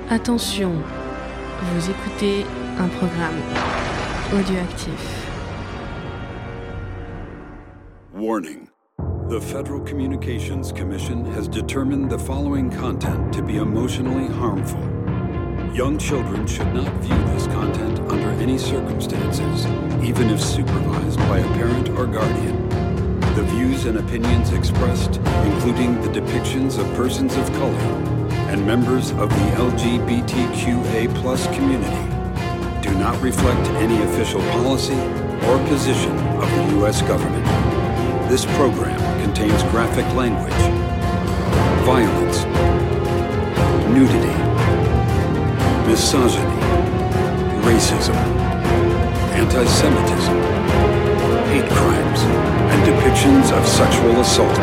Attention, vous écoutez un programme audioactif. Warning. The Federal Communications Commission has determined the following content to be emotionally harmful. Young children should not view this content under any circumstances, even if supervised by a parent or guardian. The views and opinions expressed, including the depictions of persons of color and members of the LGBTQA+ community, do not reflect any official policy or position of the U.S. government. This program contains graphic language, violence, nudity, misogyny, racism, anti-Semitism, hate crimes, and depictions of sexual assault.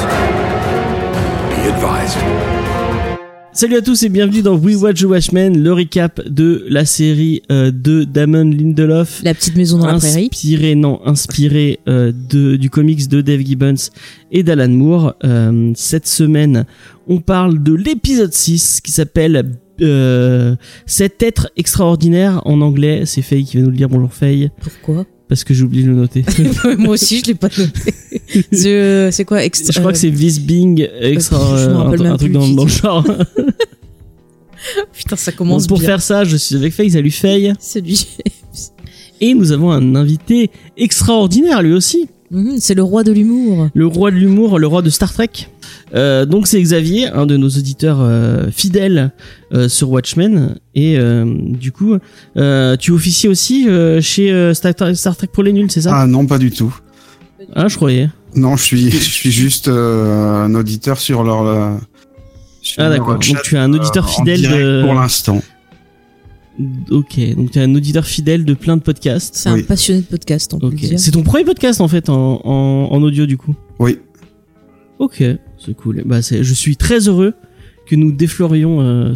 Be advised. Salut à tous et bienvenue dans We Watch the Watchmen, le recap de la série de Damon Lindelof. La petite maison dans la prairie. Inspiré du comics de Dave Gibbons et d'Alan Moore. Cette semaine, on parle de l'épisode 6 qui s'appelle Cet être extraordinaire en anglais. C'est Faye qui va nous le dire. Bonjour Faye. Pourquoi ? Parce que j'ai oublié de le noter. Moi aussi, je l'ai pas noté. C'est quoi Je crois que c'est This Being extra, un truc dans le genre. Putain, ça commence bon, pour bien. faire ça, je suis avec Faye. Salut Faye. Salut. Et nous avons un invité extraordinaire lui aussi. C'est le roi de l'humour. Le roi de l'humour, le roi de Star Trek. Donc c'est Xavier, un de nos auditeurs fidèles sur Watchmen. Et du coup, tu officies aussi chez Star Trek pour les nuls, c'est ça ? Ah non, pas du tout. Ah, je croyais. Non, je suis juste un auditeur sur leur. Ah d'accord. Donc tu es un auditeur fidèle de. Pour l'instant. Ok, donc tu es un auditeur fidèle de plein de podcasts. C'est un passionné de podcast, on peut le dire. C'est ton premier podcast en fait en audio du coup. Oui. Ok, c'est cool. Bah je suis très heureux que nous déflorions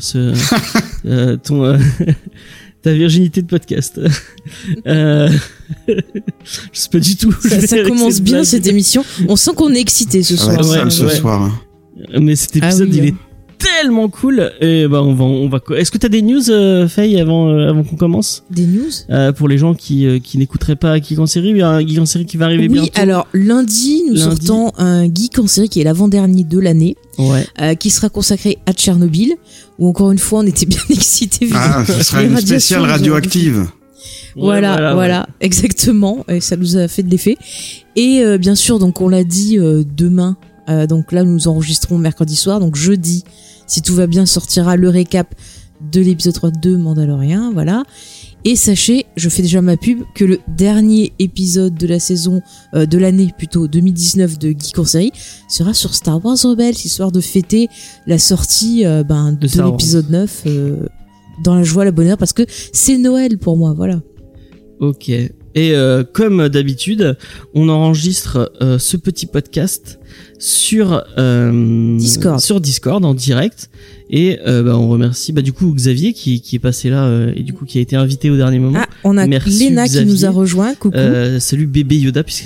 ta virginité de podcast. Je sais pas du tout. Ça commence bien cette émission. On sent qu'on est excité ce soir. Ce soir. Mais cet épisode il est tellement cool. Et bah on va. Est-ce que t'as des news, Faye, avant qu'on commence ? Des news pour les gens qui n'écouteraient pas Geek en série, il y a un Geek en série qui va arriver bientôt. Oui, alors lundi nous sortons un Geek en série qui est l'avant-dernier de l'année, qui sera consacré à Tchernobyl, où encore une fois on était bien excités. Ce sera une spéciale radioactive. Voilà, exactement. Et ça nous a fait de l'effet. Et bien sûr, donc on l'a dit demain. Donc là, nous enregistrons mercredi soir. Donc jeudi, si tout va bien, sortira le récap de l'épisode 3 de Mandalorian. Voilà. Et sachez, je fais déjà ma pub, que le dernier épisode de la saison, de l'année plutôt, 2019 de Geek en série, sera sur Star Wars Rebels, histoire de fêter la sortie de l'épisode 9 dans la joie, la bonne heure, parce que c'est Noël pour moi, voilà. Ok. Et comme d'habitude, on enregistre ce petit podcast sur Discord en direct. Et on remercie du coup Xavier qui est passé là et du coup qui a été invité au dernier moment. Ah, on a Merci, Léna Xavier. qui nous a rejoint. Coucou. Salut bébé Yoda, puisque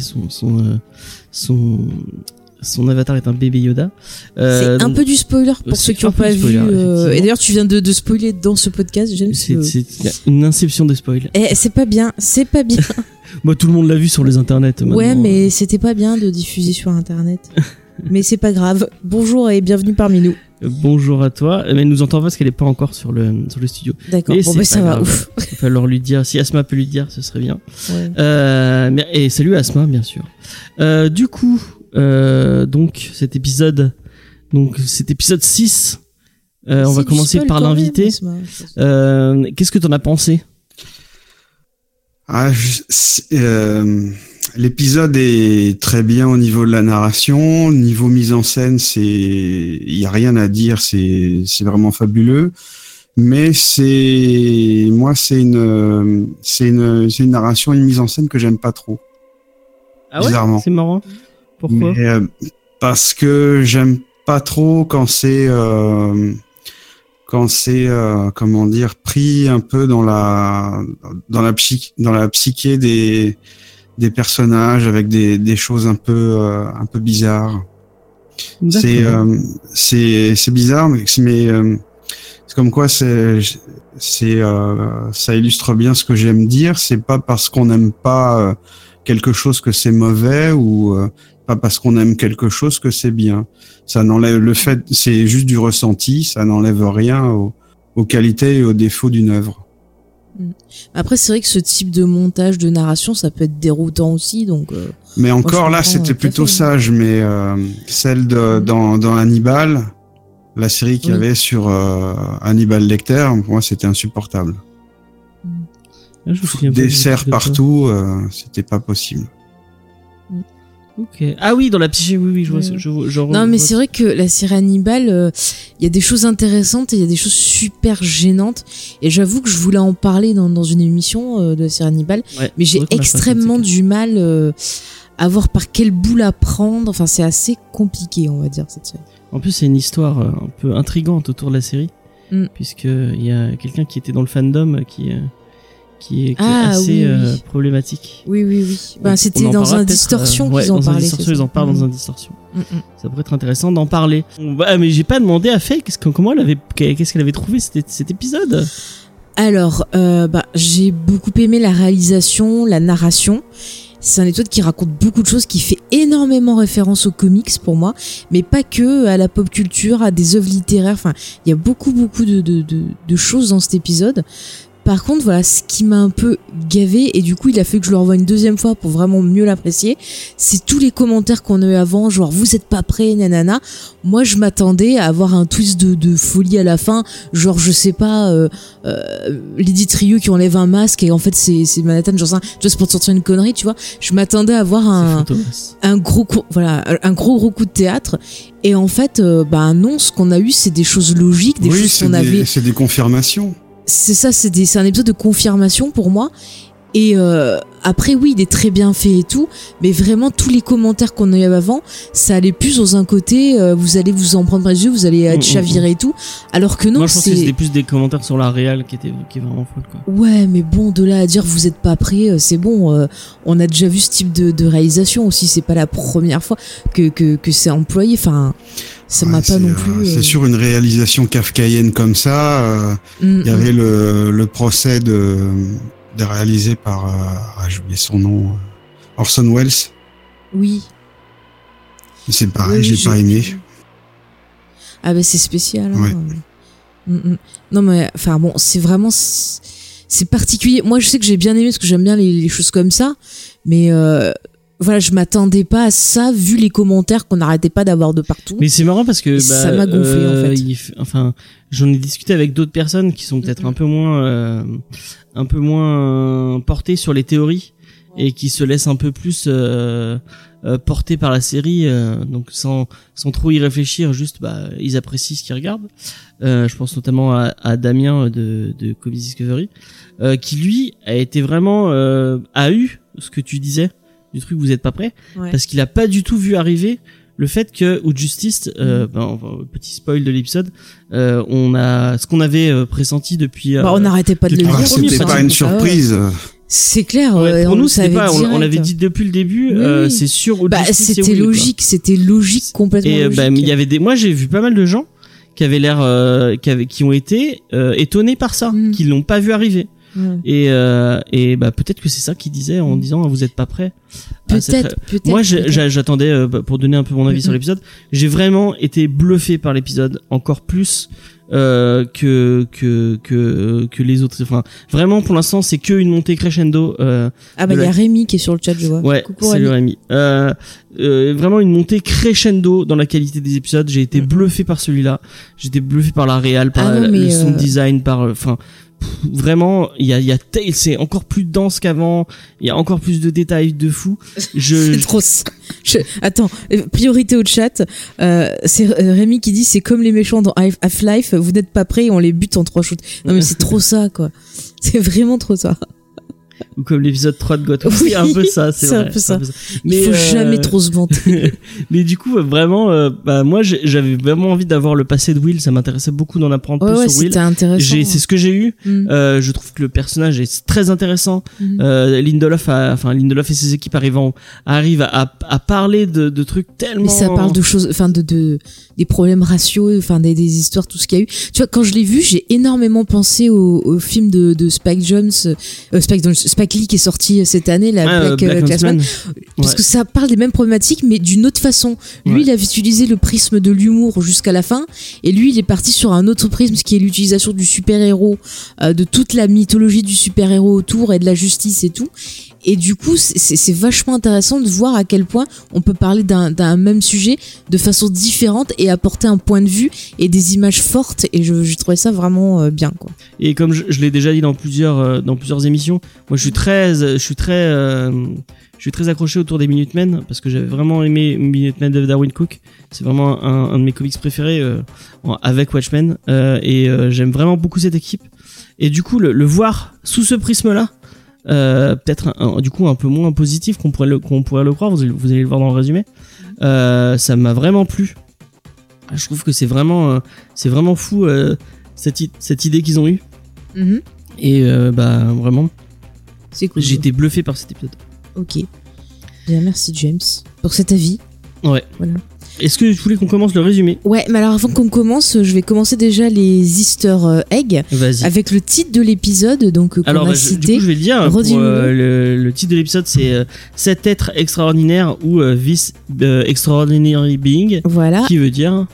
son avatar est un bébé Yoda. C'est un peu du spoiler pour ceux qui n'ont pas vu. Et d'ailleurs, tu viens de spoiler dans ce podcast. C'est une inception de spoil. C'est pas bien. Moi, tout le monde l'a vu sur les internets. Maintenant. Ouais, mais c'était pas bien de diffuser sur internet. Mais c'est pas grave. Bonjour et bienvenue parmi nous. Bonjour à toi. Mais elle nous entend pas parce qu'elle est pas encore sur le studio. D'accord. Mais ça va. Ouf. Il va falloir lui dire. Si Asma peut lui dire, ce serait bien. Ouais. Et salut Asma, bien sûr. Du coup. Donc cet épisode 6 on va commencer par l'invité. Qu'est-ce que t'en as pensé ? L'épisode est très bien au niveau de la narration, niveau mise en scène, il y a rien à dire, c'est vraiment fabuleux. Mais c'est une narration, une mise en scène que j'aime pas trop. Ah ouais, bizarrement. C'est marrant. Pourquoi ? Parce que j'aime pas trop quand c'est comment dire, pris un peu dans la psyché des personnages avec des choses un peu bizarres. C'est bizarre, mais C'est comme quoi ça illustre bien ce que j'aime dire. C'est pas parce qu'on n'aime pas quelque chose que c'est mauvais ou pas parce qu'on aime quelque chose que c'est bien. Ça n'enlève le fait, c'est juste du ressenti. Ça n'enlève rien aux qualités et aux défauts d'une œuvre. Après, c'est vrai que ce type de montage de narration, ça peut être déroutant aussi, donc. Mais encore là, c'était plutôt sage. Mais celle dans Hannibal, la série qu'il y avait sur Hannibal Lecter, pour moi, c'était insupportable. Des cerfs partout, c'était pas possible. Ok. Ah oui, dans la psyché, oui, je non, mais c'est vrai que la série Hannibal, il y a des choses intéressantes et il y a des choses super gênantes. Et j'avoue que je voulais en parler dans une émission de la série Hannibal, mais j'ai extrêmement du mal à voir par quel bout la prendre. Enfin, c'est assez compliqué, on va dire, cette série. En plus, c'est une histoire un peu intrigante autour de la série, puisque il y a quelqu'un qui était dans le fandom qui est assez problématique. Oui. Ben, c'était dans un Distorsion qu'ils en parlaient. Ils en parlent dans un Distorsion. Ça pourrait être intéressant d'en parler. Mais j'ai pas demandé à Faye qu'est-ce qu'elle avait trouvé cet épisode. Alors, j'ai beaucoup aimé la réalisation, la narration. C'est un épisode qui raconte beaucoup de choses, qui fait énormément référence aux comics pour moi, mais pas que, à la pop culture, à des œuvres littéraires. Enfin, il y a beaucoup de choses dans cet épisode. Par contre, voilà, ce qui m'a un peu gavé, et du coup, il a fait que je le revoie une deuxième fois pour vraiment mieux l'apprécier, c'est tous les commentaires qu'on a eu avant, genre, vous êtes pas prêts, nanana. Moi, je m'attendais à avoir un twist de folie à la fin, genre, je sais pas, Lady Trieux qui enlève un masque, et en fait, c'est Manhattan, genre ça, tu vois, c'est pour te sortir une connerie, tu vois. Je m'attendais à avoir un gros coup de théâtre. Et en fait, non, ce qu'on a eu, c'est des choses logiques, des choses qu'on avait. C'est des confirmations. C'est ça, c'est un épisode de confirmation pour moi. Et après, oui, il est très bien fait et tout, mais vraiment tous les commentaires qu'on a eu avant, ça allait plus dans un côté, vous allez vous en prendre les yeux, vous allez être chaviré et tout, alors que non. Moi, je pense que c'était plus des commentaires sur la réal qui est vraiment folle, quoi. Ouais, mais bon, de là à dire vous êtes pas prêts, c'est bon. On a déjà vu ce type de réalisation aussi. C'est pas la première fois que c'est employé. Enfin. Ça m'a pas non plus. C'est sur une réalisation kafkaïenne comme ça. Il y avait le procès réalisé par j'ai oublié son nom, Orson Welles. Oui. C'est pareil, j'ai pas aimé. Ah c'est spécial. Ouais. Non mais enfin bon, c'est vraiment c'est particulier. Moi je sais que j'ai bien aimé parce que j'aime bien les choses comme ça, mais voilà, je m'attendais pas à ça vu les commentaires qu'on n'arrêtait pas d'avoir de partout. Mais c'est marrant parce que ça m'a gonflé en fait. Enfin, j'en ai discuté avec d'autres personnes qui sont peut-être un peu moins portées sur les théories et qui se laissent un peu plus porter par la série, donc sans trop y réfléchir, juste ils apprécient ce qu'ils regardent. Je pense notamment à Damien de Comics Discovery, qui lui a été vraiment a eu ce que tu disais du truc vous êtes pas prêts, parce qu'il a pas du tout vu arriver le fait que Out Justice, petit spoil de l'épisode, on a ce qu'on avait pressenti depuis. On n'arrêtait pas de le dire. C'était pas une surprise. C'est clair. Pour nous, c'était pas. On l'avait dit depuis le début. C'est sûr. C'était logique. C'était logique complètement. Et logique. Il y avait moi j'ai vu pas mal de gens qui avaient l'air, qui ont été étonnés par ça, qui l'ont pas vu arriver. Et peut-être que c'est ça qu'il disait en disant vous êtes pas prêts. Peut-être. Moi j'attendais pour donner un peu mon avis sur l'épisode. J'ai vraiment été bluffé par l'épisode, encore plus que les autres. Enfin vraiment pour l'instant c'est que une montée crescendo. Il y a Rémi qui est sur le chat, je vois. Ouais, coucou salut Rémi. Vraiment une montée crescendo dans la qualité des épisodes. J'ai été bluffé par celui-là. J'ai été bluffé par la réal, par le sound design, vraiment c'est encore plus dense qu'avant, il y a encore plus de détails de fou. C'est trop attends, priorité au chat, c'est Rémi qui dit c'est comme les méchants dans Half-Life, vous n'êtes pas prêts, on les bute en 3 shoots. Non mais c'est trop ça quoi, c'est vraiment trop ça. ou comme l'épisode 3 de Gotham. Oui, un peu ça, c'est vrai. Un peu ça. Mais il faut jamais trop se vanter. Mais du coup, vraiment, moi, j'avais vraiment envie d'avoir le passé de Will. Ça m'intéressait beaucoup d'en apprendre plus sur Will. C'était intéressant. C'est ce que j'ai eu. Je trouve que le personnage est très intéressant. Lindelof et ses équipes arrivent à parler de trucs tellement. Mais ça parle de choses, enfin des problèmes raciaux, enfin des histoires, tout ce qu'il y a eu. Tu vois, quand je l'ai vu, j'ai énormément pensé au film de Spike Lee qui est sorti cette année, la Black Clansman, parce que ça parle des mêmes problématiques, mais d'une autre façon. Lui, il avait utilisé le prisme de l'humour jusqu'à la fin, et lui, il est parti sur un autre prisme, qui est l'utilisation du super-héros, de toute la mythologie du super-héros autour et de la justice et tout. Et du coup, c'est vachement intéressant de voir à quel point on peut parler d'un même sujet de façon différente et apporter un point de vue et des images fortes. Et je trouvais ça vraiment bien, quoi. Et comme je l'ai déjà dit dans plusieurs émissions, moi je suis très accroché autour des Minutemen parce que j'avais vraiment aimé Minutemen de Darwyn Cooke. C'est vraiment un de mes comics préférés avec Watchmen et j'aime vraiment beaucoup cette équipe. Et du coup, le voir sous ce prisme-là. Peut-être du coup un peu moins positif qu'on pourrait le croire, vous allez le voir dans le résumé. Ça m'a vraiment plu. Je trouve que c'est vraiment fou cette idée qu'ils ont eue. Et vraiment c'est cool. J'ai été bluffé par cet épisode. Ok, bien, merci James pour cet avis. Ouais, voilà. Est-ce que tu voulais qu'on commence le résumé ? Ouais, mais alors avant qu'on commence, je vais commencer déjà les Easter eggs. Vas-y. Avec le titre de l'épisode, donc qu'on a cité. Du coup, je vais le dire. Le titre de l'épisode, c'est Cet être extraordinaire ou This Extraordinary Being. Voilà. Qui veut dire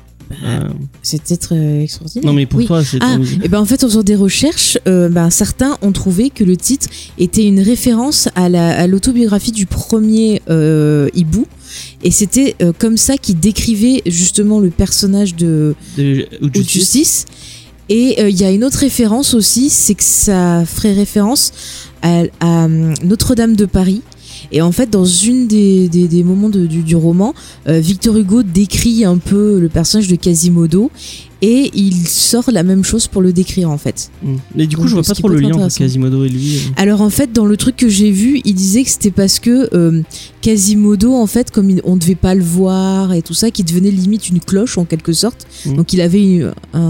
cet être extraordinaire. Non, mais pour toi, c'est. Et ben en fait, en faisant des recherches, certains ont trouvé que le titre était une référence à l'autobiographie du premier hibou. Et c'était comme ça qu'il décrivait justement le personnage de Justice. Et il y a une autre référence aussi, c'est que ça ferait référence à Notre-Dame de Paris. Et en fait, dans une des moments du roman, Victor Hugo décrit un peu le personnage de Quasimodo et il sort la même chose pour le décrire en fait. Mais du coup, je vois pas trop le lien entre Quasimodo et lui. Alors en fait, dans le truc que j'ai vu, il disait que c'était parce que Quasimodo, en fait, comme on devait pas le voir et tout ça, qu'il devenait limite une cloche en quelque sorte. Donc il avait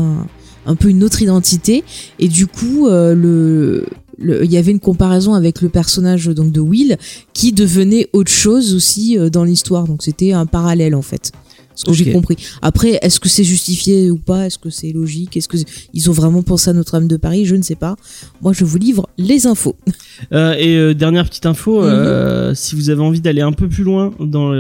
un peu une autre identité et du coup il y avait une comparaison avec le personnage donc de Will qui devenait autre chose aussi dans l'histoire, donc c'était un parallèle en fait, ce que j'ai compris. Après, est-ce que c'est justifié ou pas, est-ce que c'est logique, est-ce que ils ont vraiment pensé à Notre-Dame de Paris, je ne sais pas. Moi je vous livre les infos. Et dernière petite info, si vous avez envie d'aller un peu plus loin dans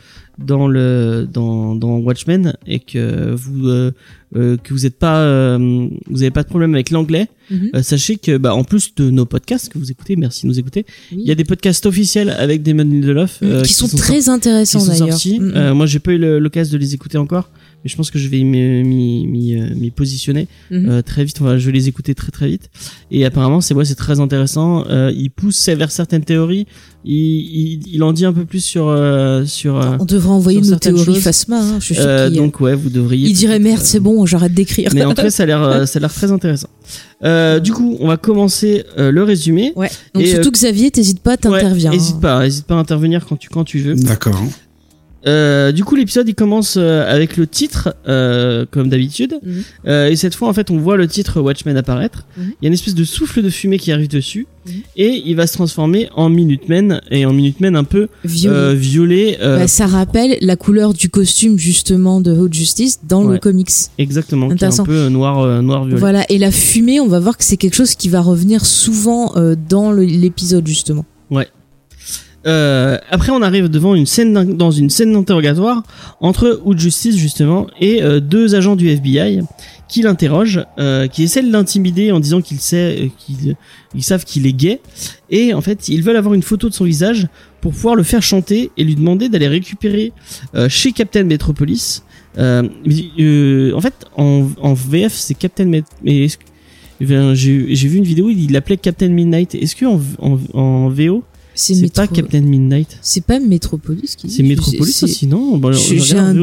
Watchmen et que vous n'avez pas de problème avec l'anglais, sachez que en plus de nos podcasts que vous écoutez, merci de nous écouter, il y a des podcasts officiels avec Damon Lindelof qui sont très intéressants d'ailleurs. Moi j'ai pas eu l'occasion de les écouter encore, mais je pense que je vais m'y positionner très vite. Enfin, je vais les écouter très très vite. Et apparemment c'est très intéressant. Il pousse vers certaines théories. Il en dit un peu plus sur. On devrait envoyer nos théories Phasma. Je suis sûr donc vous devriez. Il dirait merde, c'est bon, j'arrête d'écrire. Mais en tout cas, ça a l'air très intéressant. Du coup, on va commencer le résumé. Ouais. Donc surtout Xavier, t'hésites pas, t'interviens. Hésite pas à intervenir quand tu veux. D'accord. Du coup, l'épisode il commence avec le titre, comme d'habitude, et cette fois en fait on voit le titre Watchmen apparaître. Il y a une espèce de souffle de fumée qui arrive dessus, et il va se transformer en Minutemen, et en Minutemen un peu violet. Ça rappelle la couleur du costume justement de Haute Justice dans le comics. Exactement, qui est un peu noir violet. Voilà, et la fumée, on va voir que c'est quelque chose qui va revenir souvent dans l'épisode justement. Ouais. Après on arrive devant dans une scène d'interrogatoire entre Haute Justice justement et deux agents du FBI qui l'interrogent, qui essaient de l'intimider en disant qu'ils savent qu'il est gay, et en fait ils veulent avoir une photo de son visage pour pouvoir le faire chanter et lui demander d'aller récupérer chez Captain Metropolis. En fait en VF c'est Captain mais j'ai vu une vidéo, il l'appelait Captain Midnight. Est-ce que en VO c'est pas Captain Midnight? C'est pas Metropolis qui dit. C'est Metropolis aussi, non? J'ai un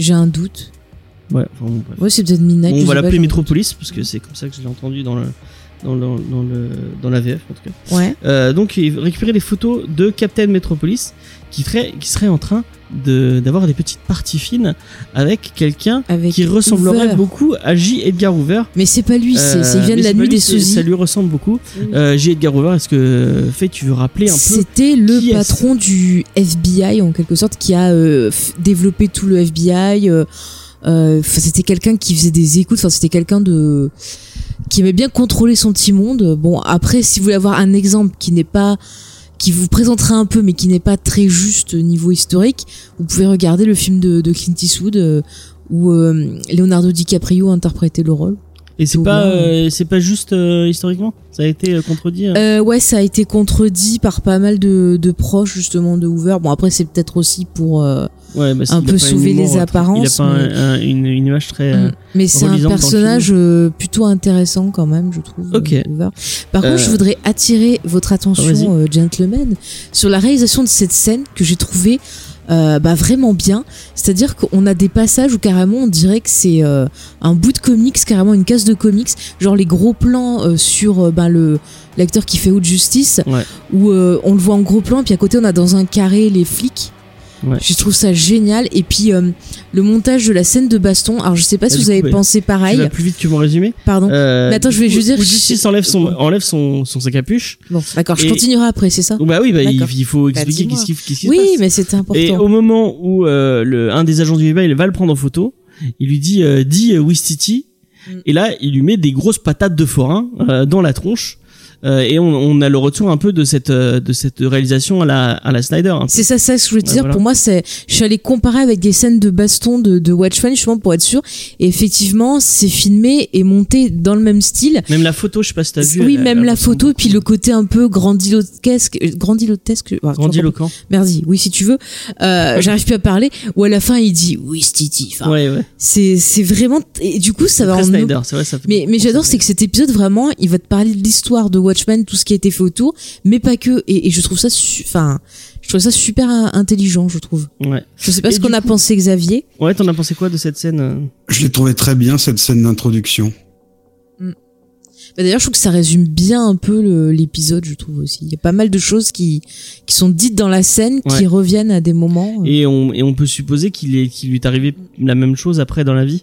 doute. Ouais, ouais, c'est peut-être Midnight. On va l'appeler Metropolis parce que c'est comme ça que je l'ai entendu dans dans la VF en tout cas. Ouais. Donc il récupérait les photos de Captain Metropolis qui serait en train d'avoir des petites parties fines avec quelqu'un qui ressemblerait beaucoup à J. Edgar Hoover. Mais c'est pas lui, il vient de la nuit des sosies. Ça lui ressemble beaucoup. J. Edgar Hoover, est-ce que tu veux rappeler un peu? C'était le patron du FBI en quelque sorte qui a développé tout le FBI. C'était quelqu'un qui faisait des écoutes. Enfin, c'était quelqu'un qui aimait bien contrôler son petit monde. Bon, après, si vous voulez avoir un exemple qui vous présentera un peu mais qui n'est pas très juste niveau historique, vous pouvez regarder le film de Clint Eastwood où Leonardo DiCaprio interprétait le rôle. Et c'est pas juste historiquement, ça a été contredit. Ouais, ça a été contredit par pas mal de proches justement de Hoover. Bon, après c'est peut-être aussi pour un peu sauver les apparences. Il a pas une image très. Mais c'est un personnage plutôt intéressant quand même, je trouve. Ok. Hoover. Par contre, je voudrais attirer votre attention, gentlemen, sur la réalisation de cette scène que j'ai trouvée vraiment bien. C'est-à-dire qu'on a des passages où carrément on dirait que c'est un bout de comics, carrément une case de comics, genre les gros plans sur l'acteur qui fait Haute Justice, où on le voit en gros plan, puis à côté on a dans un carré les flics. Ouais. Je trouve ça génial. Et puis le montage de la scène de baston, alors je sais pas si vous avez pensé pareil. Tu vas plus vite que mon résumé. Pardon. Mais attends, je vais juste dire. Justice enlève sa capuche. Bon, d'accord, je continuerai après, c'est ça. Bah oui, il faut expliquer qu'est-ce qui se passe. Oui, mais c'était important. Et au moment où un des agents du FBI il va le prendre en photo, il lui dit Wistiti, et là il lui met des grosses patates de forain dans la tronche. Et on a le retour un peu de cette réalisation à la Snyder. C'est ça ce que je voulais te dire. Voilà. Pour moi, je suis allée comparer avec des scènes de baston de Watchmen justement pour être sûr. Et effectivement, c'est filmé et monté dans le même style. Même la photo, je sais pas si t'as vu. Oui, même la photo et puis le côté un peu grandiloquent. Merci. Oui, si tu veux. J'arrive plus à parler. Ou à la fin, il dit oui, Stiti. Enfin, ouais. C'est vraiment. Et du coup, ça va en. Snyder, c'est vrai, ça fait mais j'adore, c'est que cet épisode vraiment, il va te parler de l'histoire de Watchmen, tout ce qui a été fait autour, mais pas que. Et je trouve ça, je trouve ça super intelligent, je trouve. Ouais. Je sais pas ce qu'on a pensé, Xavier. Ouais, t'en as pensé quoi de cette scène? Je l'ai trouvé très bien, cette scène d'introduction. D'ailleurs, je trouve que ça résume bien un peu l'épisode, je trouve aussi. Il y a pas mal de choses qui sont dites dans la scène, qui reviennent à des moments. Et on peut supposer qu'il lui est arrivé la même chose après dans la vie.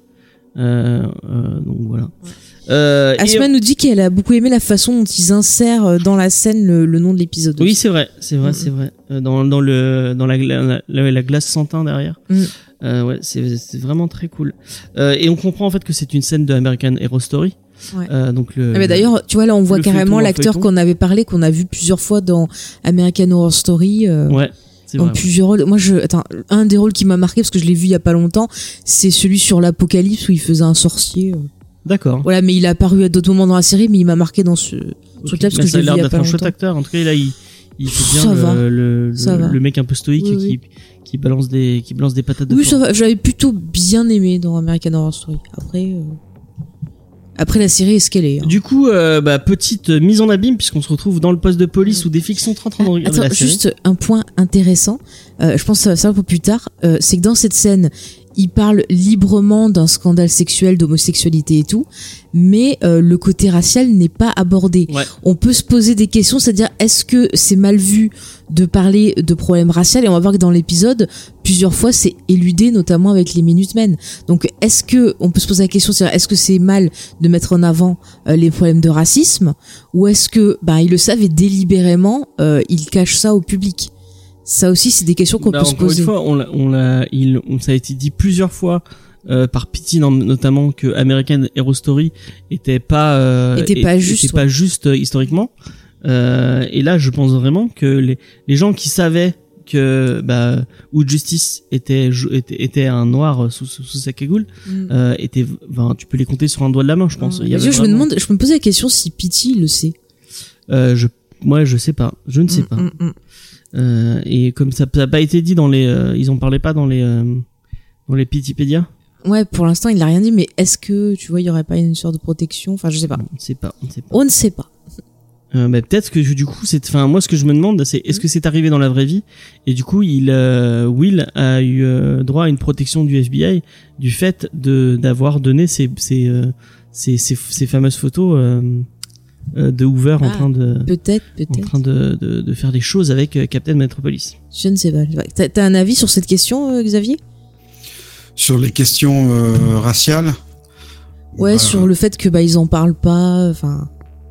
Donc voilà. Asma nous dit qu'elle a beaucoup aimé la façon dont ils insèrent dans la scène le nom de l'épisode. Oui, c'est vrai. Dans la glace sans teint derrière. Ouais, c'est vraiment très cool. Et on comprend en fait que c'est une scène de American Horror Story. Ouais. Mais d'ailleurs, tu vois là, on voit carrément l'acteur qu'on avait parlé, qu'on a vu plusieurs fois dans American Horror Story. Ouais. Dans plusieurs rôles. Moi, un des rôles qui m'a marqué parce que je l'ai vu il y a pas longtemps, c'est celui sur l'Apocalypse où il faisait un sorcier. D'accord. Voilà, mais il a apparu à d'autres moments dans la série, mais il m'a marqué dans ce truc-là parce que je l'ai vu il y a pas longtemps. Ça a l'air d'être un chouette acteur. En tout cas, là, il fait bien le mec un peu stoïque qui balance des patates de Oui, ça va. J'avais plutôt bien aimé dans American Horror Story. Après la série est ce qu'elle est. Du coup, petite mise en abîme puisqu'on se retrouve dans le poste de police où des flics sont en train de regarder la série. Juste un point intéressant. Je pense que ça va pour plus tard. C'est que dans cette scène, il parle librement d'un scandale sexuel, d'homosexualité et tout, mais le côté racial n'est pas abordé. Ouais. On peut se poser des questions, c'est-à-dire est-ce que c'est mal vu de parler de problèmes raciaux, et on va voir que dans l'épisode, plusieurs fois c'est éludé, notamment avec les Minutemen. Donc est-ce que on peut se poser la question, c'est-à-dire est-ce que c'est mal de mettre en avant les problèmes de racisme, ou est-ce que ils le savent et délibérément ils cachent ça au public? Ça aussi, c'est des questions qu'on peut se poser. Encore une fois, ça a été dit plusieurs fois par Pitty notamment que American Horror Story était pas juste historiquement. Et là, je pense vraiment que les gens qui savaient que Haute Justice était un noir sous sa cagoule tu peux les compter sur un doigt de la main, je pense. Je me posais la question si Pitty le sait. Moi, je sais pas. Je ne sais pas. Et comme ça n'a pas été dit ils en parlaient pas dans les Pittypédia. Ouais, pour l'instant il n'a rien dit, mais est-ce que tu vois il y aurait pas une sorte de protection? Enfin, je sais pas. On ne sait pas. Peut-être que du coup moi ce que je me demande c'est est-ce que c'est arrivé dans la vraie vie et du coup Will a eu droit à une protection du FBI du fait d'avoir donné ces fameuses photos de Hoover en train de peut-être en train de faire des choses avec Captain Metropolis. Je ne sais pas. T'as un avis sur cette question, Xavier? Sur les questions raciales? Ouais, sur le fait que ils en parlent pas, enfin.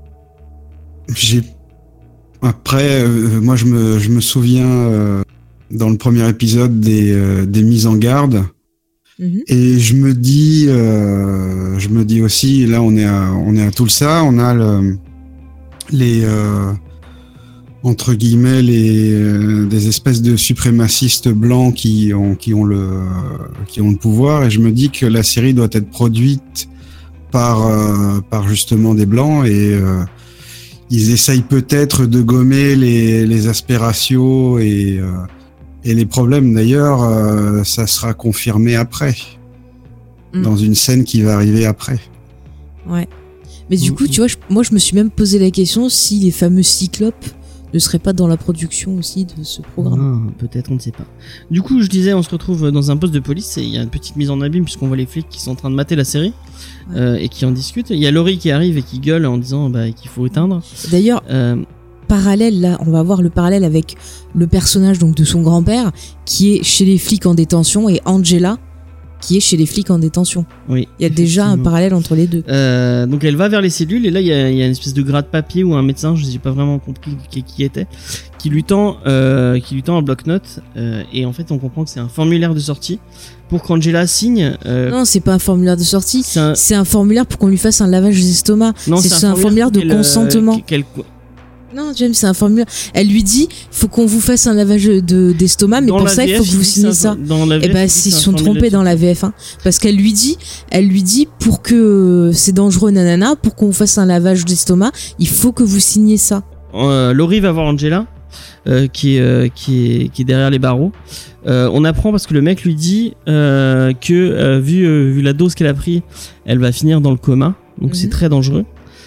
Après, moi je me souviens dans le premier épisode des mises en garde. Et je me dis aussi, là on est à Tulsa, on a les entre guillemets des espèces de suprémacistes blancs qui ont le pouvoir, et je me dis que la série doit être produite par justement des blancs, et ils essayent peut-être de gommer les aspects raciaux et les problèmes. D'ailleurs, ça sera confirmé après, dans une scène qui va arriver après. Ouais. Mais du coup, tu vois, moi je me suis même posé la question si les fameux cyclopes ne seraient pas dans la production aussi de ce programme. Peut-être, on ne sait pas. Du coup, je disais, on se retrouve dans un poste de police, et il y a une petite mise en abîme puisqu'on voit les flics qui sont en train de mater la série, et qui en discutent. Il y a Laurie qui arrive et qui gueule en disant qu'il faut éteindre. D'ailleurs, parallèle, là, on va voir le parallèle avec le personnage donc de son grand-père qui est chez les flics en détention, et Angela qui est chez les flics en détention. Oui. Il y a déjà un parallèle entre les deux. Donc elle va vers les cellules, et là il y a une espèce de gratte-papier ou un médecin, je n'ai pas vraiment compris qui était, qui lui tend un bloc-notes, et en fait on comprend que c'est un formulaire de sortie pour qu'Angela signe. Non, c'est pas un formulaire de sortie, c'est un formulaire pour qu'on lui fasse un lavage d'estomac. Non, c'est un formulaire de consentement. Non, James, c'est un formulaire. Elle lui dit, faut qu'on vous fasse un lavage d'estomac, mais pour ça, il faut que vous signiez ça. Et ils se sont trompés dans la VF1. Parce qu'elle lui dit, pour que c'est dangereux, nanana, pour qu'on vous fasse un lavage d'estomac, il faut que vous signiez ça. Laurie va voir Angela, qui est derrière les barreaux. On apprend parce que le mec lui dit, que, vu la dose qu'elle a pris, elle va finir dans le coma. Donc c'est très dangereux.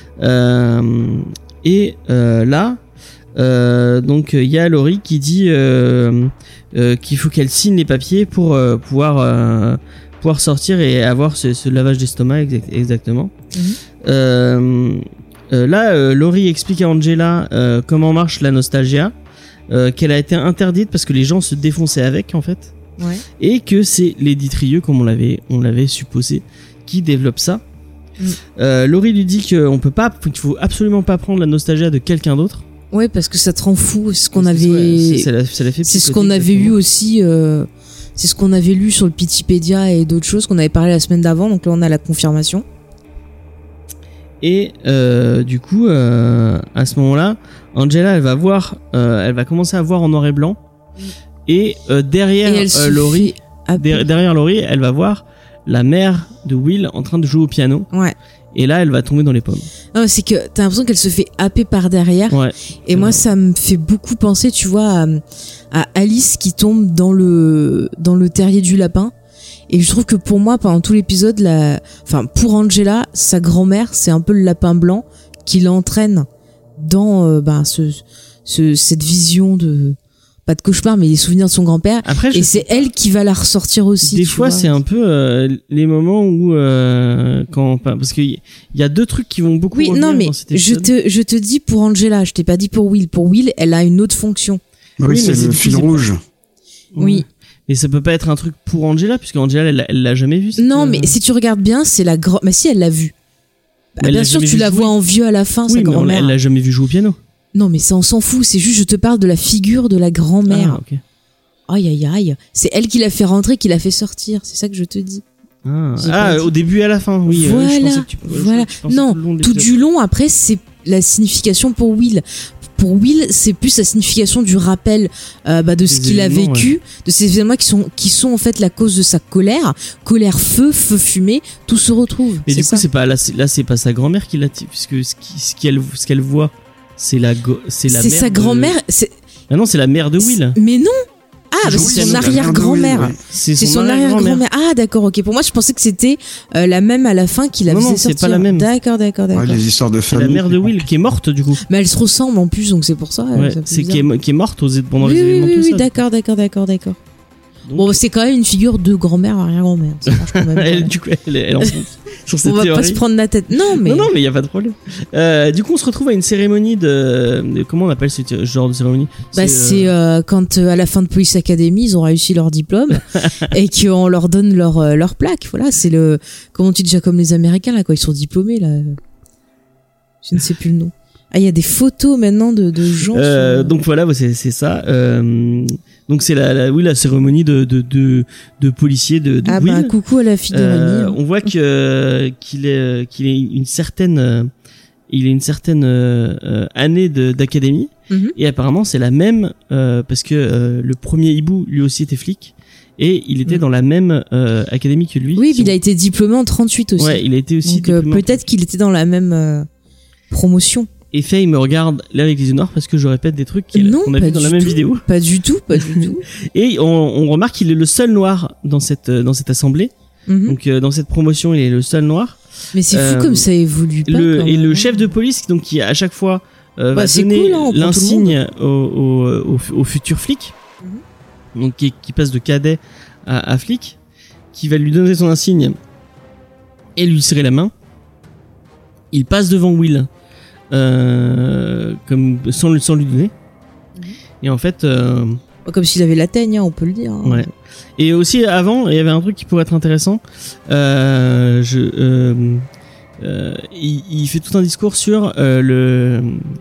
Et là, donc il y a Laurie qui dit qu'il faut qu'elle signe les papiers pour pouvoir sortir et avoir ce lavage d'estomac exactement. Là, Laurie explique à Angela comment marche la nostalgia, qu'elle a été interdite parce que les gens se défonçaient avec en fait, et que c'est Lady Trieux, comme on l'avait supposé, qui développe ça. Laurie lui dit qu'il faut absolument pas prendre la nostalgie de quelqu'un d'autre. Ouais, parce que ça te rend fou. C'est ce qu'on avait. C'est ce qu'on avait eu aussi. C'est ce qu'on avait lu sur le Pitipédia et d'autres choses qu'on avait parlé la semaine d'avant. Donc là, on a la confirmation. Et du coup, à ce moment-là, Angela, elle va commencer à voir en noir et blanc. Et derrière Laurie, elle va voir la mère de Will en train de jouer au piano. Ouais. Et là, elle va tomber dans les pommes. Non, c'est que t'as l'impression qu'elle se fait happer par derrière. Ouais. Et moi, ça me fait beaucoup penser, tu vois, à Alice qui tombe dans le terrier du lapin. Et je trouve que pour moi, pendant tout l'épisode, pour Angela, sa grand-mère, c'est un peu le lapin blanc qui l'entraîne dans cette vision de... pas de cauchemar, mais les souvenirs de son grand-père. Après, et c'est elle qui va la ressortir aussi. Des fois, c'est un peu les moments où parce qu'il y a deux trucs qui vont beaucoup revenir dans cet épisode. je te dis pour Angela, je t'ai pas dit pour Will. Pour Will, elle a une autre fonction. Oui, c'est le fil rouge. Oui. Mais ça peut pas être un truc pour Angela, puisque Angela, elle l'a jamais vu. Non, mais si tu regardes bien, c'est la grand. Mais si, elle l'a vu. Bien sûr, tu la vois en vieux à la fin, sa grand-mère. Elle l'a jamais vu jouer au piano. Non, mais ça, on s'en fout. C'est juste, je te parle de la figure de la grand-mère. Ah, ok. Aïe, aïe, aïe. C'est elle qui l'a fait rentrer, qui l'a fait sortir. C'est ça que je te dis. Au début et à la fin, oui. Voilà. Je pensais que tu non, tout du long, après, c'est la signification pour Will. Pour Will, c'est plus la signification du rappel de ce qu'il a vécu, de ces événements qui sont en fait la cause de sa colère, feu fumée, tout se retrouve. Mais du coup, c'est pas là, c'est pas sa grand-mère qui l'a, puisque ce qu'elle voit, c'est la mère. C'est sa grand-mère. Ah non, c'est la mère de Will. Mais non. Ah, c'est son arrière-grand-mère. Ouais. C'est son arrière-grand-mère. Ah, d'accord, ok. Pour moi, je pensais que c'était la même à la fin qui la faisait sortir. Non, c'est pas la même. D'accord. Ouais, les histoires de famille. C'est la mère de Will qui est morte, du coup. Mais elle se ressemble en plus, donc c'est pour ça. Ouais, c'est qui est morte pendant les événements. Oui, d'accord. Donc, bon, c'est quand même une figure de grand-mère, arrière-grand-mère. Ça marche quand même. elle, du coup, elle enfonce sur cette On va théorie. pas se prendre la tête. Non, mais il y a pas de problème. Du coup, on se retrouve à une cérémonie de comment on appelle ce genre de cérémonie? c'est quand à la fin de Police Academy, ils ont réussi leur diplôme et qu'on leur donne leur plaque. Voilà, c'est le comment tu dis déjà comme les Américains là quand ils sont diplômés là. Je ne sais plus le nom. Ah, il y a des photos maintenant de gens. Donc voilà, c'est ça. Donc c'est la cérémonie de policiers de ah Will. bah coucou à la fille de Remy. On voit qu'il est une certaine année d'académie. Mhm. Et apparemment c'est la même parce que le premier hibou lui aussi était flic et il était dans la même académie que lui. Oui, il a été diplômé en 38 aussi. Ouais, il a été aussi donc peut-être qu'il était dans la même promotion. Et Faye me regarde là avec les yeux noirs parce que je répète des trucs qu'on a vu dans la même vidéo. Pas du tout. Et on remarque qu'il est le seul noir dans cette assemblée. Mhm. Donc dans cette promotion, il est le seul noir. Mais c'est fou comme ça évolue pas. Le chef de police, donc qui à chaque fois va donner l'insigne au futur flic, donc qui passe de cadet à flic, qui va lui donner son insigne et lui serrer la main. Il passe devant Will. Comme sans lui donner. Et en fait comme s'il avait la teigne, on peut le dire. Ouais. Et aussi avant, il y avait un truc qui pourrait être intéressant. Il fait tout un discours sur le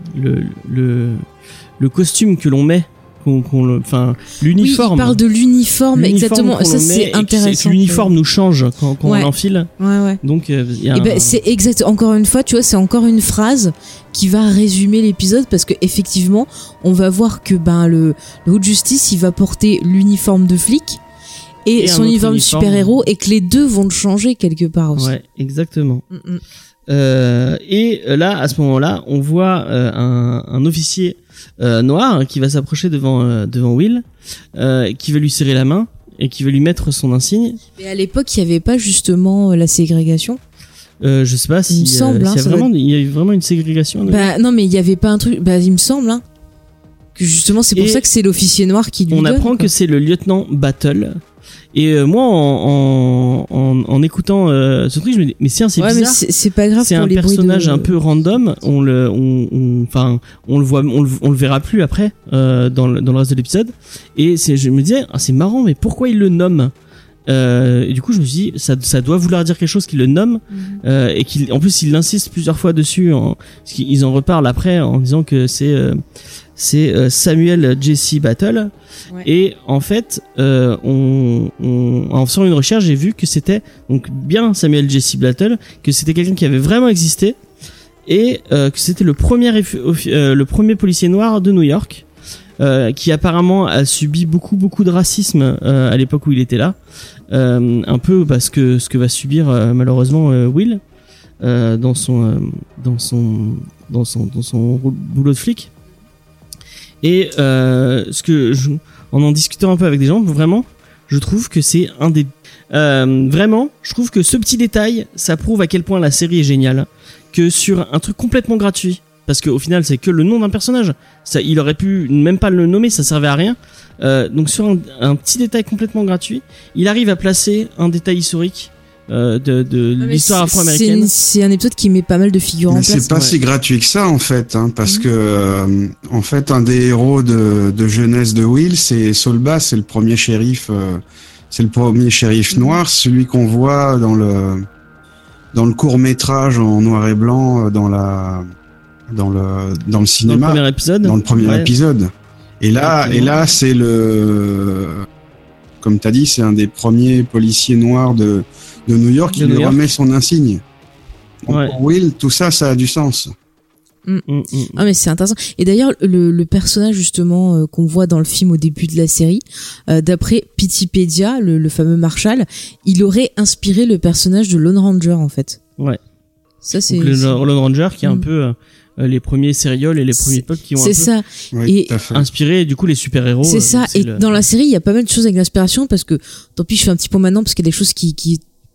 costume que l'on met, l'uniforme. Oui, il parle de l'uniforme exactement. Ça c'est intéressant. L'uniforme nous change quand on l'enfile. Ouais. Donc c'est exact. Encore une fois, tu vois, c'est encore une phrase qui va résumer l'épisode parce que effectivement, on va voir que le haut de justice, il va porter l'uniforme de flic et son uniforme de super-héros et que les deux vont le changer quelque part aussi. Ouais, exactement. Et là, à ce moment-là, on voit un officier noir qui va s'approcher devant Will, qui va lui serrer la main et qui va lui mettre son insigne. Et à l'époque, il n'y avait pas justement la ségrégation. Je sais pas si il me semble, il y a eu vraiment une ségrégation. Non, mais il y avait pas un truc. Il me semble que justement c'est pour ça que c'est l'officier noir qui lui donne. On apprend que c'est le lieutenant Battle. Et moi, en écoutant ce truc, je me dis, mais c'est bizarre. Mais c'est pas grave. C'est un personnage un peu random. On le voit, on le verra plus après dans le reste de l'épisode. Et je me disais, c'est marrant, mais pourquoi il le nomme? Et du coup, je me suis dit, ça doit vouloir dire quelque chose qu'il le nomme, et en plus, il insiste plusieurs fois dessus, parce qu'ils en reparlent après en disant que c'est Samuel Jesse Battle. Ouais. Et en fait, en faisant une recherche, j'ai vu que c'était donc bien Samuel Jesse Battle, que c'était quelqu'un qui avait vraiment existé, et que c'était le premier policier noir de New York, qui apparemment a subi beaucoup de racisme à l'époque où il était là, un peu parce que ce que va subir malheureusement Will dans son boulot de flic. Et en discutant un peu avec des gens, vraiment, je trouve que c'est je trouve que ce petit détail, ça prouve à quel point la série est géniale, que sur un truc complètement gratuit, parce qu'au final c'est que le nom d'un personnage, il aurait pu même pas le nommer, ça servait à rien. Donc sur un petit détail complètement gratuit, il arrive à placer un détail historique de l'histoire afro-américaine. C'est un épisode qui met pas mal de figures en place. Mais c'est pas si gratuit que ça en fait, parce que en fait un des héros de jeunesse de Will, c'est Saul Bass, c'est le premier shérif, noir, celui qu'on voit dans le court-métrage en noir et blanc dans le cinéma, dans le premier épisode. Et là c'est comme t'as dit, c'est un des premiers policiers noirs de New York qui lui remet son insigne. Donc pour Will, tout ça a du sens. Ah mais c'est intéressant. Et d'ailleurs le personnage justement qu'on voit dans le film au début de la série, d'après Pitipédia, le fameux Marshall, il aurait inspiré le personnage de Lone Ranger en fait. Ouais. Ça c'est le Lone Ranger qui est un peu les premiers sérioles et les premiers pop qui ont inspiré du coup les super-héros. C'est ça. Et dans la série, il y a pas mal de choses avec l'inspiration parce que tant pis, je fais un petit point maintenant parce qu'il y a des choses qui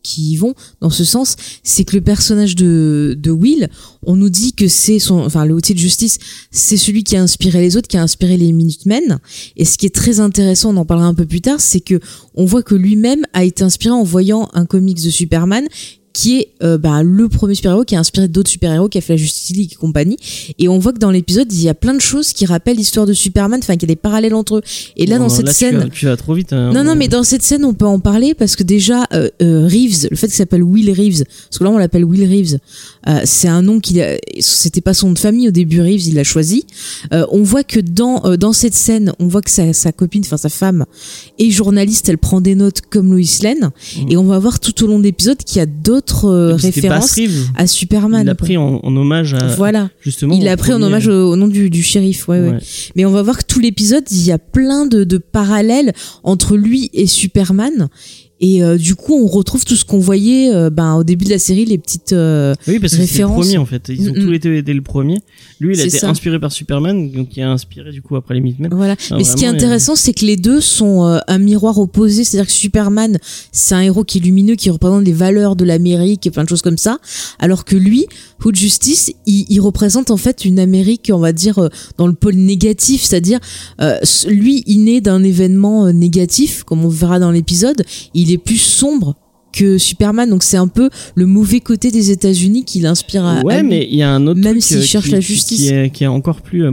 qui y vont dans ce sens, c'est que le personnage de Will, on nous dit que c'est le outil de justice, c'est celui qui a inspiré les autres, qui a inspiré les Minutemen. Et ce qui est très intéressant, on en parlera un peu plus tard, c'est que on voit que lui-même a été inspiré en voyant un comics de Superman qui est le premier super-héros qui a inspiré d'autres super-héros, qui a fait la Justice League et compagnie. Et on voit que dans l'épisode, il y a plein de choses qui rappellent l'histoire de Superman, enfin qu'il y a des parallèles entre eux. Et là, scène, tu vas trop vite. Hein, non, mais dans cette scène, on peut en parler parce que déjà Reeves, le fait qu'il s'appelle Will Reeves, parce que là on l'appelle Will Reeves, c'est un nom c'était pas son nom de famille au début. Reeves, il l'a choisi. On voit que dans cette scène, on voit que sa copine, enfin sa femme, est journaliste, elle prend des notes comme Lois Lane, et on va voir tout au long de l'épisode qu'il y a d'autres références à Superman. Il l'a pris en hommage à... Voilà. Justement. Il l'a pris en hommage au nom du shérif. Ouais. Mais on va voir que tout l'épisode, il y a plein de parallèles entre lui et Superman. Et du coup, on retrouve tout ce qu'on voyait au début de la série, les petites oui, parce que références. C'est le premier en fait. Ils ont tous été dès le premier. Lui, il a été inspiré par Superman, donc il a inspiré du coup après les Minutemen. Voilà. Mais ce qui est intéressant, c'est que les deux sont un miroir opposé. C'est-à-dire que Superman, c'est un héros qui est lumineux, qui représente les valeurs de l'Amérique et plein de choses comme ça. Alors que lui, Hood Justice, il représente en fait une Amérique, on va dire, dans le pôle négatif. C'est-à-dire, lui, il naît d'un événement négatif, comme on verra dans l'épisode. Il est plus sombre que Superman, donc c'est un peu le mauvais côté des États-Unis qui l'inspire à lui. Mais il y a un autre même truc s'il cherche la justice qui est encore plus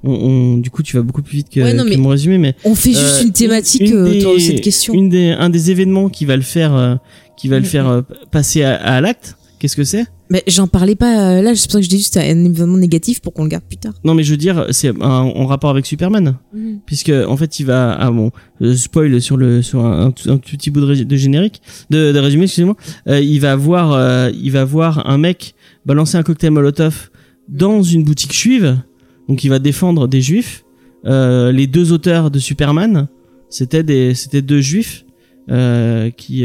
du coup tu vas beaucoup plus vite que mon résumé, mais on fait juste une thématique autour de cette question. Un des événements qui va le faire passer à l'acte, qu'est-ce que c'est? Mais j'en parlais pas là, c'est pour ça que je dis juste un événement négatif pour qu'on le garde plus tard. Non, mais je veux dire, c'est en rapport avec Superman, puisque en fait il va spoil sur un tout petit bout de générique de résumé, excusez-moi. Il va voir un mec balancer un cocktail Molotov dans une boutique juive, donc il va défendre des juifs. Les deux auteurs de Superman, c'était deux juifs qui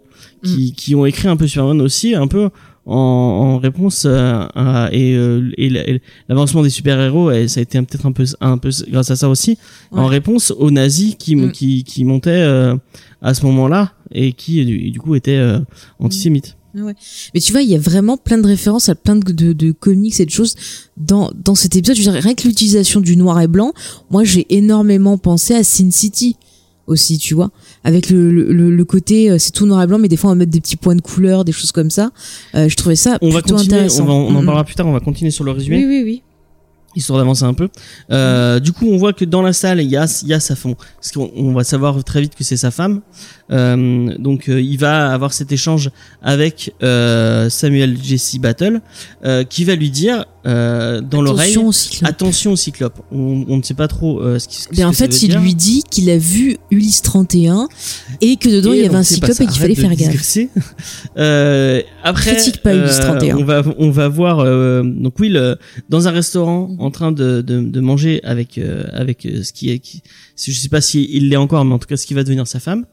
ont écrit un peu Superman aussi, un peu en réponse et l'avancement des super-héros, et ça a été peut-être un peu grâce à ça aussi, en réponse aux nazis qui montaient à ce moment-là et qui du coup étaient antisémites. Ouais. Mais tu vois, il y a vraiment plein de références à plein de comics et de choses dans cet épisode. Je veux dire, rien que l'utilisation du noir et blanc, moi j'ai énormément pensé à Sin City aussi, tu vois, avec le côté c'est tout noir et blanc, mais des fois on va mettre des petits points de couleur, des choses comme ça. Je trouvais ça plutôt intéressant. On en parlera plus tard, on va continuer sur le résumé. Oui. Histoire d'avancer un peu. Du coup, on voit que dans la salle, il y a sa femme. Parce qu'on va savoir très vite que c'est sa femme. Donc, il va avoir cet échange avec Samuel Jesse Battle, qui va lui dire dans l'oreille, attention au Cyclope. On ne sait pas trop ce que en fait, il lui dit qu'il a vu Ulysse 31 et que dedans il y avait un Cyclope et qu'il fallait faire gaffe. Après, critique pas Ulysse 31. On va voir donc Will dans un restaurant en train de manger avec ce qui est je sais pas si il l'est encore, mais en tout cas ce qui va devenir sa femme.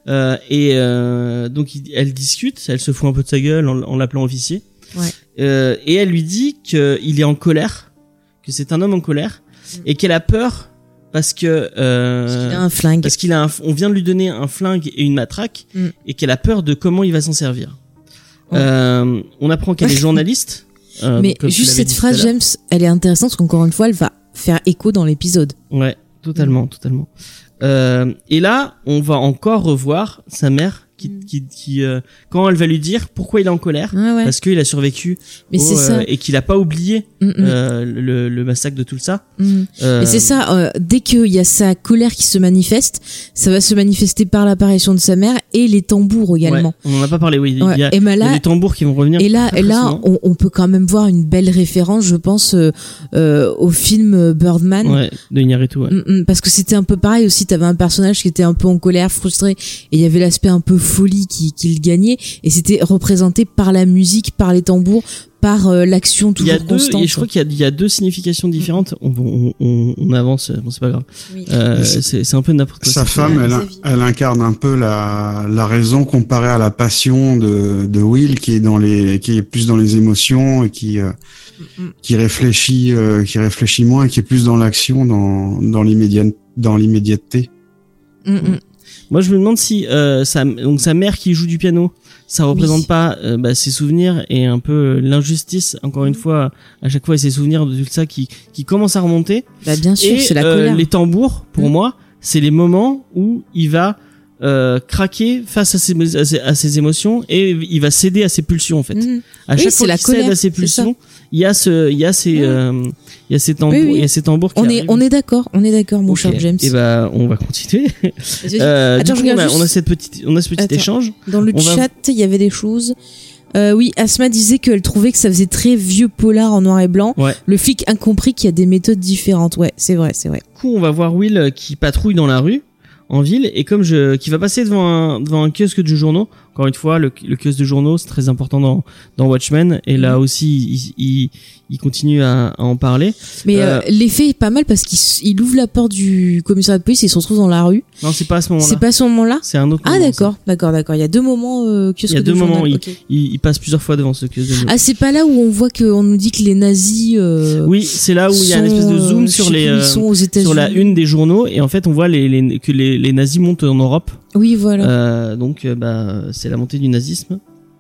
Donc elle discute, elle se fout un peu de sa gueule en l'appelant officier. Et elle lui dit qu'il est en colère, que c'est un homme en colère, et qu'elle a peur parce que qu'il a un flingue, parce on vient de lui donner un flingue et une matraque, et qu'elle a peur de comment il va s'en servir. On apprend qu'elle est journaliste. Mais juste cette phrase, James, elle est intéressante parce qu'encore une fois, elle va faire écho dans l'épisode. Ouais, totalement. Et là, on va encore revoir sa mère qui quand elle va lui dire pourquoi il est en colère, parce qu'il a survécu et qu'il a pas oublié le massacre de Tulsa. Et c'est ça, dès qu'il y a sa colère qui se manifeste, ça va se manifester par l'apparition de sa mère et les tambours également. On en a pas parlé, oui. Il y a des tambours qui vont revenir. Et là, on peut quand même voir une belle référence, je pense, au film Birdman. De Iñárritu, parce que c'était un peu pareil aussi, t'avais un personnage qui était un peu en colère, frustré, et il y avait l'aspect un peu folie qu'il gagnait, et c'était représenté par la musique, par les tambours, par l'action toujours constante. Et je crois qu'il y a deux significations différentes. On avance, bon, c'est pas grave. Oui. C'est un peu n'importe quoi. Sa femme, elle incarne un peu la raison comparée à la passion de Will, qui est plus dans les émotions et qui réfléchit moins, et qui est plus dans l'action, dans l'immédiateté. Moi, je me demande si donc sa mère qui joue du piano, ça représente pas ses souvenirs et un peu l'injustice. Encore une fois, à chaque fois, et ses souvenirs de tout ça qui commencent à remonter. Bah bien sûr, et, c'est la colère. Les tambours, pour moi, c'est les moments où il va craquer face à ses émotions et il va céder à ses pulsions en fait. À chaque fois qu'il cède à ses pulsions, il y a ces tambours qui arrivent. On est d'accord, mon cher James. Et on va continuer. Attends, on a ce petit échange. Dans le chat, il y avait des choses. Oui, Asma disait qu'elle trouvait que ça faisait très vieux polar en noir et blanc. Ouais. Le flic incompris qu'il y a des méthodes différentes. Ouais, c'est vrai. Du coup, on va voir Will qui patrouille dans la rue en ville et qui va passer devant un kiosque de journaux. Encore une fois, le kiosque de journaux, c'est très important dans Watchmen et là aussi il continue à en parler. Mais l'effet est pas mal parce qu'il ouvre la porte du commissariat de police et il se retrouve dans la rue. Non, c'est pas à ce moment-là. C'est pas à ce moment-là. C'est un autre moment. Ah d'accord. Il y a deux moments kiosque de journaux. Il y a deux moments. Il passe plusieurs fois devant ce kiosque de journaux. Ah, c'est pas là où on voit qu'on nous dit que les nazis. Oui, c'est là où il y a une espèce de zoom sur sur la une des journaux et en fait on voit que les nazis montent en Europe. Oui, voilà. Donc c'est la montée du nazisme.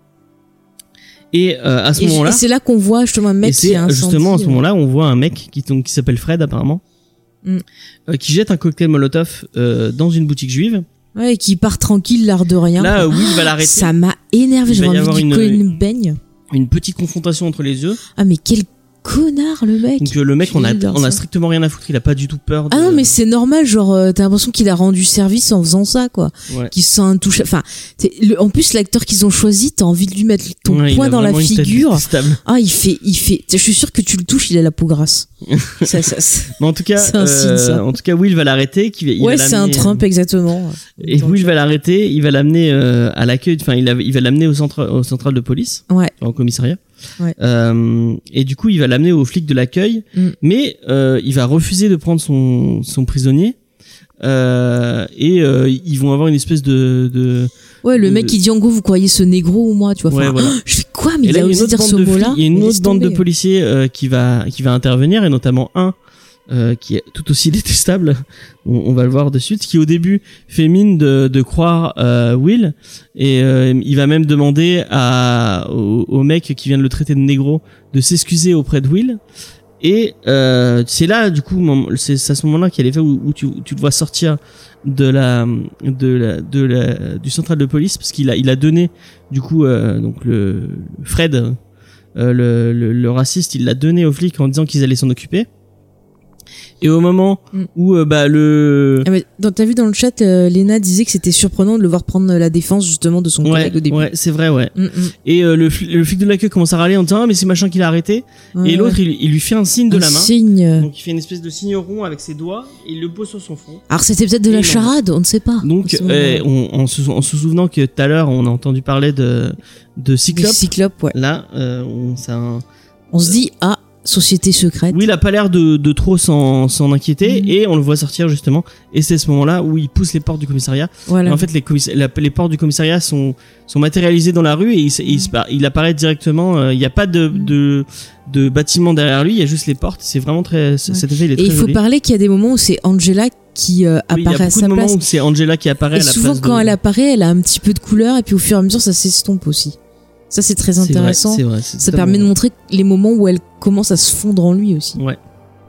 Et à ce moment-là, et c'est là qu'on voit justement un mec qui a incendie. Justement à ce moment-là, on voit un mec qui s'appelle Fred apparemment, qui jette un cocktail Molotov dans une boutique juive. Ouais, et qui part tranquille, l'air de rien. Là, Will va l'arrêter. Ça m'a énervé. J'avais envie de coller une baigne. Une petite confrontation entre les yeux. Ah mais quel connard le mec. Donc le mec, on a strictement rien à foutre, il a pas du tout peur. Ah non mais c'est normal, genre t'as l'impression qu'il a rendu service en faisant ça quoi. Ouais. Qu'il se sent intouchable. Enfin, en plus l'acteur qu'ils ont choisi, t'as envie de lui mettre ton poing dans la figure. Ah il fait. Je suis sûr que tu le touches, il a la peau grasse. ça. Mais en tout cas, c'est un signe, ça. En tout cas, Will va l'arrêter. Ouais, c'est un Trump exactement. Et Will va l'arrêter, il va l'amener à l'accueil. Enfin, il va l'amener au central de police. Ouais. Au commissariat. Ouais. Et du coup il va l'amener au flic de l'accueil mais il va refuser de prendre son prisonnier et ils vont avoir une espèce de le mec il dit en gros vous croyez ce négro ou moi tu vois, voilà. Je fais quoi mais il a osé dire ce mot là. Il y a une autre bande de policiers qui va intervenir et notamment un qui est tout aussi détestable, on va le voir de suite, qui au début fait mine de croire Will et il va même demander au mec qui vient de le traiter de négro de s'excuser auprès de Will et c'est là du coup c'est à ce moment-là qu'il y a l'effet où tu le vois sortir du central de police parce qu'il a donné du coup donc le Fred le raciste, il l'a donné aux flics en disant qu'ils allaient s'en occuper. Et au moment où t'as vu dans le chat, Léna disait que c'était surprenant de le voir prendre la défense justement de son collègue au début. Ouais, c'est vrai, ouais. Et le flic de l'accueil commence à râler en disant ah mais c'est machin qui l'a arrêté. Et l'autre il lui fait un signe de la main. Signe. Donc il fait une espèce de signe rond avec ses doigts et il le pose sur son front. Alors c'était peut-être de la charade, on ne sait pas. Donc en se souvenant que tout à l'heure on a entendu parler de Cyclope. Cyclope, ouais. Là on se dit société secrète. Oui, il a pas l'air de trop s'en inquiéter et on le voit sortir justement et c'est ce moment-là où il pousse les portes du commissariat. Voilà. Et en fait les portes du commissariat sont matérialisées dans la rue et il apparaît directement, il y a pas de bâtiment derrière lui, il y a juste les portes, c'est vraiment très cet effet il est très joli. Et il faut parler qu'il y a des moments où c'est Angela qui apparaît à sa place. Il y a beaucoup de moments où c'est Angela qui apparaît à la place. Et souvent quand elle apparaît, elle a un petit peu de couleur et puis au fur et à mesure ça s'estompe aussi. Ça c'est très intéressant. C'est vrai, ça permet de montrer les moments où elle commence à se fondre en lui aussi. Ouais.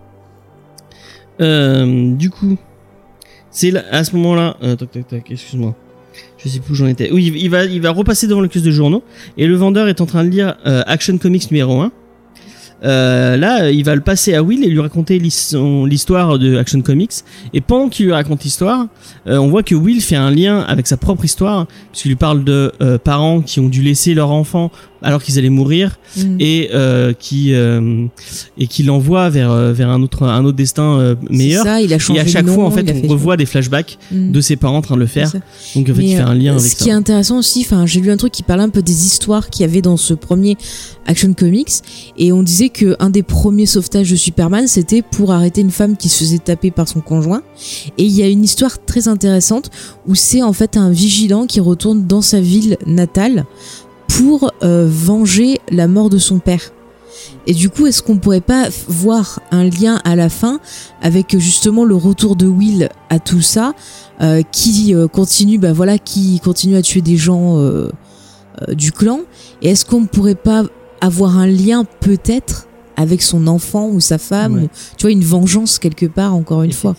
Du coup, c'est là, à ce moment-là. Excuse-moi. Je sais plus où j'en étais. Oui, il va repasser devant le kiosque de journaux et le vendeur est en train de lire Action Comics numéro 1. Là, il va le passer à Will et lui raconter l'histoire de Action Comics. Et pendant qu'il lui raconte l'histoire, on voit que Will fait un lien avec sa propre histoire, puisqu'il lui parle de parents qui ont dû laisser leur enfant alors qu'ils allaient mourir et qui l'envoie vers un autre destin meilleur. Ça, il a changé et à chaque de nom, fois, en fait, on revoit des flashbacks de ses parents en train de le faire. Donc en fait, il fait un lien avec ça. Ce qui est intéressant aussi, enfin, j'ai lu un truc qui parlait un peu des histoires qu'il y avait dans ce premier Action Comics et on disait que un des premiers sauvetages de Superman, c'était pour arrêter une femme qui se faisait taper par son conjoint. Et il y a une histoire très intéressante où c'est en fait un vigilant qui retourne dans sa ville natale pour venger la mort de son père. Et du coup, est-ce qu'on pourrait pas voir un lien à la fin avec justement le retour de Will à tout ça, qui continue à tuer des gens du clan. Et est-ce qu'on pourrait pas avoir un lien peut-être avec son enfant ou sa femme, ou, tu vois, une vengeance quelque part, encore une fois.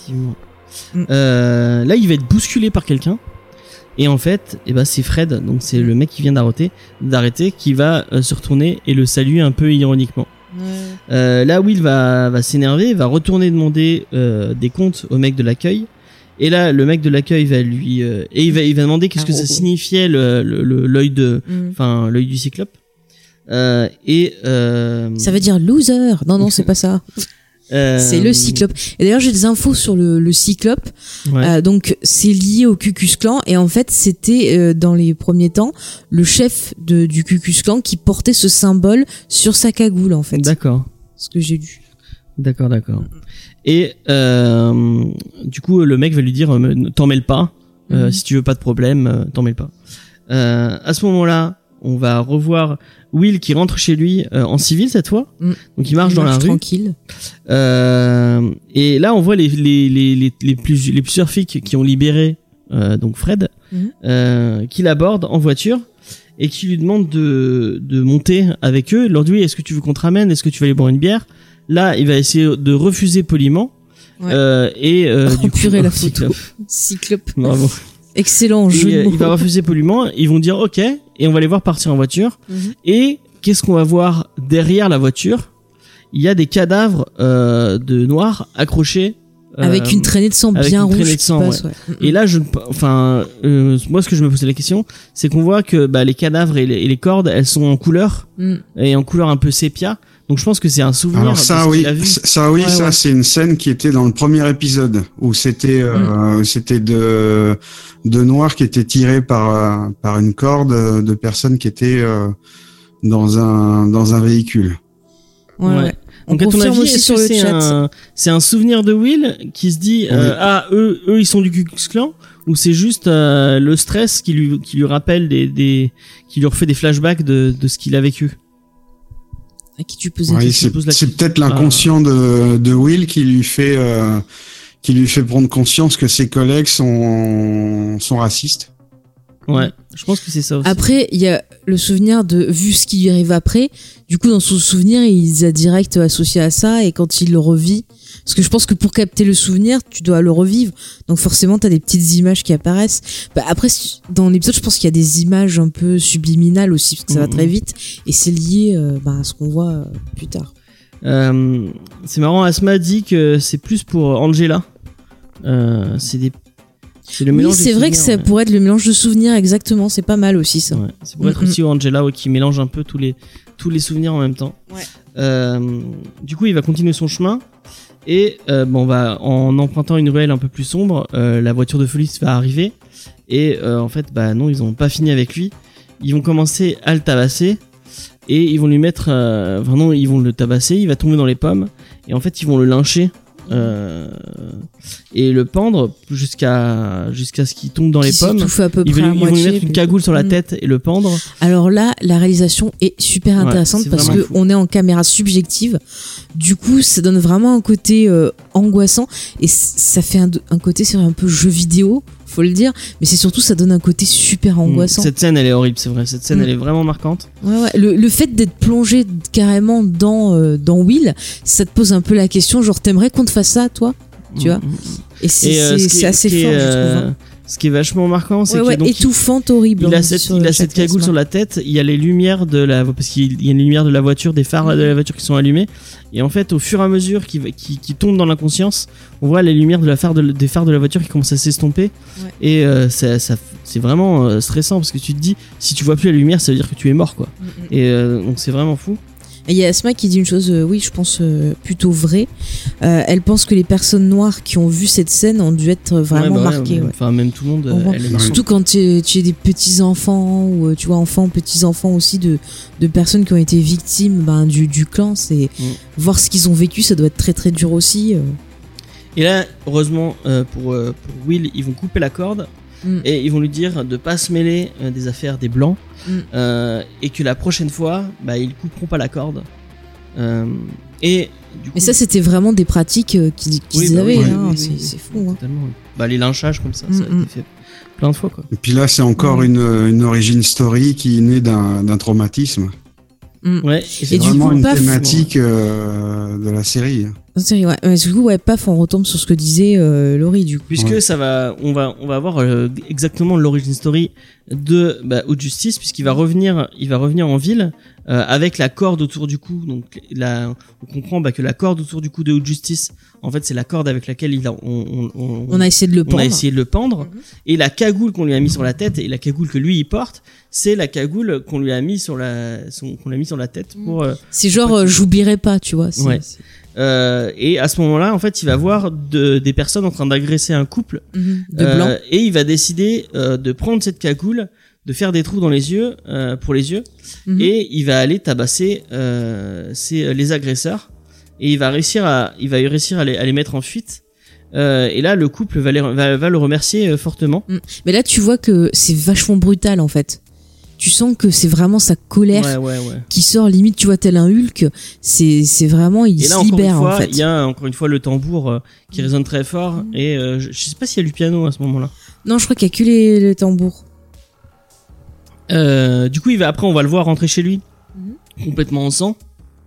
Là, il va être bousculé par quelqu'un. Et en fait, c'est Fred, donc c'est le mec qui vient d'arrêter, qui va se retourner et le saluer un peu ironiquement. Là, Will va s'énerver, va retourner demander des comptes au mec de l'accueil. Et là, le mec de l'accueil va lui et il va demander qu'est-ce que ça signifiait l'œil l'œil du cyclope. Ça veut dire loser. Non, c'est pas ça. C'est le cyclope. Et d'ailleurs, j'ai des infos sur le cyclope. Donc, c'est lié au Ku Klux Klan. Et en fait, c'était dans les premiers temps le chef du Ku Klux Klan qui portait ce symbole sur sa cagoule, en fait. D'accord. Ce que j'ai lu. D'accord. Et du coup, le mec va lui dire t'en mêle pas. Si tu veux pas de problème, t'en mêle pas. À ce moment-là, on va revoir Will qui rentre chez lui en civil cette fois. Donc il marche dans la rue tranquille. Et là on voit les plusieurs flics qui ont libéré donc Fred, qui l'abordent en voiture et qui lui demandent de monter avec eux. Ils leur disent est-ce que tu veux qu'on te ramène, est-ce que tu vas aller boire une bière. Là il va essayer de refuser poliment. Du coup, la photo cyclope. Bravo. Excellent jeu. Il va refuser poliment. Ils vont dire ok et on va les voir partir en voiture. Et qu'est-ce qu'on va voir derrière la voiture? Il y a des cadavres de noirs accrochés avec une traînée de sang bien rouge qui passe. Et là, moi, ce que je me posais la question, c'est qu'on voit que les cadavres et les cordes, elles sont en couleur et en couleur un peu sépia. Donc je pense que c'est un souvenir. Alors ça c'est une scène qui était dans le premier épisode où c'était de noirs qui étaient tirés par une corde de personnes qui étaient dans un véhicule. Ouais. Donc à ton avis, est-ce que c'est un souvenir de Will qui se dit eux ils sont du Ku Klux Klan, ou c'est juste le stress qui lui rappelle qui lui refait des flashbacks de ce qu'il a vécu? À qui tu posais la question? C'est peut-être l'inconscient de Will qui lui fait prendre conscience que ses collègues sont racistes. Ouais, je pense que c'est ça aussi. Après, il y a le souvenir de vu ce qui lui arrive après. Du coup, dans son souvenir, il a direct associé à ça, et quand il le revit, parce que je pense que pour capter le souvenir, tu dois le revivre. Donc forcément, t'as des petites images qui apparaissent. Après, dans l'épisode, je pense qu'il y a des images un peu subliminales aussi, parce que ça va très vite, et c'est lié à ce qu'on voit plus tard. C'est marrant, Asma dit que c'est plus pour Angela. C'est le mélange. Oui, c'est vrai que ça pourrait être le mélange de souvenirs, exactement. C'est pas mal aussi, ça. Ouais, c'est pour être aussi Angela qui mélange un peu tous les souvenirs en même temps. Du coup, il va continuer son chemin. Et on va, en empruntant une ruelle un peu plus sombre, la voiture de police va arriver. Et en fait, non, ils ont pas fini avec lui. Ils vont commencer à le tabasser. Et ils vont lui mettre... ils vont le tabasser, il va tomber dans les pommes. Et en fait, ils vont le lyncher. Et le pendre jusqu'à ce qu'il tombe dans les pommes. Ils vont lui mettre une cagoule sur la tête et le pendre. Alors là, la réalisation est super intéressante parce que on est en caméra subjective. Du coup, ça donne vraiment un côté angoissant, et ça fait un côté, c'est un peu jeu vidéo, faut le dire, mais c'est surtout, ça donne un côté super angoissant. Cette scène, elle est horrible, c'est vrai. Cette scène, elle est vraiment marquante. Ouais. Le fait d'être plongé carrément dans Will, ça te pose un peu la question, genre t'aimerais qu'on te fasse ça, toi, tu vois. Et c'est assez fort, je trouve. Ce qui est vachement marquant, c'est que donc, étouffante, horrible. Il a cette cagoule sur la tête. Il y a les lumières parce qu'il y a les lumières de la voiture, des phares de la voiture qui sont allumés. Et en fait, au fur et à mesure qu'il tombe dans l'inconscience, on voit les lumières des phares de la voiture qui commencent à s'estomper. Et c'est vraiment stressant, parce que tu te dis, si tu vois plus la lumière, ça veut dire que tu es mort, quoi. Et donc c'est vraiment fou. Il y a Asma qui dit une chose, je pense plutôt vraie. Elle pense que les personnes noires qui ont vu cette scène ont dû être vraiment marquées. Enfin, même tout le monde. Surtout quand tu es des petits-enfants, ou tu vois, enfants, petits-enfants aussi de personnes qui ont été victimes du clan. C'est voir ce qu'ils ont vécu, ça doit être très très dur aussi. Et là, heureusement, pour Will, ils vont couper la corde. Et ils vont lui dire de pas se mêler des affaires des blancs, et que la prochaine fois ils couperont pas la corde, Et du coup, mais ça, c'était vraiment des pratiques qu'ils avaient. C'est fou. Totalement. Les lynchages comme ça, ça a été fait plein de fois, quoi. Et puis là, c'est encore une origin story qui est née d'un traumatisme. Ouais. C'est vraiment une thématique de la série. Ouais. Du coup, paf, on retombe sur ce que disait Laurie, du coup. Puisque on va avoir exactement l'origin story de Haute Justice, puisqu'il va revenir en ville avec la corde autour du cou. Donc on comprend que la corde autour du cou de Haute Justice, en fait, c'est la corde avec laquelle on a essayé de le pendre. Et la cagoule qu'on lui a mis sur la tête, et la cagoule que lui il porte, c'est la cagoule qu'on lui a mis sur la tête pour. C'est genre j'oublierai pas, tu vois. Et à ce moment-là, en fait, il va voir des personnes en train d'agresser un couple de blancs, et il va décider de prendre cette cagoule, de faire des trous dans les yeux pour les yeux, et il va aller tabasser les agresseurs, et il va réussir à les mettre en fuite. Et là, le couple va le remercier fortement. Mais là, tu vois que c'est vachement brutal, en fait. Tu sens que c'est vraiment sa colère qui sort, limite, tu vois, tel un Hulk. C'est vraiment, il se libère, en fait. Il y a encore une fois le tambour qui résonne très fort, et je sais pas s'il y a du piano à ce moment-là. Non, je crois qu'il y a que les tambours. Du coup, on va le voir rentrer chez lui, complètement en sang.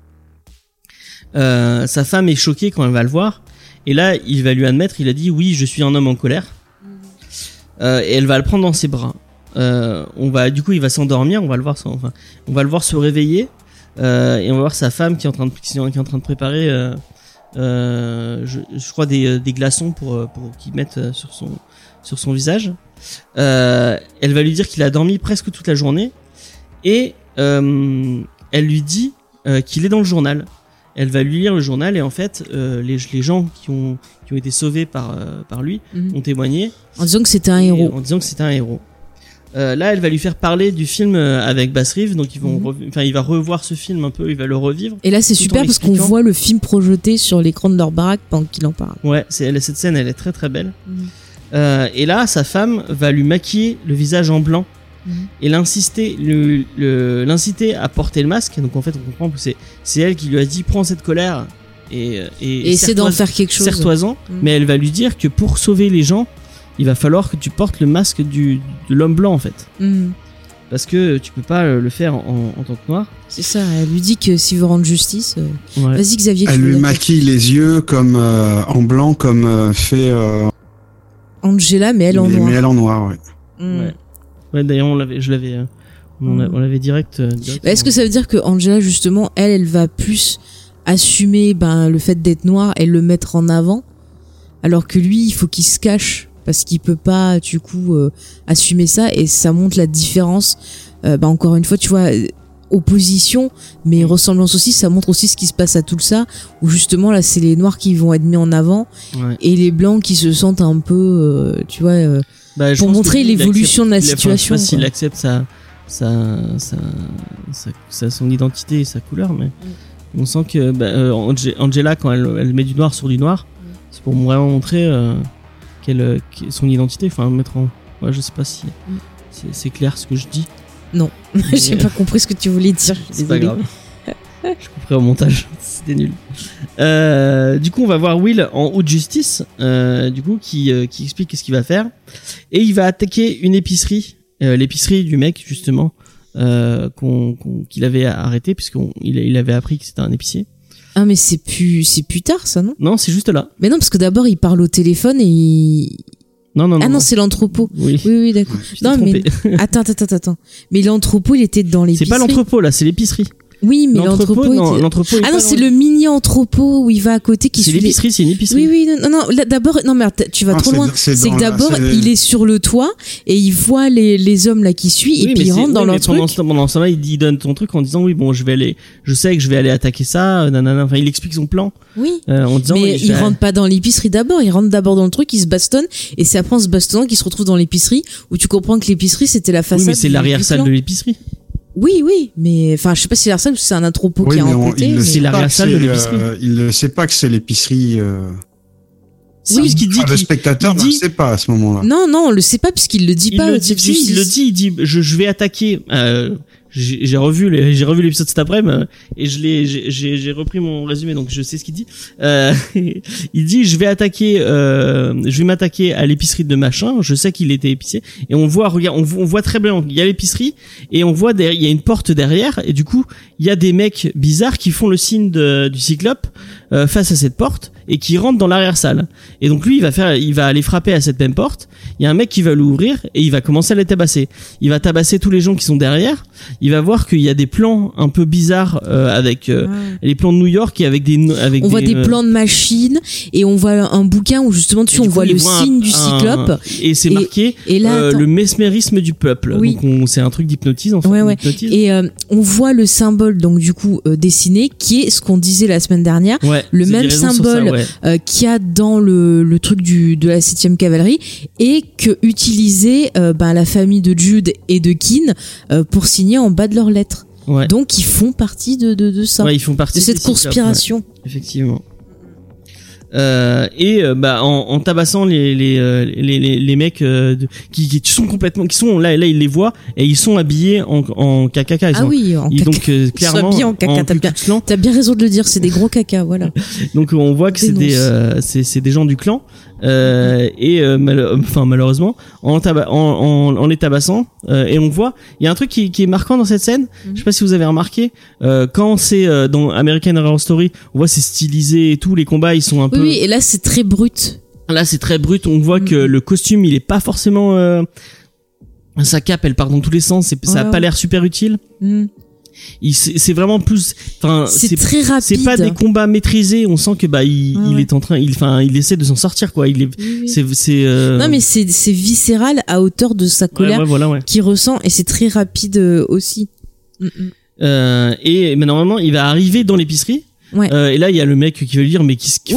Sa femme est choquée quand elle va le voir, et là, il va lui admettre, il a dit oui, je suis un homme en colère, et elle va le prendre dans ses bras. Du coup, il va s'endormir, on va le voir se réveiller, et on va voir sa femme qui est en train de préparer, je crois des glaçons pour qu'il mette sur son visage. Elle va lui dire qu'il a dormi presque toute la journée, et elle lui dit qu'il est dans le journal. Elle va lui lire le journal, et en fait, les gens qui ont été sauvés par lui ont témoigné en disant que c'était un héros. Là, elle va lui faire parler du film avec Bass Reeves, donc il va revoir ce film un peu, il va le revivre. Et là, c'est super parce qu'on voit le film projeté sur l'écran de leur baraque pendant qu'il en parle. Ouais, cette scène, elle est très très belle. Et là, sa femme va lui maquiller le visage en blanc et l'inciter à porter le masque. Donc en fait, on comprend que c'est elle qui lui a dit prends cette colère et essaie d'en faire quelque chose. Serre-toi-en. Mais elle va lui dire que pour sauver les gens, il va falloir que tu portes le masque de l'homme blanc, en fait. Parce que tu peux pas le faire en tant que noir. C'est ça, elle lui dit que s'il veut rendre justice, vas-y Xavier. Elle lui maquille les yeux comme en blanc, comme fait Angela, mais elle en noir. Mais elle en noir, ouais. Ouais, d'ailleurs, on l'avait direct. Est-ce que ça veut dire que Angela, justement, elle va plus assumer le fait d'être noir et le mettre en avant, alors que lui, il faut qu'il se cache parce qu'il peut pas, du coup, assumer ça, et ça montre la différence. Encore une fois, tu vois, opposition, mais ressemblance aussi. Ça montre aussi ce qui se passe à Tulsa, où justement là, c'est les noirs qui vont être mis en avant, et les blancs qui se sentent un peu, tu vois. Pour montrer l'évolution de la situation. Je sais pas s'il accepte son identité et sa couleur, mais on sent que Angela, quand elle met du noir sur du noir, c'est pour vraiment montrer son identité. Enfin, mettre en. Ouais, je sais pas si c'est clair ce que je dis. Non, j'ai pas compris ce que tu voulais dire. C'est pas grave. Je couperai au montage. C'était nul. Du coup, on va voir Will en Haute Justice, du coup, qui explique ce qu'il va faire, et il va attaquer une épicerie, l'épicerie du mec justement qu'il avait arrêté, puisqu'il avait appris que c'était un épicier. Ah, mais c'est plus tard, ça, non? Non, c'est juste là. Mais non, parce que d'abord il parle au téléphone et non, c'est l'entrepôt. Oui, d'accord. Non, mais attends. Mais l'entrepôt, il était dans l'épicerie. C'est pas l'entrepôt là, c'est l'épicerie. Oui, mais l'entrepôt non, c'est le mini entrepôt où il va à côté qui c'est l'épicerie, c'est une épicerie. Oui, non, là, d'abord, non, mais tu vas trop loin. C'est que d'abord, il est sur le toit et il voit les hommes là qui suivent, et puis il rentre dans leur truc. Pendant ce temps-là, il donne ton truc en disant oui, bon, je sais que je vais aller attaquer ça, nanana. Enfin, il explique son plan. Oui. En disant, mais il rentre pas dans l'épicerie d'abord, il rentre d'abord dans le truc, il se bastonne, et c'est après en se bastonnant qu'il se retrouve dans l'épicerie, où tu comprends que l'épicerie c'était la façade. Oui, mais c'est l'arrière-salle de l'épicerie. Oui, mais enfin, je sais pas si c'est l'arrière-salle ou si c'est un entrepôt qui est en côté. C'est l'arrière-salle de l'épicerie. Il ne sait pas que c'est l'épicerie. Oui, ce qu'il dit. Le spectateur ne le sait pas à ce moment-là. Non, on le sait pas puisqu'il le dit pas. Il le dit, je vais attaquer. j'ai revu l'épisode cet après-midi et j'ai repris mon résumé, donc je sais ce qu'il dit. Il dit je vais m'attaquer à l'épicerie de machin. Je sais qu'il était épicier et on voit très bien, il y a l'épicerie et on voit il y a une porte derrière et du coup il y a des mecs bizarres qui font le signe du cyclope face à cette porte et qui rentrent dans l'arrière-salle. Et donc lui il va aller frapper à cette même porte. Il y a un mec qui va l'ouvrir et il va commencer à les tabasser. Il va tabasser tous les gens qui sont derrière. Il va voir qu'il y a des plans un peu bizarres avec les plans de New York et avec on voit des plans de machines et on voit un bouquin où justement dessus on voit le signe du cyclope et c'est marqué et là, le mesmérisme du peuple. Oui. Donc c'est un truc d'hypnotisme en fait. Ouais. Et on voit le symbole donc du coup dessiné qui est ce qu'on disait la semaine dernière, le même symbole qu'il y a dans le truc de la 7e cavalerie et que utilisait la famille de Jude et de Keane pour signer en bas de leurs lettres. Ouais. Donc ils font partie de ça. Ouais, ils font partie de cette conspiration. Ouais, effectivement. En tabassant les mecs qui sont complètement, qui sont là ils les voient et ils sont habillés en caca. Donc clairement habillés en caca. T'as bien raison de le dire, c'est des gros caca, voilà. Donc on voit que c'est des gens du clan. Malheureusement en les tabassant et on voit il y a un truc qui est marquant dans cette scène. Je sais pas si vous avez remarqué quand c'est dans American Horror Story, on voit c'est stylisé et tout, les combats ils sont un peu et là c'est très brut. On voit que le costume il est pas forcément sa cape elle part dans tous les sens, ça a pas l'air super utile. C'est vraiment plus, c'est très rapide. C'est pas des combats maîtrisés. On sent que il est en train, il essaie de s'en sortir quoi. Non mais c'est viscéral à hauteur de sa colère qu'il ressent et c'est très rapide aussi. Mais normalement il va arriver dans l'épicerie. Et là il y a le mec qui veut lui dire mais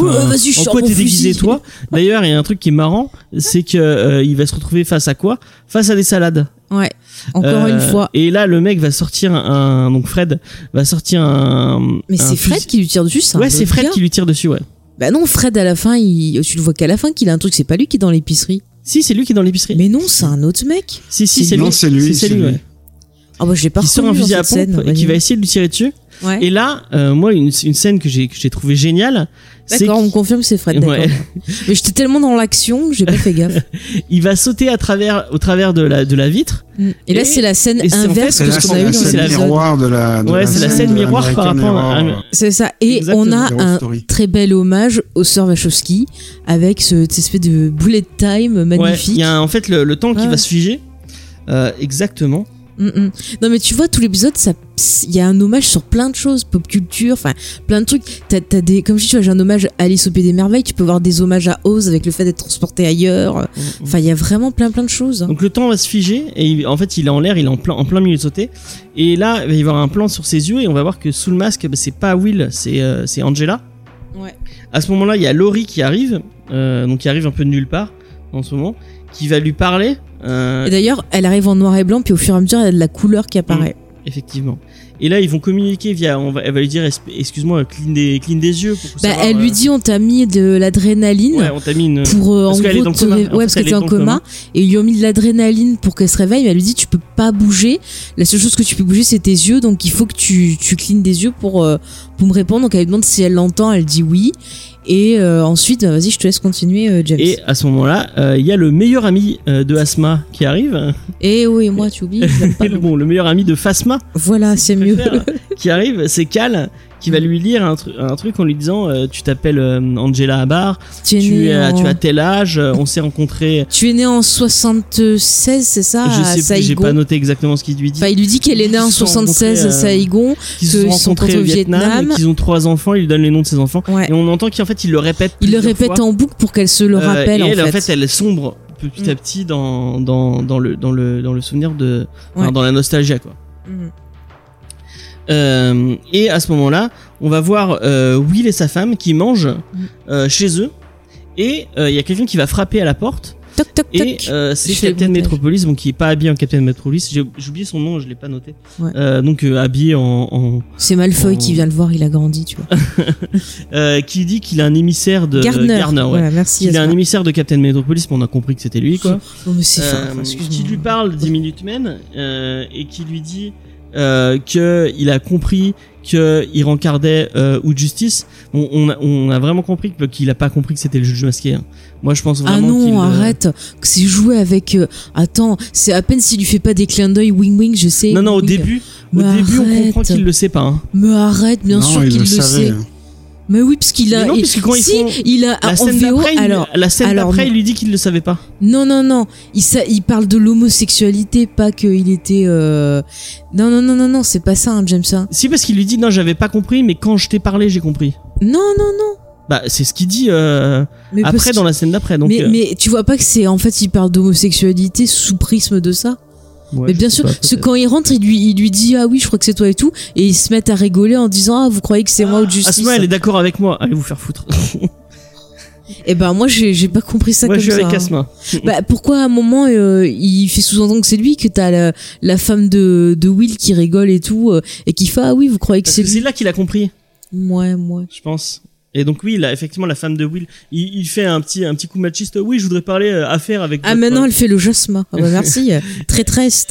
en quoi t'es déguisé toi. D'ailleurs il y a un truc qui est marrant, c'est que il va se retrouver face à quoi? Face à des salades. Ouais. Encore une fois. Et là, le mec va sortir donc Fred va sortir Mais c'est Fred qui lui tire dessus, ça. Ouais, c'est Fred qui lui tire dessus, ouais. Bah non, Fred à la fin, tu le vois qu'à la fin qu'il a un truc, c'est pas lui qui est dans l'épicerie. Si, c'est lui qui est dans l'épicerie. Mais non, c'est un autre mec. Si, c'est lui. Non, c'est lui. C'est lui, ouais. Ah bah je l'ai pas reconnu. Il sort un fusil à pompe et qui va essayer de lui tirer dessus. Ouais. Et là, moi, une scène que j'ai trouvé géniale. D'accord, on me confirme que c'est Fred. D'accord. Ouais. Mais j'étais tellement dans l'action que j'ai pas fait gaffe. Il va sauter au travers de la vitre. Et là, c'est la scène inverse que ce qu'on a eu dans c'est la miroir de la. C'est la scène miroir par rapport à. C'est ça. Et exactement. On a un très bel hommage au Sir Wachowski avec cette espèce de bullet time magnifique. Il y a en fait le temps qui va se figer. Exactement. Non mais tu vois tout l'épisode, il y a un hommage sur plein de choses, pop culture, enfin plein de trucs. T'as des, comme je dis, tu vois, j'ai un hommage à Alice au Pays des Merveilles. Tu peux voir des hommages à Oz avec le fait d'être transporté ailleurs. Enfin il y a vraiment plein de choses. Donc le temps va se figer et en fait il est en l'air, il est en plein milieu de sauter. Et là il va y avoir un plan sur ses yeux et on va voir que sous le masque c'est pas Will, c'est Angela. Ouais. À ce moment-là il y a Laurie qui arrive, donc qui arrive un peu de nulle part en ce moment, qui va lui parler. Et d'ailleurs, elle arrive en noir et blanc, puis au fur et à mesure, elle a de la couleur qui apparaît. Effectivement. Et là, ils vont communiquer via. Elle va lui dire, excuse-moi, cligne des yeux. Pour savoir, elle lui dit, on t'a mis de l'adrénaline. Ouais, on t'a mis une. Pour parce qu'elle est dans le coma. Ouais, parce qu'elle est en coma. Et ils lui ont mis de l'adrénaline pour qu'elle se réveille. Mais elle lui dit, tu peux pas bouger. La seule chose que tu peux bouger, c'est tes yeux. Donc il faut que tu clignes des yeux pour me répondre. Donc elle lui demande si elle l'entend. Elle dit oui. Et ensuite, vas-y, je te laisse continuer, James. Et à ce moment-là, il y a le meilleur ami de Asma qui arrive. Et oui, moi, tu oublies. Le meilleur ami de Phasma. Voilà, c'est mieux. Qui arrive, c'est Cal qui va lui lire un truc en lui disant tu t'appelles Angela Abar, tu as tel âge, on s'est rencontrés. Tu es né en 76, c'est ça? Je sais plus, j'ai pas noté exactement ce qu'il lui dit. Enfin, il lui dit qu'elle est née en 76 à Saigon, qu'ils se sont rencontrés au Vietnam, qu'ils ont 3 enfants, il lui donne les noms de ses enfants. Ouais. Et on entend qu'en fait il le répète. Il le répète en boucle pour qu'elle se le rappelle. Et elle, en fait, elle sombre petit à petit dans le souvenir de, dans la nostalgie quoi. Et à ce moment-là, on va voir Will et sa femme qui mangent chez eux, et il y a quelqu'un qui va frapper à la porte. Toc, toc, et c'est Captain Metropolis, bon, qui est pas habillé en Captain Metropolis. J'ai oublié son nom, je l'ai pas noté. Ouais. Donc habillé en c'est Malfoy qui vient le voir, il a grandi, tu vois. Qui dit qu'il a un émissaire de Gardner. Ouais. Voilà, merci. Il a un émissaire de Captain Metropolis, mais on a compris que c'était lui, quoi. Oh, mais c'est qui lui parle d'10 Minutemen et qui lui dit que il a compris que il rencardait ou Justice. On a vraiment compris qu'il a pas compris que c'était le juge masqué. Hein. Moi, je pense vraiment qu'il... Ah non, arrête. Que c'est joué avec... Attends, c'est à peine s'il lui fait pas des clins d'œil wing-wing, je sais. Non, au début, on comprend qu'il le sait pas. Hein. Mais arrête, bien sûr qu'il le sait. Mais oui, parce qu'il a... Non, parce que quand il a la scène d'après, il lui dit qu'il le savait pas. Non. Il parle de l'homosexualité, pas qu'il était... Non, c'est pas ça, hein, James. Hein. Si, parce qu'il lui dit, non, j'avais pas compris, mais quand je t'ai parlé, j'ai compris. Non. Bah, c'est ce qu'il dit après dans la scène d'après. Donc, mais tu vois pas que c'est... En fait, il parle d'homosexualité sous prisme de ça. Ouais, mais bien sûr, parce que quand il rentre, il lui dit ah oui, je crois que c'est toi et tout, et ils se mettent à rigoler en disant ah vous croyez que c'est moi ou Justice. Asma, elle est d'accord avec moi. Allez vous faire foutre. Et ben moi j'ai pas compris ça moi, comme ça. Moi je suis avec Asma. Bah pourquoi à un moment il fait sous-entendre que c'est lui, que t'as la femme de Will qui rigole et tout et qui fait ah oui vous croyez que c'est lui. C'est là qu'il a compris. Ouais. Je pense. Et donc oui, là effectivement la femme de Will, il fait un petit coup machiste. Oui, je voudrais parler affaire avec. Ah maintenant elle fait le Jasma. Ah bah merci. Traîtresse.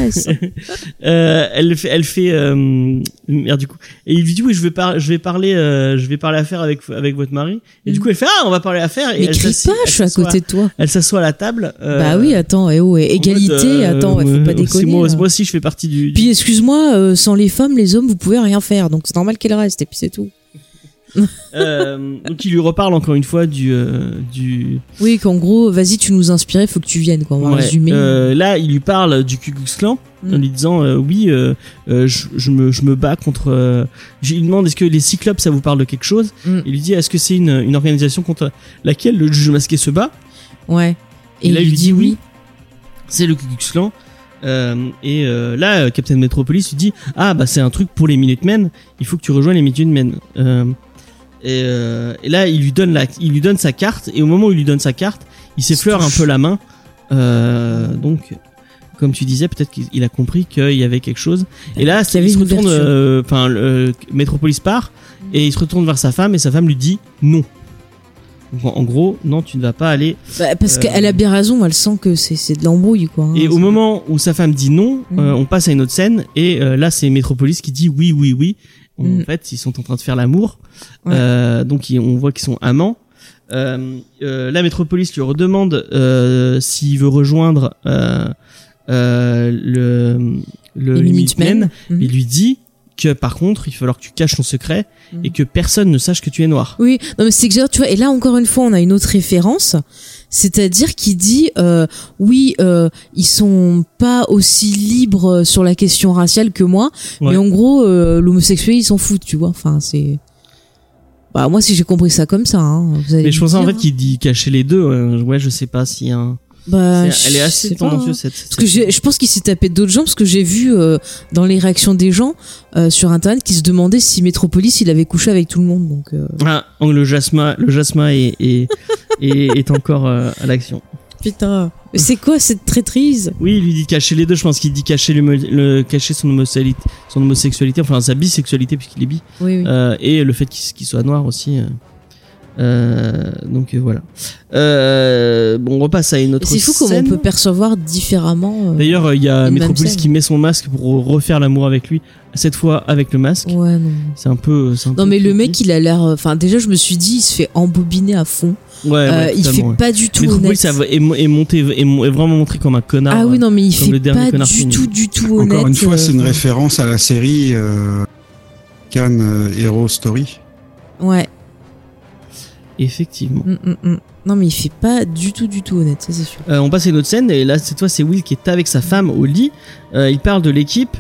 Elle fait merde du coup. Et il lui dit oui, je vais parler affaire avec votre mari. Et du coup elle fait ah on va parler affaire. Et mais crie pas, je suis à côté de toi. Elle s'assoit à la table. Bah oui, attends, égalité, attends, faut pas déconner. Moi aussi je fais partie du. Puis excuse-moi, sans les femmes, les hommes vous pouvez rien faire, donc c'est normal qu'elle reste et puis c'est tout. Donc il lui reparle encore une fois du oui qu'en gros vas-y tu nous inspires, faut que tu viennes quoi, on va résumer. Là il lui parle du Ku Klux Klan en lui disant oui je me bats contre il lui demande est-ce que les Cyclopes ça vous parle de quelque chose. Il lui dit est-ce que c'est une organisation contre laquelle le juge masqué se bat. Ouais. Et là il lui dit oui c'est le Ku Klux Klan. Là Captain Metropolis lui dit ah bah c'est un truc pour les Minutemen, il faut que tu rejoignes les Minutemen. Et là il lui donne sa carte, et au moment où il lui donne sa carte il s'effleure un peu la main, donc comme tu disais peut-être qu'il a compris qu'il y avait quelque chose. Et là il se retourne, Metropolis part et il se retourne vers sa femme et sa femme lui dit non. Donc, en gros, non, tu ne vas pas aller. Bah, parce qu'elle a bien raison, elle sent que c'est de l'embrouille, quoi. Hein, et au moment où sa femme dit non, on passe à une autre scène, et là, c'est Metropolis qui dit oui. En fait, ils sont en train de faire l'amour. Ouais. Donc, on voit qu'ils sont amants. Là, Metropolis lui redemande s'il veut rejoindre les Minutemen. Il lui dit que par contre il va falloir que tu caches ton secret et que personne ne sache que tu es noir. Oui, non mais c'est que tu vois, et là encore une fois on a une autre référence, c'est-à-dire qu'il dit ils sont pas aussi libres sur la question raciale que moi, mais en gros l'homosexuel ils s'en foutent, tu vois, enfin c'est bah moi si j'ai compris ça comme ça hein, vous allez mais je pense en fait qu'il dit cacher les deux, ouais je sais pas si elle est assez tendancieuse parce que je pense qu'il s'est tapé d'autres gens, parce que j'ai vu dans les réactions des gens sur internet qui se demandaient si Metropolis il avait couché avec tout le monde, donc le Jasma est encore à l'action. Putain, c'est quoi cette traîtrise? Oui, il lui dit cacher les deux, je pense qu'il dit cacher cacher son homosexualité, enfin sa bisexualité puisqu'il est bi. Oui. Et le fait qu'il soit noir aussi. Donc voilà. On repasse à une autre scène. C'est fou comment on peut percevoir différemment. D'ailleurs, il y a Metropolis qui met son masque pour refaire l'amour avec lui. Cette fois avec le masque. Ouais, non. C'est un peu. Non, mais le mec, il a l'air. Enfin, déjà, je me suis dit, il se fait embobiner à fond. Ouais, il fait pas du tout honnête. Metropolis est vraiment montré comme un connard. Ah oui, non, mais il fait pas du tout honnête. Encore une fois, c'est une référence à la série Can Hero Story. Ouais. Effectivement. Non mais il fait pas du tout honnête, ça c'est sûr. On passe à une autre scène, et là cette fois c'est Will qui est avec sa femme au lit. Il parle de l'équipe.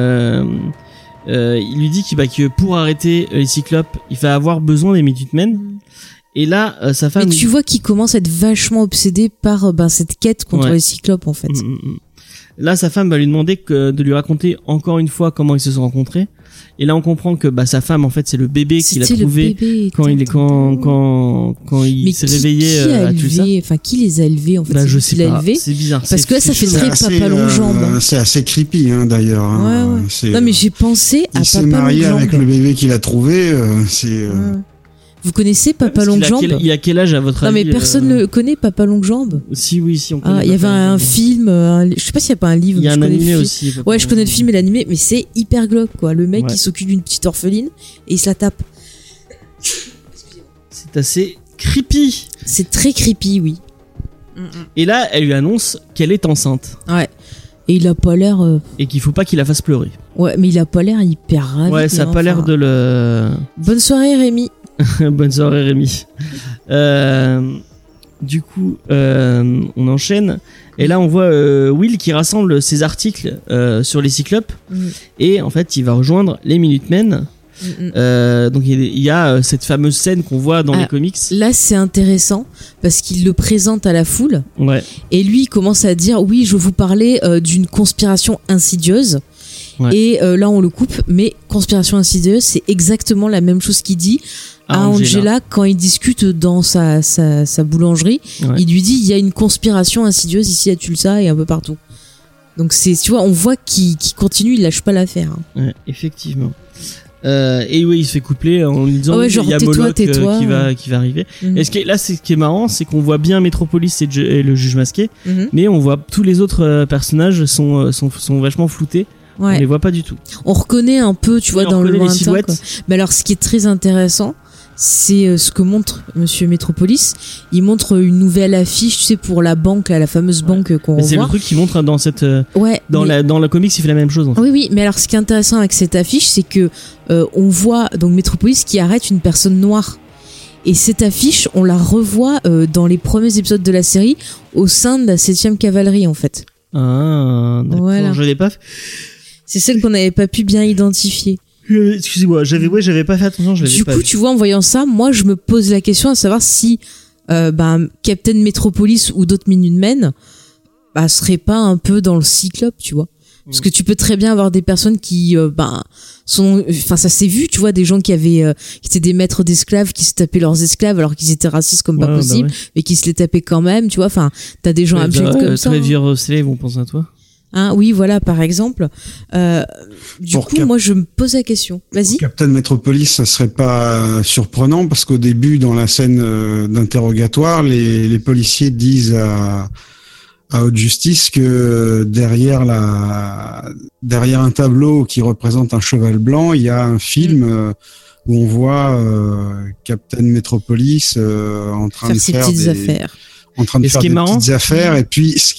Il lui dit que pour arrêter les Cyclopes il va avoir besoin des Minutemen. Et là sa femme... Mais tu vois qu'il commence à être vachement obsédé par cette quête contre les Cyclopes en fait. Là sa femme va lui demander de lui raconter encore une fois comment ils se sont rencontrés. Et là on comprend que sa femme en fait c'est le bébé qu'il a trouvé quand il s'est réveillé à tout ça. Enfin qui les a élevés en fait, je sais pas, c'est bizarre. Parce que là ça fait très Papa Longjambe. C'est assez creepy d'ailleurs. Ouais. Non mais j'ai pensé à Papa Longjambe. Il s'est marié avec le bébé qu'il a trouvé, c'est Vous connaissez Papa Longue Jambe? Il a quel âge à votre avis? Non mais personne ne connaît Papa Longue Jambe. Si on connaît. Il y avait un film, je sais pas s'il y a pas un livre. Il y a un animé aussi. Ouais, je connais le film et l'animé, mais c'est hyper glauque quoi. Le mec qui s'occupe d'une petite orpheline et il se la tape. C'est assez creepy. C'est très creepy, oui. Et là, elle lui annonce qu'elle est enceinte. Ouais. Et il a pas l'air. Et qu'il faut pas qu'il la fasse pleurer. Ouais, mais il a pas l'air hyper ravi. Ouais, ça a pas l'air de le. Bonne soirée, Rémi. Bonne soirée, Rémi. Du coup, on enchaîne. Et là, on voit Will qui rassemble ses articles sur les Cyclopes. Et en fait, il va rejoindre les Minutemen. Donc il y a cette fameuse scène qu'on voit dans les comics. Là c'est intéressant parce qu'il le présente à la foule et lui il commence à dire oui je vous parlais d'une conspiration insidieuse et là on le coupe, mais conspiration insidieuse c'est exactement la même chose qu'il dit à Angela quand il discute dans sa boulangerie. Il lui dit il y a une conspiration insidieuse ici à Tulsa et un peu partout. Donc c'est, tu vois, on voit qu'il continue, il lâche pas l'affaire. Effectivement. Et oui, il se fait coupler en lui disant genre, il y a Moloch qui va arriver. Et ce qui est marrant, c'est qu'on voit bien Metropolis et le juge masqué, mais on voit tous les autres personnages sont vachement floutés. On les voit pas du tout. On reconnaît un peu, tu vois, dans le lointain. Mais alors, ce qui est très intéressant, c'est ce que montre Monsieur Metropolis. Il montre une nouvelle affiche, tu sais, pour la banque, la fameuse banque qu'on revoit. C'est le truc qu'il montre dans cette, dans la comics, il fait la même chose. En fait. Oui, mais alors ce qui est intéressant avec cette affiche, c'est que on voit donc Metropolis qui arrête une personne noire. Et cette affiche, on la revoit dans les premiers épisodes de la série au sein de la 7e cavalerie, en fait. Ah, d'accord. Voilà. Je l'ai pas fait. C'est celle qu'on n'avait pas pu bien identifier. Excusez-moi, j'avais pas fait attention. Du coup, tu vois, en voyant ça, moi, je me pose la question à savoir si Captain Metropolis ou d'autres Minutemen seraient pas un peu dans le Cyclope, tu vois. Parce que tu peux très bien avoir des personnes qui sont, enfin ça s'est vu, tu vois, des gens qui étaient des maîtres d'esclaves qui se tapaient leurs esclaves alors qu'ils étaient racistes comme pas possible, mais qui se les tapaient quand même, tu vois. Enfin, t'as des gens abjects comme ça. Très vieux slave, on pense à toi. Oui, voilà, par exemple. Du coup, moi, je me pose la question. Vas-y. Captain Metropolis, ça serait pas surprenant parce qu'au début, dans la scène d'interrogatoire, les policiers disent à Haute Justice que derrière un tableau qui représente un cheval blanc, il y a un film où on voit Captain Metropolis en train de faire des affaires. En train de faire des petites affaires. Et puis, ce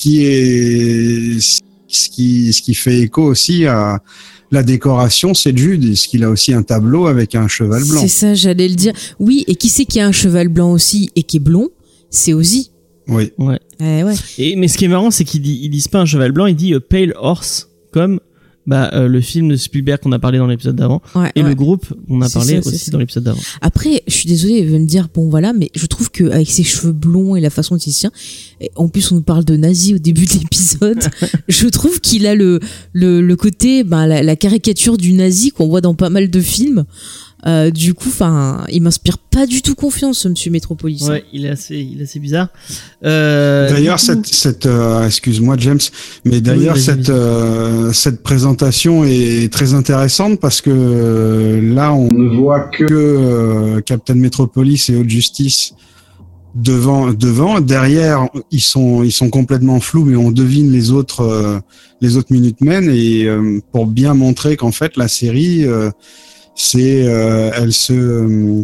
qui fait écho aussi à la décoration, c'est Jude, est-ce qu'il a aussi un tableau avec un cheval blanc? C'est ça, j'allais le dire. Oui, et qui c'est qui a un cheval blanc aussi et qui est blond? C'est Ozzy. Oui. Ouais. Mais ce qui est marrant, c'est qu'ils disent pas un cheval blanc, ils disent Pale Horse, comme le film de Spielberg qu'on a parlé dans l'épisode d'avant, le groupe qu'on a parlé aussi dans l'épisode d'avant. Après, je suis désolée, il veut me dire bon voilà, mais je trouve que avec ses cheveux blonds et la façon dont il se tient, et en plus on nous parle de nazi au début de l'épisode, je trouve qu'il a le côté la caricature du nazi qu'on voit dans pas mal de films. Du coup, il m'inspire pas du tout confiance, ce Monsieur Metropolis. Ouais, il est assez bizarre. D'ailleurs, excuse-moi, James, mais d'ailleurs, cette présentation est très intéressante parce que là, on ne voit que Captain Metropolis et Haute Justice devant. Derrière, ils sont complètement flous, mais on devine les autres Minutemen et pour bien montrer qu'en fait, la série elle se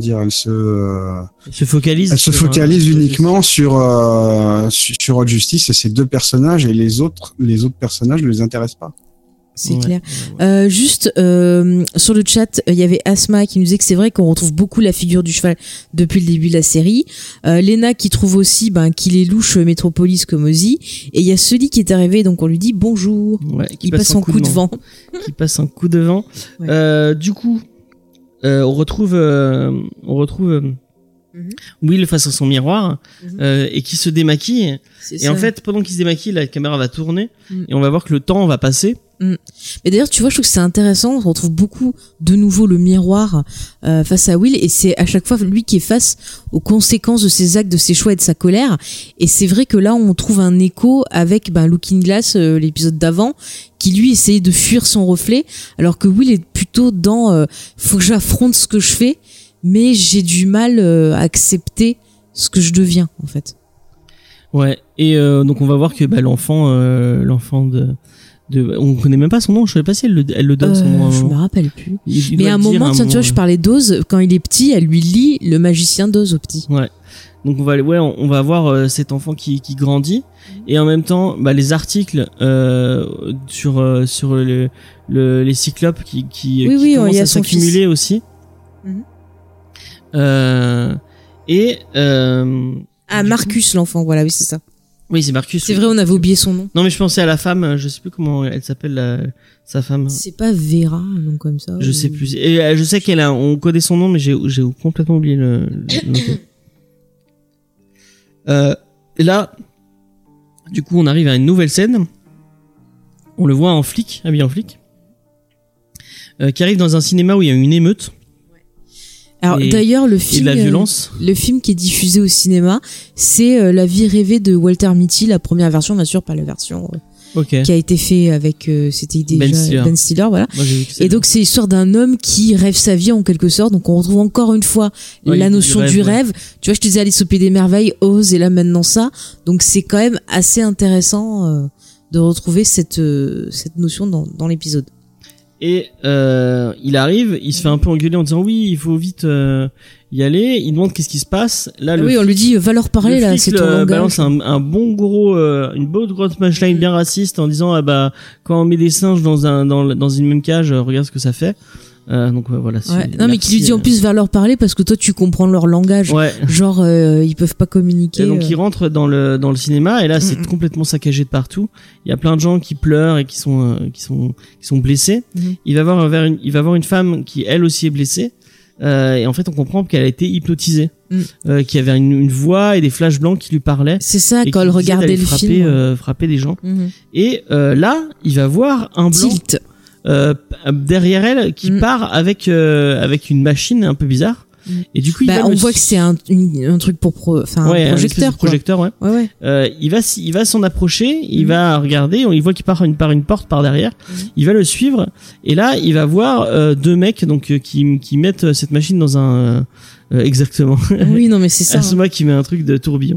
focalise uniquement sur Haute Justice et ces deux personnages, et les autres personnages ne les intéressent pas. C'est clair. Juste sur le chat, il y avait Asma qui nous disait que c'est vrai qu'on retrouve beaucoup la figure du cheval depuis le début de la série. Lena qui trouve aussi qu'il est louche Metropolis comme Ozzy. Et il y a Sully qui est arrivé, donc on lui dit bonjour. Il passe un coup de vent. Qui passe un coup de vent. Du coup, on retrouve Will face à son miroir et qui se démaquille. Et en fait, pendant qu'il se démaquille, la caméra va tourner et on va voir que le temps va passer. Mais d'ailleurs, tu vois, je trouve que c'est intéressant. On retrouve beaucoup de nouveau le miroir face à Will, et c'est à chaque fois lui qui est face aux conséquences de ses actes, de ses choix et de sa colère. Et c'est vrai que là, on trouve un écho avec Looking Glass, l'épisode d'avant, qui lui essayait de fuir son reflet, alors que Will est plutôt dans faut que j'affronte ce que je fais. mais j'ai du mal à accepter ce que je deviens en fait. Ouais, et donc on va voir que l'enfant on connaît même pas son nom, je sais pas si elle le donne son nom. Je me rappelle plus. Mais à un moment, tu vois, je parlais d'Oz, quand il est petit, elle lui lit Le Magicien d'Oz au petit. Ouais. Donc on va voir cet enfant qui grandit, et en même temps les articles sur les cyclopes qui commencent à s'accumuler aussi. Et Marcus l'enfant, voilà, oui c'est ça. Oui, c'est Marcus. C'est vrai, on avait oublié son nom. Non, mais je pensais à la femme, je sais plus comment elle s'appelle, sa femme. C'est pas Vera, un nom comme ça. Je sais plus. Et je sais on connaît son nom, mais j'ai complètement oublié le nom. Et là, du coup, on arrive à une nouvelle scène. On le voit habillé en flic, qui arrive dans un cinéma où il y a une émeute. Alors d'ailleurs, le film, et de la violence. Le film qui est diffusé au cinéma, c'est La vie rêvée de Walter Mitty, la première version, bien sûr, pas la version qui a été fait avec c'était déjà Ben Stiller, voilà. Moi, j'ai vu que et donc c'est l'histoire d'un homme qui rêve sa vie en quelque sorte. Donc on retrouve encore une fois la notion du rêve. Tu vois, je te disais Alice au Pays des Merveilles, Oz, et là maintenant ça. Donc c'est quand même assez intéressant de retrouver cette notion dans l'épisode. Et il arrive, il se fait un peu engueuler en disant oui, il faut vite y aller. Il demande qu'est-ce qui se passe. Là, on lui dit va leur parler là, c'est ton langage. Balance un bon gros, une bonne grosse punchline bien raciste en disant quand on met des singes dans une même cage, regarde ce que ça fait. Donc voilà. Non mais qui lui dit en plus va leur parler parce que toi tu comprends leur langage. Ouais. Genre ils peuvent pas communiquer. Et donc il rentre dans le cinéma et là c'est complètement saccagé de partout. Il y a plein de gens qui pleurent et qui sont blessés. Il va voir une femme qui elle aussi est blessée. Et en fait on comprend qu'elle a été hypnotisée, qu'il y avait une voix et des flashs blancs qui lui parlaient. C'est ça, quand elle regardait le film. Frapper des gens. Et là il va voir un blanc. Tilt. Derrière elle qui part avec une machine un peu bizarre, et du coup on voit que c'est un truc pour un projecteur ouais. Il va s'en approcher, il va regarder, il voit qu'il part une porte par derrière, il va le suivre et là il va voir deux mecs donc qui mettent cette machine dans un exactement. Oui non mais c'est ça. Asuma qui met un truc de tourbillon.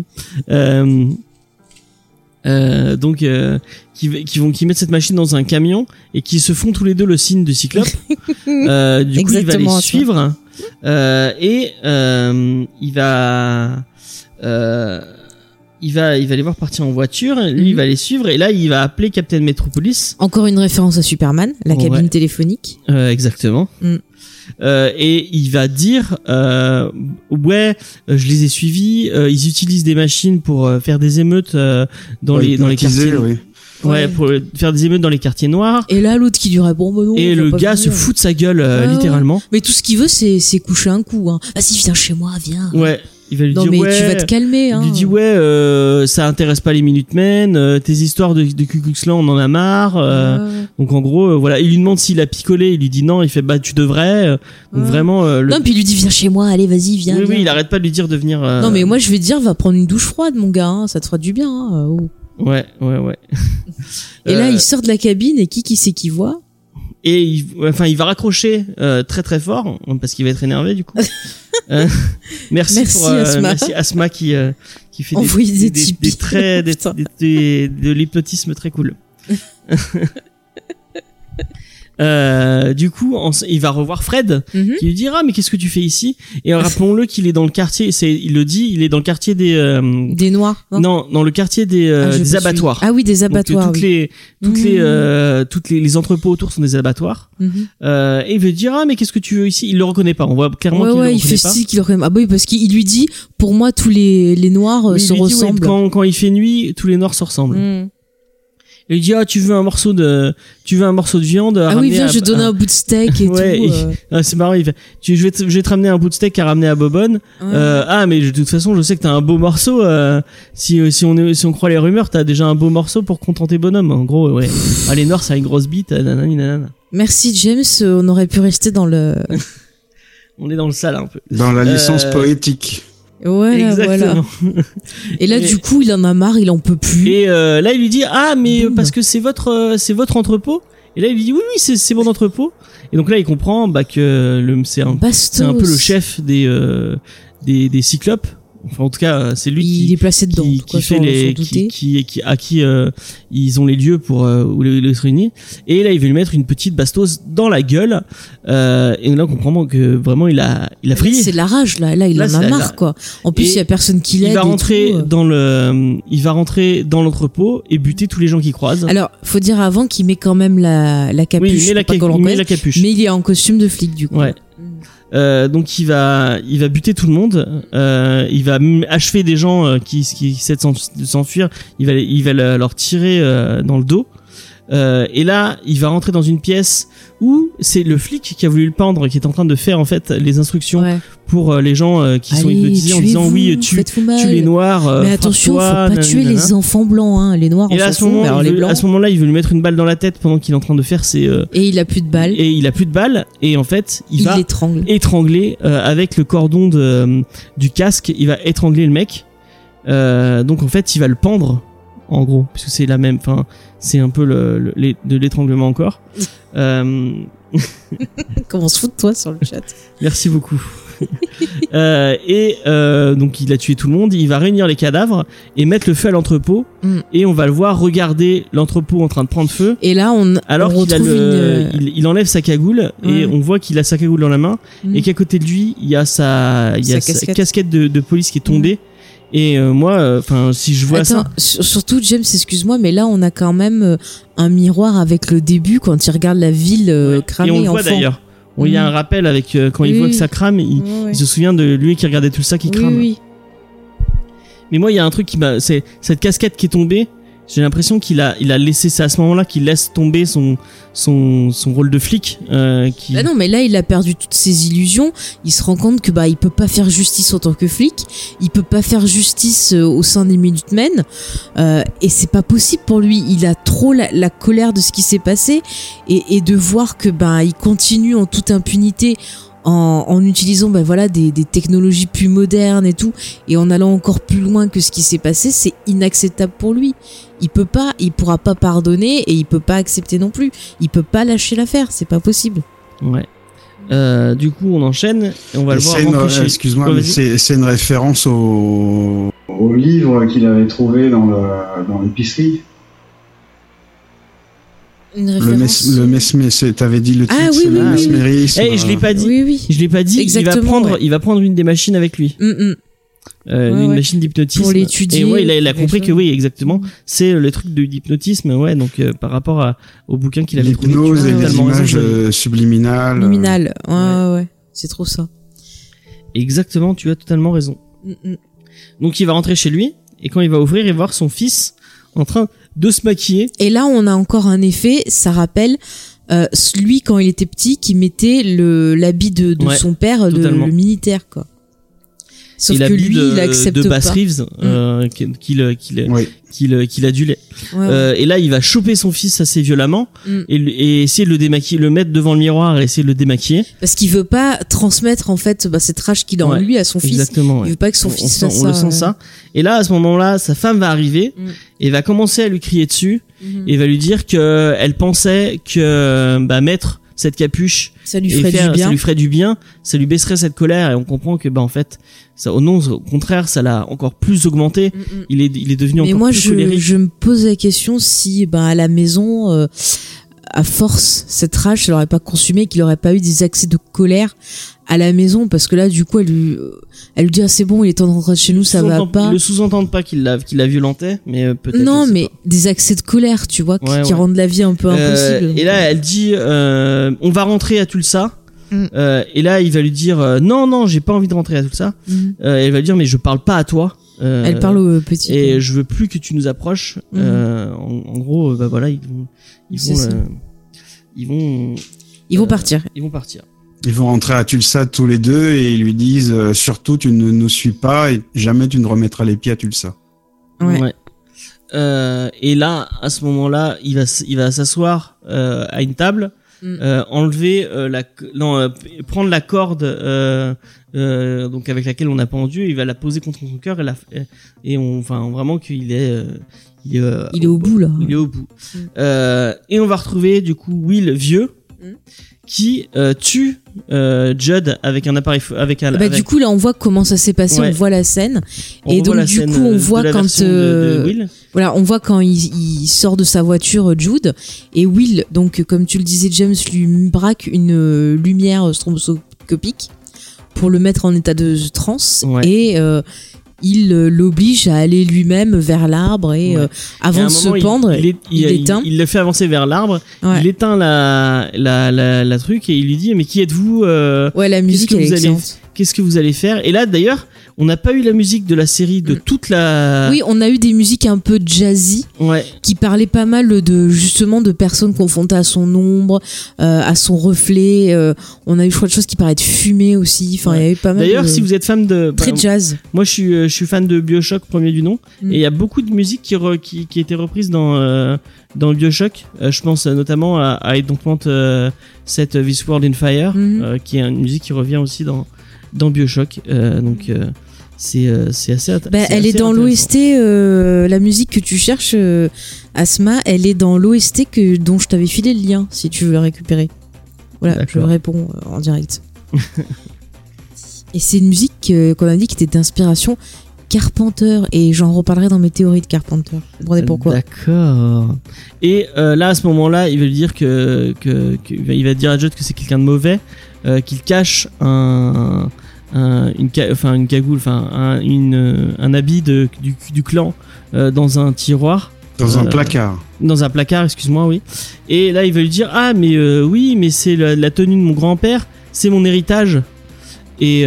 Qui mettent cette machine dans un camion et qui se font tous les deux le signe du cyclope. Du coup, il va les suivre et il va les voir partir en voiture. Lui, il va les suivre et là, il va appeler Captain Metropolis. Encore une référence à Superman, la cabine téléphonique. Exactement. Et il va dire je les ai suivis, ils utilisent des machines pour faire des émeutes dans les quartiers. Ouais, pour faire des émeutes dans les quartiers noirs. Et là l'autre qui lui répond non. Et le gars se fout de sa gueule littéralement. Mais tout ce qu'il veut c'est coucher un coup hein. Vas-y viens chez moi, viens. Ouais. Il va lui dire tu vas te calmer hein. Il lui dit ça intéresse pas les Minutemen, tes histoires de Ku Klux Klan on en a marre. Donc en gros voilà, il lui demande s'il a picolé, il lui dit non, il fait tu devrais. Donc vraiment non, puis il lui dit viens chez moi, allez vas-y viens. Oui, il arrête pas de lui dire de venir. Non mais moi je vais te dire va prendre une douche froide mon gars, hein, ça te fera du bien hein. Ouais. Et là il sort de la cabine et qui c'est qui voit? Et il va raccrocher très très fort parce qu'il va être énervé du coup. Merci Asma qui fait de l'hypnotisme très cool. Du coup, il va revoir Fred, qui lui dira mais qu'est-ce que tu fais ici? Et rappelons-le qu'il est dans le quartier. Il est dans le quartier des Noirs. Non, dans le quartier des abattoirs. Ah oui, des abattoirs. Donc, toutes les entrepôts autour sont des abattoirs. Et il veut dire mais qu'est-ce que tu veux ici? Il le reconnaît pas. On voit clairement qu'il le reconnaît pas. Il fait si qu'il le reconnaît. Ah oui, parce qu'il lui dit pour moi tous les noirs se ressemblent. Quand il fait nuit, tous les noirs se ressemblent. Et il dit tu veux un morceau de viande ah oui viens je vais te donner un bout de steak et tout c'est marrant, il fait je vais te ramener un bout de steak à ramener à Bobonne. Mais de toute façon je sais que t'as un beau morceau, si on croit les rumeurs t'as déjà un beau morceau pour contenter bonhomme en gros. Les noirs ça a une grosse bite nanana. Merci James, on aurait pu rester dans le on est dans le sale un peu dans la licence poétique. Voilà. Et là du coup il en a marre, il en peut plus. Et là il lui dit mais parce que c'est votre entrepôt. Et là il lui dit oui c'est mon entrepôt. Et donc là il comprend que c'est un peu le chef des cyclopes. Enfin, en tout cas, c'est lui il est placé dedans, qui fait à qui ils ont les lieux pour où les se réunir. Et là, il veut lui mettre une petite bastos dans la gueule. Et là, on comprend que vraiment, il a vrillé. C'est de la rage là. Là, il en a marre quoi. En plus, il y a personne qui l'aide. Il va rentrer dans l'entrepôt et buter tous les gens qu'il croise. Alors, faut dire avant qu'il met quand même la capuche. Oui, il met la capuche. Mais il est en costume de flic du coup. Ouais. Donc il va buter tout le monde. Il va achever des gens qui essaient de s'enfuir. Il va leur tirer dans le dos. Et là, il va rentrer dans une pièce où c'est le flic qui a voulu le pendre, qui est en train de faire en fait les instructions pour les gens qui sont hypnotisés en disant oui, tue les noirs. Mais attention, faut pas tuer les enfants blancs, hein. Les noirs. Et là, à ce moment-là, il veut lui mettre une balle dans la tête pendant qu'il est en train de faire ses. Et il a plus de balles. Et en fait, il va l'étrangle. Étrangler avec le cordon du casque. Il va étrangler le mec. Donc en fait, il va le pendre. En gros, puisque c'est la même, enfin, c'est un peu de l'étranglement encore. Comment on se fout de toi sur le chat? Merci beaucoup. Donc il a tué tout le monde. Il va réunir les cadavres et mettre le feu à l'entrepôt. Et on va le voir regarder l'entrepôt en train de prendre feu. Et là, alors qu'il il enlève sa cagoule et on voit qu'il a sa cagoule dans la main et qu'à côté de lui, il y a sa casquette de police qui est tombée. Et moi, enfin, si je vois ça. Surtout, James, excuse-moi, mais là, on a quand même un miroir avec le début quand il regarde la ville cramée. Et on voit d'ailleurs. Il y a un rappel avec quand il voit que ça crame, il se souvient de lui qui regardait tout ça qui crame. Oui. Mais moi, il y a un truc qui m'a, c'est cette casquette qui est tombée. J'ai l'impression qu'il a laissé, c'est à ce moment-là qu'il laisse tomber son rôle de flic. Bah non, mais là il a perdu toutes ses illusions. Il se rend compte que il peut pas faire justice en tant que flic. Il peut pas faire justice au sein des Minutemen. Et c'est pas possible pour lui. Il a trop la colère de ce qui s'est passé et de voir que il continue en toute impunité. En utilisant des technologies plus modernes et tout, et en allant encore plus loin que ce qui s'est passé, c'est inacceptable pour lui. Il pourra pas pardonner et il peut pas accepter non plus. Il peut pas lâcher l'affaire, c'est pas possible. Ouais. Du coup, on enchaîne et on va le voir. Excuse-moi, mais c'est une référence au livre qu'il avait trouvé dans l'épicerie. Le mesmérisme, t'avais dit le titre, c'est le mesmérisme. Je l'ai pas dit. Oui. Je l'ai pas dit. Exactement, il va prendre une des machines avec lui. Une machine d'hypnotisme. Pour l'étudier. Et il a compris que oui, exactement. C'est le truc d'hypnotisme, donc par rapport au bouquin qu'il avait trouvé. L'hypnose et les images subliminales. Luminales. Ouais. C'est trop ça. Exactement, tu as totalement raison. Donc il va rentrer chez lui et quand il va ouvrir et voir son fils en train de se maquiller. Et là, on a encore un effet, ça rappelle lui quand il était petit qui mettait l'habit de son père, le militaire quoi. Sauf que lui, il accepte de Bass Reeves qu'il adulait. Et là, il va choper son fils assez violemment et essayer de le démaquiller, le mettre devant le miroir et essayer de le démaquiller. Parce qu'il veut pas transmettre en fait cette rage qu'il a en lui à son fils. Exactement. Il veut pas que son fils fasse ça. On le sent ça. Et là, à ce moment-là, sa femme va arriver et va commencer à lui crier dessus et va lui dire que elle pensait que mettre cette capuche ça lui ferait du bien, ça lui baisserait cette colère et on comprend que en fait ça au contraire ça l'a encore plus augmenté. Il est devenu encore plus colérique. Mais moi je me pose la question si à la maison à force cette rage ça l'aurait pas consumé, qu'il aurait pas eu des accès de colère à la maison, parce que là du coup elle lui dit c'est bon, il est temps de rentrer chez nous, ça va pas. Le sous-entendent pas qu'il la violentait, mais peut-être. Non, mais des accès de colère, tu vois, qui rendent la vie un peu impossible. Et là elle dit on va rentrer à Tulsa. Et là il va lui dire non j'ai pas envie de rentrer à Tulsa. Elle va lui dire mais je parle pas à toi. Elle parle au petit. Et je veux plus que tu nous approches. En gros voilà ils vont partir. Ils vont partir. Ils vont rentrer à Tulsa tous les deux et ils lui disent surtout tu ne nous suis pas et jamais tu ne remettras les pieds à Tulsa. Ouais. Et là à ce moment-là il va s'asseoir à une table enlever prendre la corde donc avec laquelle on a pendu, il va la poser contre son cœur et vraiment qu'il est il est au bout là. Il est au bout. Et on va retrouver du coup Will vieux qui tue Judd avec un appareil du coup là on voit comment ça s'est passé, on voit la scène et donc du coup on voit quand Will. Voilà, on voit quand il sort de sa voiture Judd et Will, donc comme tu le disais James, lui braque une lumière stroboscopique pour le mettre en état de transe et il l'oblige à aller lui-même vers l'arbre et avant de se pendre, il éteint. Il le fait avancer vers l'arbre, il éteint la truc et il lui dit mais qui êtes-vous la musique elle est excellente. Qu'est-ce que vous allez faire? Et là d'ailleurs, on n'a pas eu la musique de la série de toute la... Oui, on a eu des musiques un peu jazzy qui parlaient pas mal justement de personnes confrontées à son ombre, à son reflet. On a eu, je crois, des choses qui parlaient de fumée aussi. Enfin, il y avait pas mal. D'ailleurs, si vous êtes fan de... Très jazz. Moi, je suis fan de BioShock, premier du nom. Et il y a beaucoup de musique qui étaient reprises dans BioShock. Je pense notamment à I Don't Want Set This World in Fire, qui est une musique qui revient aussi dans BioShock. Donc... c'est assez elle est dans l'OST, la musique que tu cherches, Asma, elle est dans l'OST dont je t'avais filé le lien si tu veux le récupérer. Voilà, je réponds en direct. Et c'est une musique qu'on a dit qui était d'inspiration Carpenter, et j'en reparlerai dans mes théories de Carpenter. Vous comprenez pourquoi? D'accord. Et là à ce moment-là il va lui dire il va dire à Judd que c'est quelqu'un de mauvais, qu'il cache une cagoule, un habit du clan dans un tiroir, dans un placard, excuse-moi, oui. Et là il va lui dire oui mais c'est la tenue de mon grand-père, c'est mon héritage. Et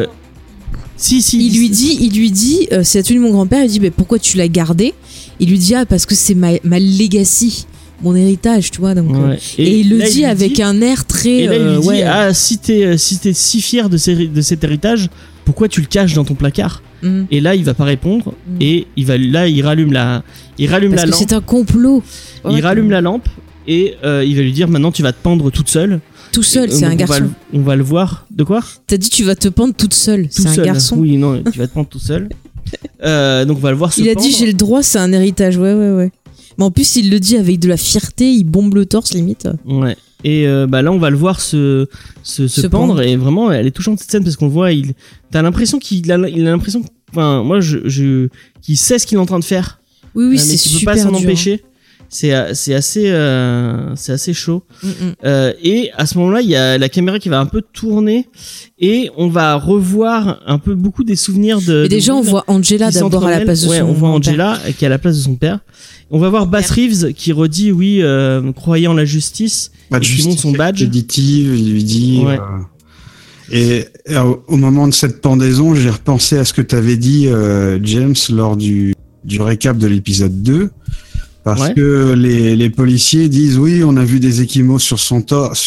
il lui dit c'est la tenue de mon grand-père. Il dit mais pourquoi tu l'as gardée? Il lui dit parce que c'est ma legacy, mon héritage, tu vois. Donc et il le dit avec un air très. Et là il lui dit si t'es si fier de cet héritage, pourquoi tu le caches dans ton placard? Et là il va pas répondre et il rallume la lampe. Parce que c'est un complot. Il rallume la lampe et il va lui dire maintenant tu vas te pendre toute seule. Tout seul, c'est un garçon. On va le voir. De quoi? T'as dit tu vas te pendre toute seule. C'est un garçon. Oui, non, tu vas te pendre tout seul. Donc on va le voir se pendre. Il a dit j'ai le droit, c'est un héritage. Ouais. Mais en plus, il le dit avec de la fierté, il bombe le torse limite. Ouais. Et là, on va le voir se pendre. Et vraiment, elle est touchante cette scène parce qu'on le voit. T'as l'impression qu'il a l'impression. Enfin, moi, qu'il sait ce qu'il est en train de faire. Oui, mais c'est super. Il peut pas s'en empêcher. C'est assez chaud. Et à ce moment-là, il y a la caméra qui va un peu tourner et on va revoir un peu beaucoup des souvenirs de. Mais déjà, on voit Angela d'abord à la place de son père. On voit Angela qui est à la place de son père. On va voir Bass Reeves qui redit croyant la justice, et qui montre son badge. Il lui dit. Et au moment de cette pendaison, j'ai repensé à ce que tu avais dit, James, lors du récap de l'épisode 2. Parce que les policiers disent oui, on a vu des ecchymoses sur son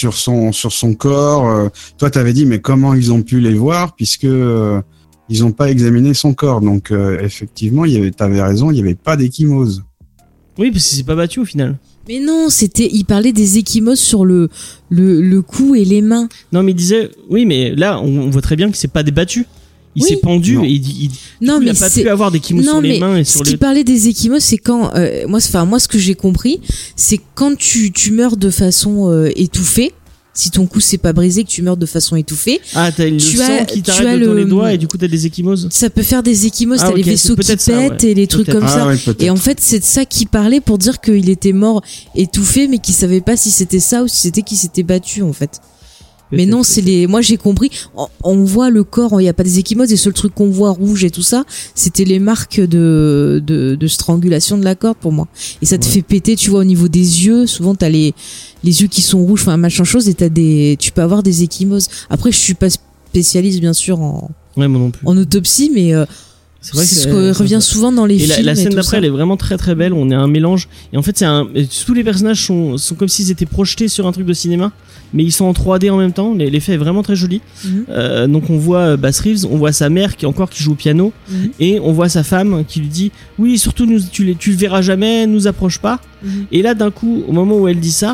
corps. Toi, t'avais dit mais comment ils ont pu les voir puisque ils ont pas examiné son corps. Donc effectivement, t'avais raison, il y avait pas d'ecchymoses. Oui, parce que c'est pas battu au final. Mais non, il parlait des ecchymoses sur le cou et les mains. Non, mais il disait oui, mais là on voit très bien que c'est pas débattu. Il s'est pendu et il n'a pas pu avoir d'ecchymoses sur les mains et sur les... Ce qui parlait des ecchymoses, c'est quand moi ce que j'ai compris, c'est quand tu meurs de façon étouffée. Si ton cou s'est pas brisé, que tu meurs de façon étouffée, t'as le sang qui t'arrête dans les doigts et du coup t'as des ecchymoses. Ça peut faire des ecchymoses, t'as les vaisseaux qui pètent et les trucs comme ça. Et en fait, c'est de ça qu'il parlait pour dire qu'il était mort étouffé, mais qu'il savait pas si c'était ça ou si c'était qu'il s'était battu en fait. Mais non, moi j'ai compris, on voit le corps, il y a pas des ecchymoses, et le seul truc qu'on voit rouge et tout ça, c'était les marques de strangulation de la corde pour moi. Et ça te fait péter, tu vois, au niveau des yeux, souvent t'as les yeux qui sont rouges, enfin machin chose, et tu peux avoir des ecchymoses. Après, je suis pas spécialiste bien sûr en autopsie, mais c'est ce qui revient souvent dans les films. La scène d'après, elle est vraiment très très belle. On est un mélange. Et en fait, tous les personnages sont comme s'ils étaient projetés sur un truc de cinéma, mais ils sont en 3D en même temps. L'effet est vraiment très joli. Donc on voit Bass Reeves, on voit sa mère qui joue au piano, et on voit sa femme qui lui dit oui, surtout tu le verras jamais, nous approche pas. Et là, d'un coup, au moment où elle dit ça,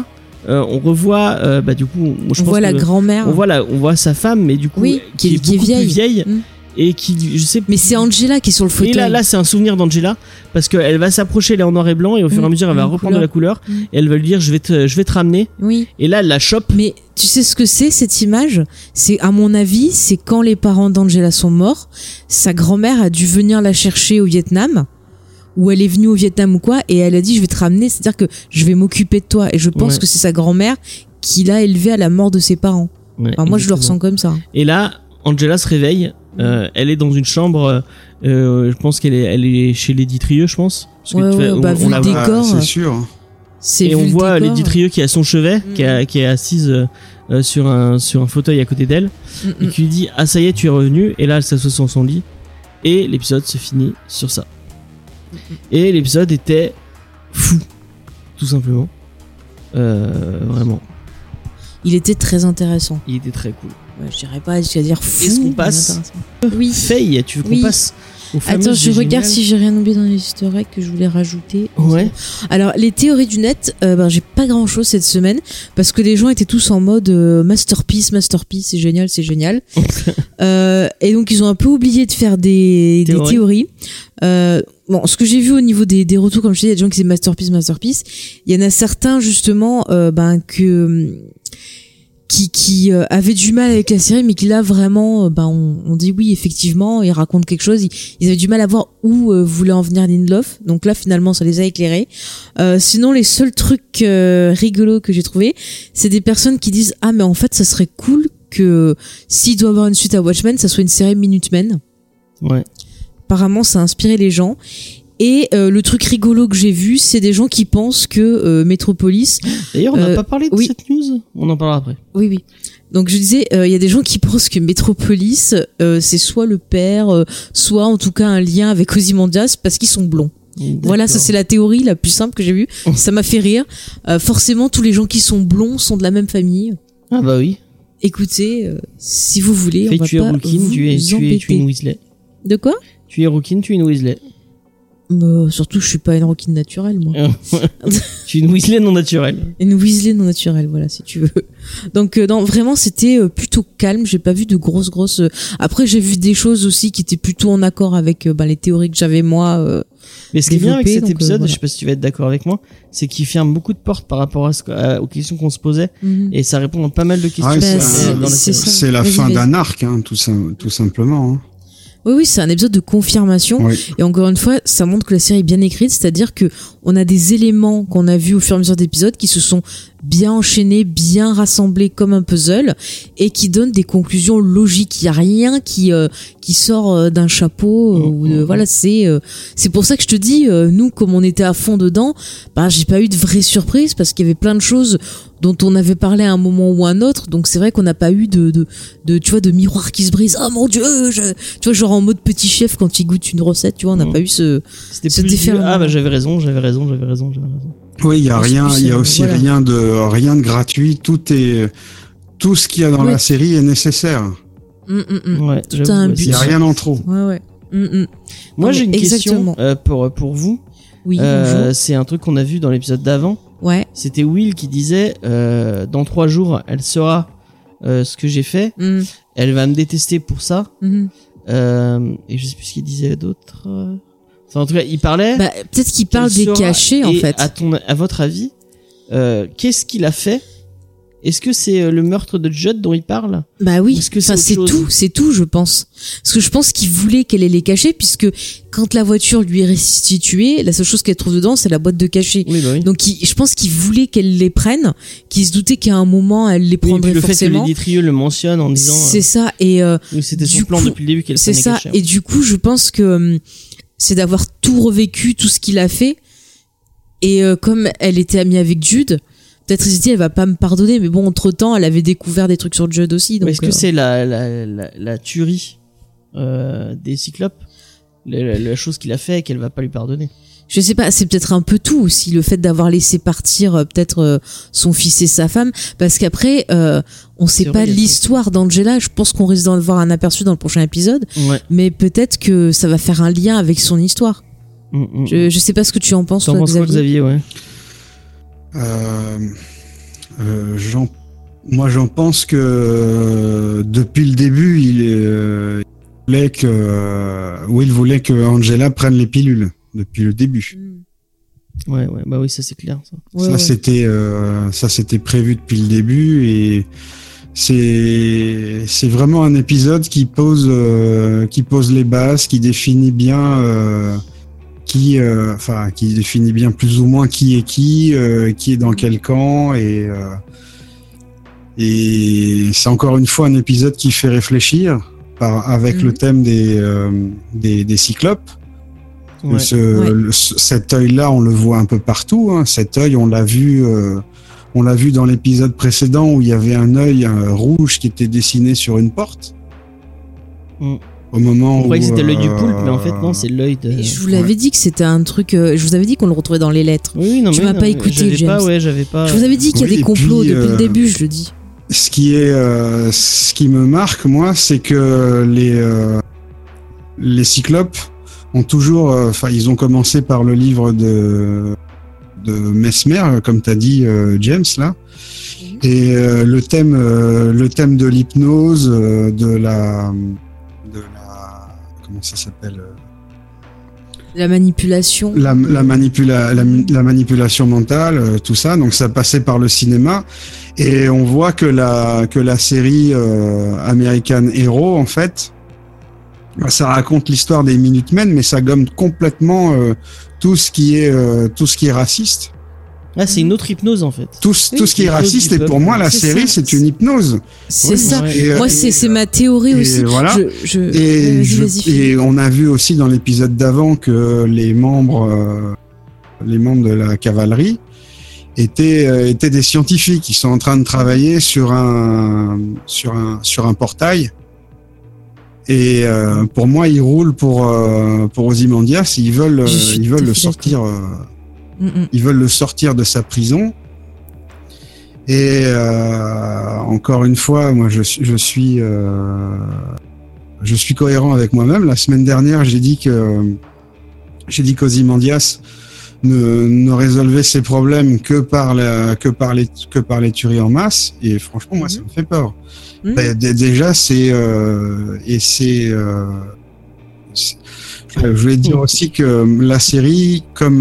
on revoit du coup on voit la grand-mère, on voit sa femme, mais du coup qui est beaucoup plus vieille. Et qui, je sais. Mais c'est Angela qui est sur le fauteuil. Et là, c'est un souvenir d'Angela parce qu'elle va s'approcher, elle est en noir et blanc, et au fur et à mesure, elle va reprendre de la couleur. Et elle va lui dire, je vais te ramener. Oui. Et là, elle la chope. Mais tu sais ce que c'est cette image ? C'est, à mon avis, c'est quand les parents d'Angela sont morts, sa grand-mère a dû venir la chercher au Vietnam, ou elle est venue au Vietnam ou quoi, et elle a dit, je vais te ramener, c'est-à-dire que je vais m'occuper de toi. Et je pense que c'est sa grand-mère qui l'a élevée à la mort de ses parents. Ouais, alors moi, je le ressens comme ça. Et là, Angela se réveille. Elle est dans une chambre. Je pense qu'elle est chez Lady Trieux, je pense. Parce que vu le décor, c'est sûr. Et on voit Lady Trieux qui est à son chevet, qui est assise sur un fauteuil à côté d'elle, et qui lui dit ah ça y est tu es revenu. Et là elle s'assoit sur son lit et l'épisode se finit sur ça. Et l'épisode était fou, tout simplement. Vraiment. Il était très intéressant. Il était très cool. Ouais, je dirais pas jusqu'à dire fou. Est-ce qu'on passe Faye, tu veux qu'on passe au fameux Attends, je regarde si j'ai rien oublié dans les easter eggs que je voulais rajouter. Ouais. Alors, les théories du net, j'ai pas grand chose cette semaine parce que les gens étaient tous en mode masterpiece, c'est génial. Et donc, ils ont un peu oublié de faire des théories. Bon, ce que j'ai vu au niveau des retours, comme je disais, il y a des gens qui disaient masterpiece. Il y en a certains, justement, qui avaient du mal avec la série, mais qui là vraiment on dit oui, effectivement, ils racontent quelque chose, ils avaient du mal à voir où voulait en venir Lindelof, donc là finalement ça les a éclairés. Sinon les seuls trucs rigolos que j'ai trouvé, c'est des personnes qui disent ah mais en fait ça serait cool que s'il doit avoir une suite à Watchmen, ça soit une série Minutemen. Ouais. Apparemment ça a inspiré les gens. Et le truc rigolo que j'ai vu, c'est des gens qui pensent que Metropolis... D'ailleurs, on n'a pas parlé de cette news. On en parlera après. Oui. Donc je disais, il y a des gens qui pensent que Metropolis, c'est soit le père, soit en tout cas un lien avec Ozymandias parce qu'ils sont blonds. D'accord. Voilà, ça c'est la théorie la plus simple que j'ai vue. Ça m'a fait rire. Forcément, tous les gens qui sont blonds sont de la même famille. Ah bah oui. Écoutez, si vous voulez, on va tu es pas Rookin, vous tu es une Weasley. De quoi ? Tu es Rookin, tu es une Weasley. Surtout, je suis pas une Rookin naturelle, moi. Je suis une Weasley non naturelle. Une Weasley non naturelle, voilà, si tu veux. Donc, non, vraiment, c'était plutôt calme. J'ai pas vu de grosses. Après, j'ai vu des choses aussi qui étaient plutôt en accord avec les théories que j'avais moi. Mais ce qui est bien avec cet épisode, voilà. Je sais pas si tu vas être d'accord avec moi, c'est qu'il ferme beaucoup de portes par rapport aux questions qu'on se posait, et ça répond à pas mal de questions. C'est la fin d'un arc, tout simplement. Hein. Oui, c'est un épisode de confirmation. Oui. Et encore une fois, ça montre que la série est bien écrite, c'est-à-dire que on a des éléments qu'on a vus au fur et à mesure d'épisodes qui se sont bien enchaînés, bien rassemblés comme un puzzle et qui donnent des conclusions logiques. Il y a rien qui sort d'un chapeau voilà, c'est pour ça que je te dis nous comme on était à fond dedans, j'ai pas eu de vraie surprise parce qu'il y avait plein de choses dont on avait parlé à un moment ou à un autre, donc c'est vrai qu'on n'a pas eu de tu vois, de miroir qui se brise. Oh mon dieu, tu vois, genre en mode petit chef quand il goûte une recette, tu vois, on n'a pas eu ce déferlement. J'avais raison. Oui, il y a rien, il y a aussi rien de gratuit, tout ce qu'il y a dans la série est nécessaire. Ouais, tout a un but. Il y a rien en trop. Ouais. Moi, j'ai une question pour vous. Oui, c'est un truc qu'on a vu dans l'épisode d'avant. Ouais. C'était Will qui disait dans 3 jours, elle saura ce que j'ai fait. Elle va me détester pour ça. Et je sais plus ce qu'il disait d'autre. Enfin, en tout cas, il parlait. Peut-être qu'il parle des cachets, en fait. À votre avis, qu'est-ce qu'il a fait? Est-ce que c'est le meurtre de Judd dont il parle? Bah oui, c'est tout, je pense. Parce que je pense qu'il voulait qu'elle ait les cachets, puisque quand la voiture lui est restituée, la seule chose qu'elle trouve dedans, c'est la boîte de cachets. Oui, bah oui. Donc je pense qu'il voulait qu'elle les prenne, qu'il se doutait qu'à un moment, elle les prendrait forcément. Le fait que Lady Trieux le mentionne en disant... C'est ça, et... c'était son plan depuis le début qu'elle prenne les cachets. C'est ça, et du coup, je pense que c'est d'avoir tout revécu, tout ce qu'il a fait, et comme elle était amie avec Judd... Peut-être qu'elle s'est dit, elle va pas me pardonner, mais bon, entre temps, elle avait découvert des trucs sur Judd aussi. Donc, est-ce que c'est la tuerie des Cyclopes, la chose qu'il a fait et qu'elle va pas lui pardonner? Je sais pas, c'est peut-être un peu tout aussi, le fait d'avoir laissé partir peut-être son fils et sa femme, parce qu'apraprès, on sait pas l'histoire d'Angela. Je pense qu'on risque d'en avoir un aperçu dans le prochain épisode, mais peut-être que ça va faire un lien avec son histoire. Je sais pas ce que tu en penses, toi, Xavier. Ouais. J'en pense que depuis le début, Will voulait que Angela prenne les pilules depuis le début. Ouais, bah oui, ça c'est clair. Ça c'était prévu depuis le début et c'est vraiment un épisode qui pose les bases, qui définit bien qui définit bien plus ou moins qui est dans quel camp et c'est encore une fois un épisode qui fait réfléchir avec le thème des cyclopes. Ouais. Cet œil-là, on le voit un peu partout. Hein. Cet œil, on l'a vu dans l'épisode précédent où il y avait un œil rouge qui était dessiné sur une porte. Au moment on croyait que c'était l'œil du poulpe, mais en fait non, c'est l'œil de. Je vous l'avais dit que c'était un truc. Je vous avais dit qu'on le retrouvait dans les lettres. Oui, non, tu m'as pas écouté, James. J'avais pas. Je vous avais dit qu'il y a des complots depuis le début. Je le dis. Ce qui me marque, moi, c'est que les cyclopes ont toujours, ils ont commencé par le livre de Mesmer, comme t'as dit, James, là. Et le thème de l'hypnose, comment ça s'appelle? La manipulation. La manipulation mentale, tout ça. Donc ça passait par le cinéma. Et on voit que la série American Hero, en fait, ça raconte l'histoire des Minutemen, mais ça gomme complètement tout ce qui est raciste. Ah, c'est une autre hypnose en fait. Tout ce qui est raciste, et pour moi, la série, c'est une hypnose. C'est ça. Moi, c'est ma théorie aussi. Voilà. Et on a vu aussi dans l'épisode d'avant que les membres de la cavalerie étaient des scientifiques qui sont en train de travailler sur un portail. Et pour moi, ils roulent pour Ozymandias. Ils veulent le sortir. Ils veulent le sortir de sa prison. Et encore une fois, moi, je suis cohérent avec moi-même. La semaine dernière, j'ai dit qu'Ozymandias ne résolvait ses problèmes que par les tueries en masse. Et franchement, moi, ça me fait peur. Déjà, je voulais dire aussi que la série, comme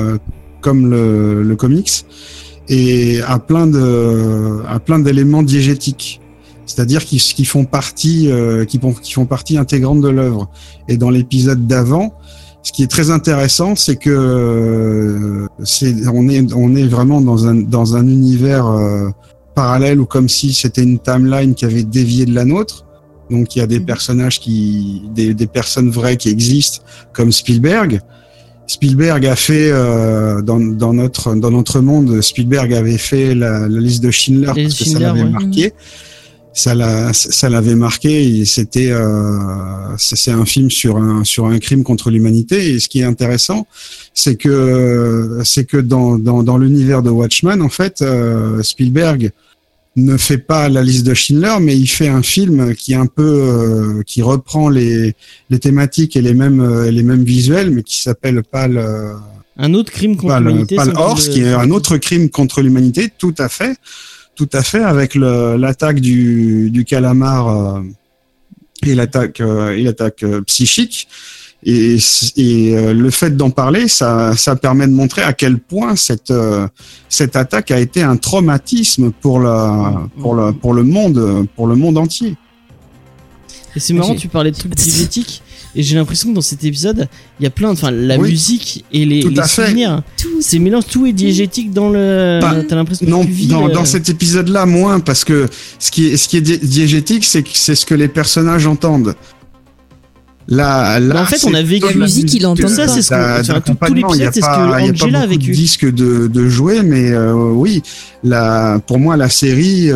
le comics, a plein d'éléments diégétiques, c'est-à-dire qui font partie intégrante de l'œuvre. Et dans l'épisode d'avant, ce qui est très intéressant, c'est que on est vraiment dans un univers parallèle, ou comme si c'était une timeline qui avait dévié de la nôtre. Donc il y a des personnages des personnes vraies qui existent, comme Spielberg. Spielberg a fait dans notre monde, Spielberg avait fait la liste de Schindler parce que ça l'avait marqué. Ça l'avait marqué, et c'est un film sur un crime contre l'humanité. Et ce qui est intéressant, c'est que dans l'univers de Watchmen, en fait, Spielberg ne fait pas la liste de Schindler, mais il fait un film qui est un peu qui reprend les thématiques et les mêmes visuels, mais qui s'appelle un autre crime contre l'humanité. Pale Horse, qui est un autre crime contre l'humanité, tout à fait, avec l'attaque du calamar et l'attaque psychique. Et le fait d'en parler, ça permet de montrer à quel point cette attaque a été un traumatisme pour le monde entier. Et c'est marrant, tu parlais de trucs diégétiques, et j'ai l'impression que dans cet épisode, il y a plein la musique et les souvenirs, c'est mélange, tout est diégétique dans le. T'as l'impression non, dans cet épisode-là, moins, parce que ce qui est diégétique, c'est ce que les personnages entendent. Là, en fait, on a vécu la musique, il entend ça, c'est ce que tout l'épisode, c'est ce que Angela a vécu. Il y a pas beaucoup de disques de jouer, mais oui, pour moi, la série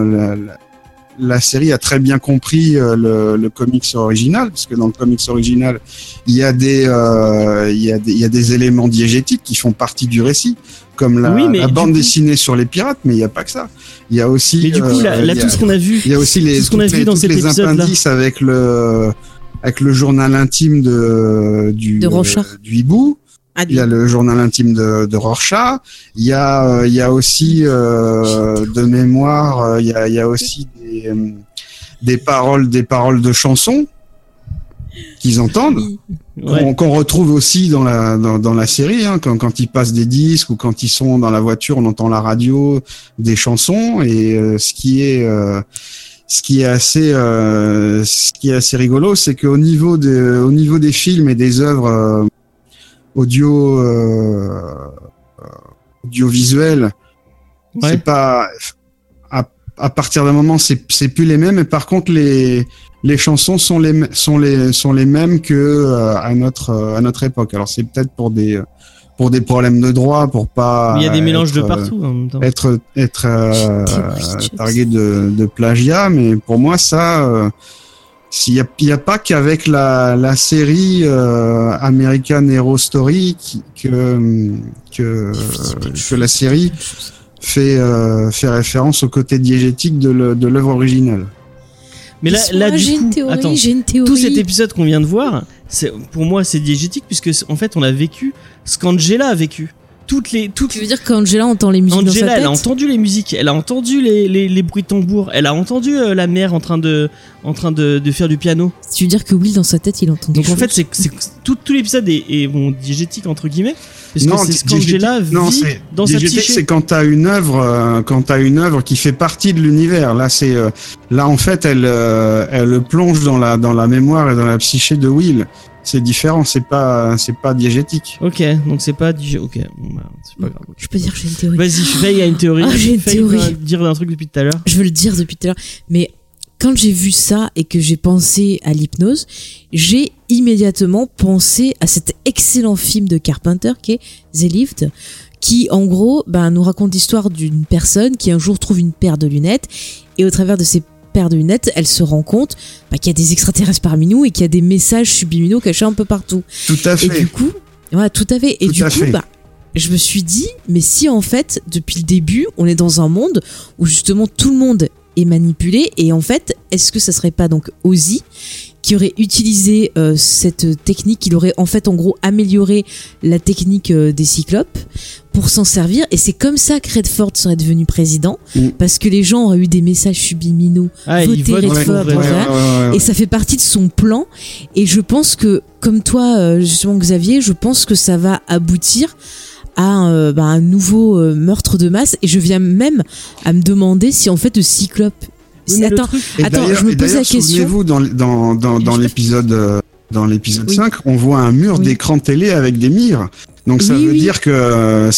a très bien compris le comics original, parce que dans le comics original, il y a des éléments diégétiques qui font partie du récit, comme la bande dessinée sur les pirates, mais il y a pas que ça. Il y a aussi. Mais du coup, là, tout ce qu'on a vu. Il y a aussi les appendices avec le journal intime du hibou. Il y a le journal intime de Rorschach. Il y a aussi de mémoire. Il y a aussi des paroles de chansons qu'ils entendent, qu'on retrouve aussi dans la série. Hein, quand ils passent des disques ou quand ils sont dans la voiture, on entend la radio, des chansons. Et ce qui est assez rigolo, c'est qu'au niveau des films et des œuvres audiovisuelles, c'est pas à partir d'un moment c'est plus les mêmes, et par contre les chansons sont les mêmes que à notre époque. Alors c'est peut-être pour des problèmes de droit, pour pas. Il y a des mélanges de partout en même temps. Être targué de plagiat, mais pour moi ça, il y a pas qu'avec la série American Horror Story que la série fait référence au côté diégétique de l'œuvre originale. Mais là du coup, attends, tout cet épisode qu'on vient de voir, pour moi c'est diégétique, puisque en fait on a vécu ce qu'Angela a vécu. Tu veux dire qu'Angela entend les musiques dans sa tête ? Elle a entendu les musiques, elle a entendu les bruits de tambour, elle a entendu la mère en train de faire du piano. Tu veux dire que Will dans sa tête il entend des choses ? Donc en fait c'est tout l'épisode est diégétique entre guillemets, parce que c'est ce qu'Angela vit dans sa psyché. C'est quand t'as une œuvre qui fait partie de l'univers. Là en fait elle plonge dans la mémoire et dans la psyché de Will. C'est différent, c'est pas diégétique. Ok, donc c'est pas ok, bon, bah, c'est pas grave. Je peux dire que j'ai une théorie. Vas-y, Faye a une théorie. J'ai une théorie. Faye va dire un truc depuis tout à l'heure. Je veux le dire depuis tout à l'heure, mais quand j'ai vu ça et que j'ai pensé à l'hypnose, j'ai immédiatement pensé à cet excellent film de Carpenter qui est The Lift, qui en gros nous raconte l'histoire d'une personne qui un jour trouve une paire de lunettes, et au travers de ces paires de lunettes, elle se rend compte qu'il y a des extraterrestres parmi nous et qu'il y a des messages subliminaux cachés un peu partout. Tout à fait. Et du coup, tout à fait. Et du coup, je me suis dit, mais si en fait, depuis le début, on est dans un monde où justement tout le monde est manipulé, et en fait, est-ce que ça serait pas donc Ozzy qui aurait utilisé cette technique, il aurait en fait en gros amélioré la technique des cyclopes pour s'en servir, et c'est comme ça que Redford serait devenu président, parce que les gens auraient eu des messages subliminaux, voter Redford, et ça fait partie de son plan. Et je pense que, comme toi justement Xavier, je pense que ça va aboutir à un nouveau meurtre de masse, et je viens même à me demander si en fait le cyclope... Attends, je me pose la question. Souvenez-vous, dans l'épisode 5, on voit un mur d'écran télé avec des mires. Donc ça veut dire que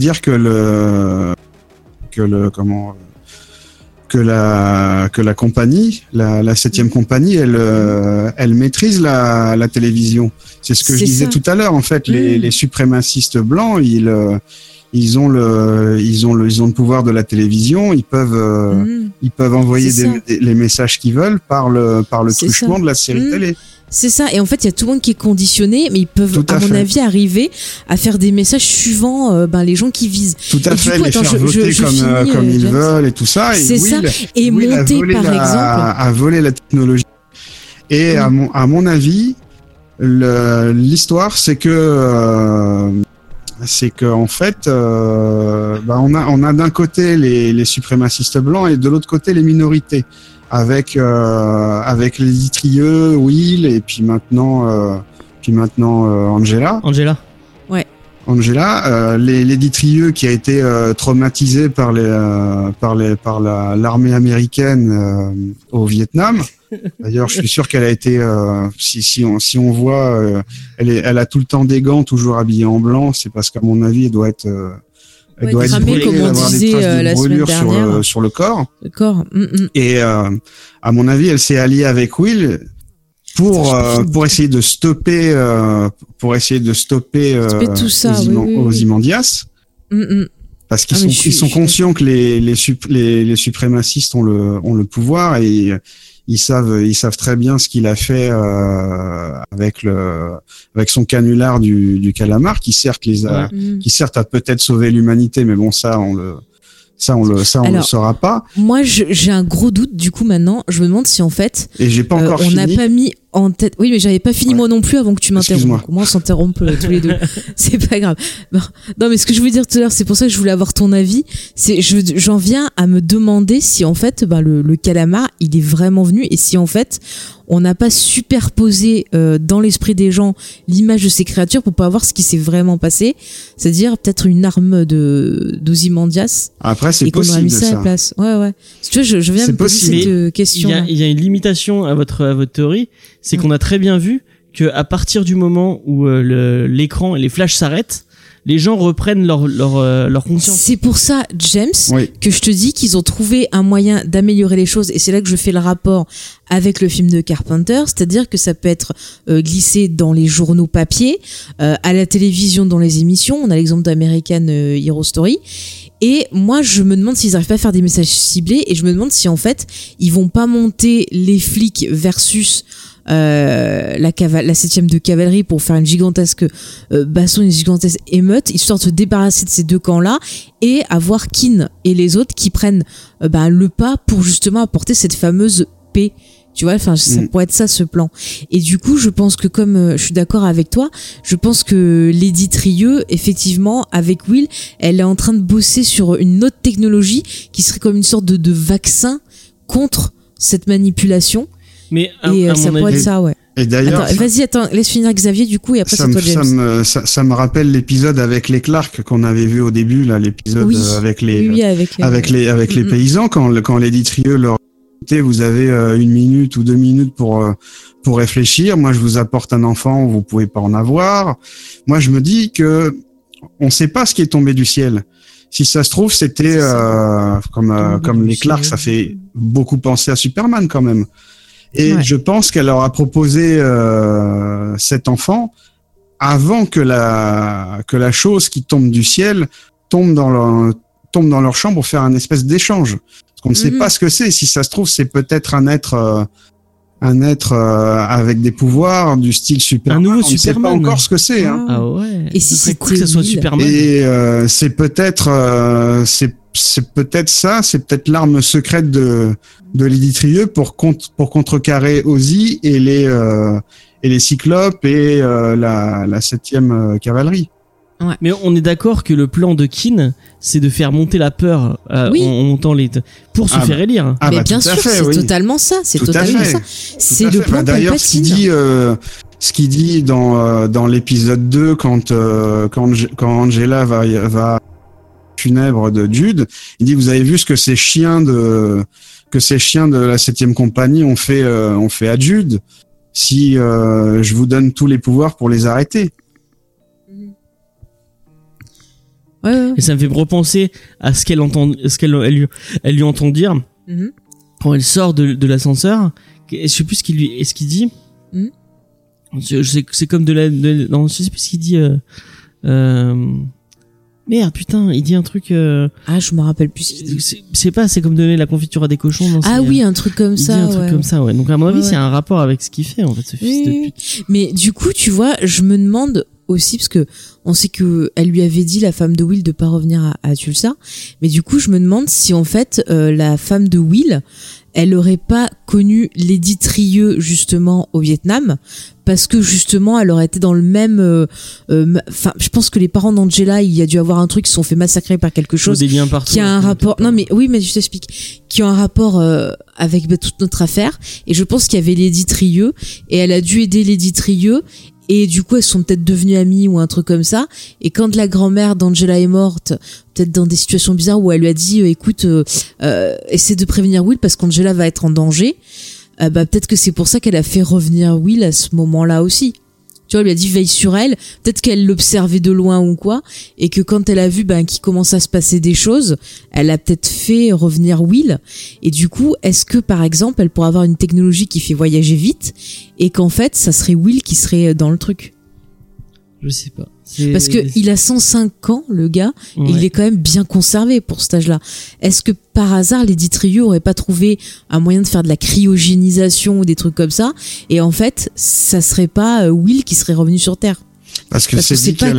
la compagnie, la 7e compagnie, elle maîtrise la télévision. C'est ce que je disais tout à l'heure. En fait, les suprémacistes blancs, ils ont le pouvoir de la télévision. Ils peuvent envoyer les messages qu'ils veulent par le truchement de la série télé. C'est ça, et en fait il y a tout le monde qui est conditionné, mais ils peuvent à mon avis arriver à faire des messages suivant les gens qui visent. Tout à fait, les faire voter comme ils veulent et tout ça. C'est ça, et monter par exemple à voler la technologie. Et à mon avis, l'histoire c'est que en fait on a d'un côté les suprémacistes blancs et de l'autre côté les minorités, avec les Litrieux, Will, et puis maintenant Angela. Angela, les Litrieux qui a été traumatisé par l'armée américaine au Vietnam. D'ailleurs, je suis sûr qu'elle a été, si on voit, elle a tout le temps des gants, toujours habillée en blanc. C'est parce qu'à mon avis, elle doit être brûlée, comme on disait la semaine dernière, sur le corps. Le corps. Et à mon avis, elle s'est alliée avec Will pour essayer de stopper tout ça, Ozymandias. Parce qu'ils sont conscients que les suprémacistes ont le pouvoir, et ils savent très bien ce qu'il a fait avec son canular du calamar, qui certes a peut-être sauvé l'humanité, mais bon, ça on le saura pas. Moi j'ai un gros doute du coup maintenant. Je me demande si en fait et j'ai pas encore on n'a pas mis en tête. Oui, mais j'avais pas fini moi non plus avant que tu m'interrompes. Au moins, on s'interrompt tous les deux. C'est pas grave. Non, mais ce que je voulais dire tout à l'heure, c'est pour ça que je voulais avoir ton avis. J'en viens à me demander si en fait, le calamar, il est vraiment venu et si en fait, on n'a pas superposé dans l'esprit des gens l'image de ces créatures pour pas voir ce qui s'est vraiment passé, c'est-à-dire peut-être une arme d'Ozymandias. Après, c'est et qu'on aurait mis ça à la ça. place. Ouais. Tu vois, je viens de me poser cette question. Il y a une limitation à votre théorie, c'est qu'on a très bien vu que à partir du moment où l'écran et les flashs s'arrêtent, les gens reprennent leur conscience. C'est pour ça, James, que je te dis qu'ils ont trouvé un moyen d'améliorer les choses, et c'est là que je fais le rapport avec le film de Carpenter, c'est-à-dire que ça peut être glissé dans les journaux papier, à la télévision dans les émissions. On a l'exemple d'American Hero Story. Et moi, je me demande s'ils arrivent pas à faire des messages ciblés, et je me demande si en fait, ils vont pas monter les flics versus la 7e de cavalerie pour faire une gigantesque baston, une gigantesque émeute, histoire de se débarrasser de ces deux camps-là et avoir Keane et les autres qui prennent le pas pour justement apporter cette fameuse paix. Tu vois, enfin, ça pourrait être ça, ce plan. Et du coup, je pense que comme je suis d'accord avec toi, je pense que Lady Trieux, effectivement, avec Will, elle est en train de bosser sur une autre technologie qui serait comme une sorte de vaccin contre cette manipulation. Mais et ça pourrait être ça, ouais. Et d'ailleurs, attends, laisse finir Xavier du coup, et après c'est toi James. Ça me rappelle l'épisode avec les Clark qu'on avait vu au début, là, l'épisode avec les paysans, quand Lady Trieux leur dit, vous avez 1 minute ou 2 minutes pour réfléchir. Moi, je vous apporte un enfant, vous pouvez pas en avoir. Moi, je me dis que on sait pas ce qui est tombé du ciel. Si ça se trouve, c'était comme les Clark, ça fait beaucoup penser à Superman quand même. Et je pense qu'elle leur a proposé cet enfant avant que la chose qui tombe du ciel tombe dans leur chambre pour faire un espèce d'échange. Parce qu'on ne sait pas ce que c'est. Si ça se trouve, c'est peut-être un être avec des pouvoirs du style Superman. Un nouveau on Superman. Ne sait pas encore ce que c'est. Hein. Ah ouais. Et si c'est cool que ça soit Superman. Et c'est peut-être c'est peut-être ça, c'est peut-être l'arme secrète de Lady Trieux pour contrecarrer Ozzy et les Cyclopes et la 7e cavalerie. Ouais. Mais on est d'accord que le plan de Keane, c'est de faire monter la peur en montant pour se faire élire. Mais bien sûr, c'est totalement ça. C'est totalement ça. C'est le plan d'ailleurs, ce qu'il dit dans l'épisode 2 quand Angela va funèbre de Jude, il dit, vous avez vu ce que ces chiens de la 7e compagnie ont fait à Jude. Si je vous donne tous les pouvoirs pour les arrêter. Et ça me fait repenser à ce qu'elle lui entend dire quand elle sort de l'ascenseur. Je sais plus ce qu'il dit. Je sais que c'est comme je sais plus ce qu'il dit. Merde, putain, il dit un truc. Je me rappelle plus. C'est comme donner la confiture à des cochons. Non, un truc comme ça. Il dit un truc comme ça, ouais. Donc à mon avis, c'est un rapport avec ce qu'il fait en fait, ce fils de pute. Mais du coup, tu vois, je me demande aussi, parce que on sait que elle lui avait dit, la femme de Will, de pas revenir à Tulsa, mais du coup je me demande si en fait la femme de Will, elle aurait pas connu Lady Trieux justement au Vietnam, parce que justement elle aurait été dans le même je pense que les parents d'Angela, il y a dû avoir un truc, ils se sont fait massacrer par quelque chose des liens partout, qui a un rapport je t'explique, qui a un rapport avec toute notre affaire, et je pense qu'il y avait Lady Trieux et elle a dû aider Lady Trieux. Et du coup, elles sont peut-être devenues amies ou un truc comme ça. Et quand la grand-mère d'Angela est morte, peut-être dans des situations bizarres où elle lui a dit, écoute, essaie de prévenir Will parce qu'Angela va être en danger. Peut-être que c'est pour ça qu'elle a fait revenir Will à ce moment-là aussi. Tu vois, elle lui a dit veille sur elle. Peut-être qu'elle l'observait de loin ou quoi. Et que quand elle a vu qu'il commence à se passer des choses, elle a peut-être fait revenir Will. Et du coup, est-ce que par exemple, elle pourrait avoir une technologie qui fait voyager vite et qu'en fait, ça serait Will qui serait dans le truc? Je sais pas. Parce que il a 105 ans, le gars, et il est quand même bien conservé pour cet âge-là. Est-ce que par hasard, Lady Trieux aurait pas trouvé un moyen de faire de la cryogénisation ou des trucs comme ça, et en fait, ça serait pas Will qui serait revenu sur Terre? Parce que c'est dit qu'elle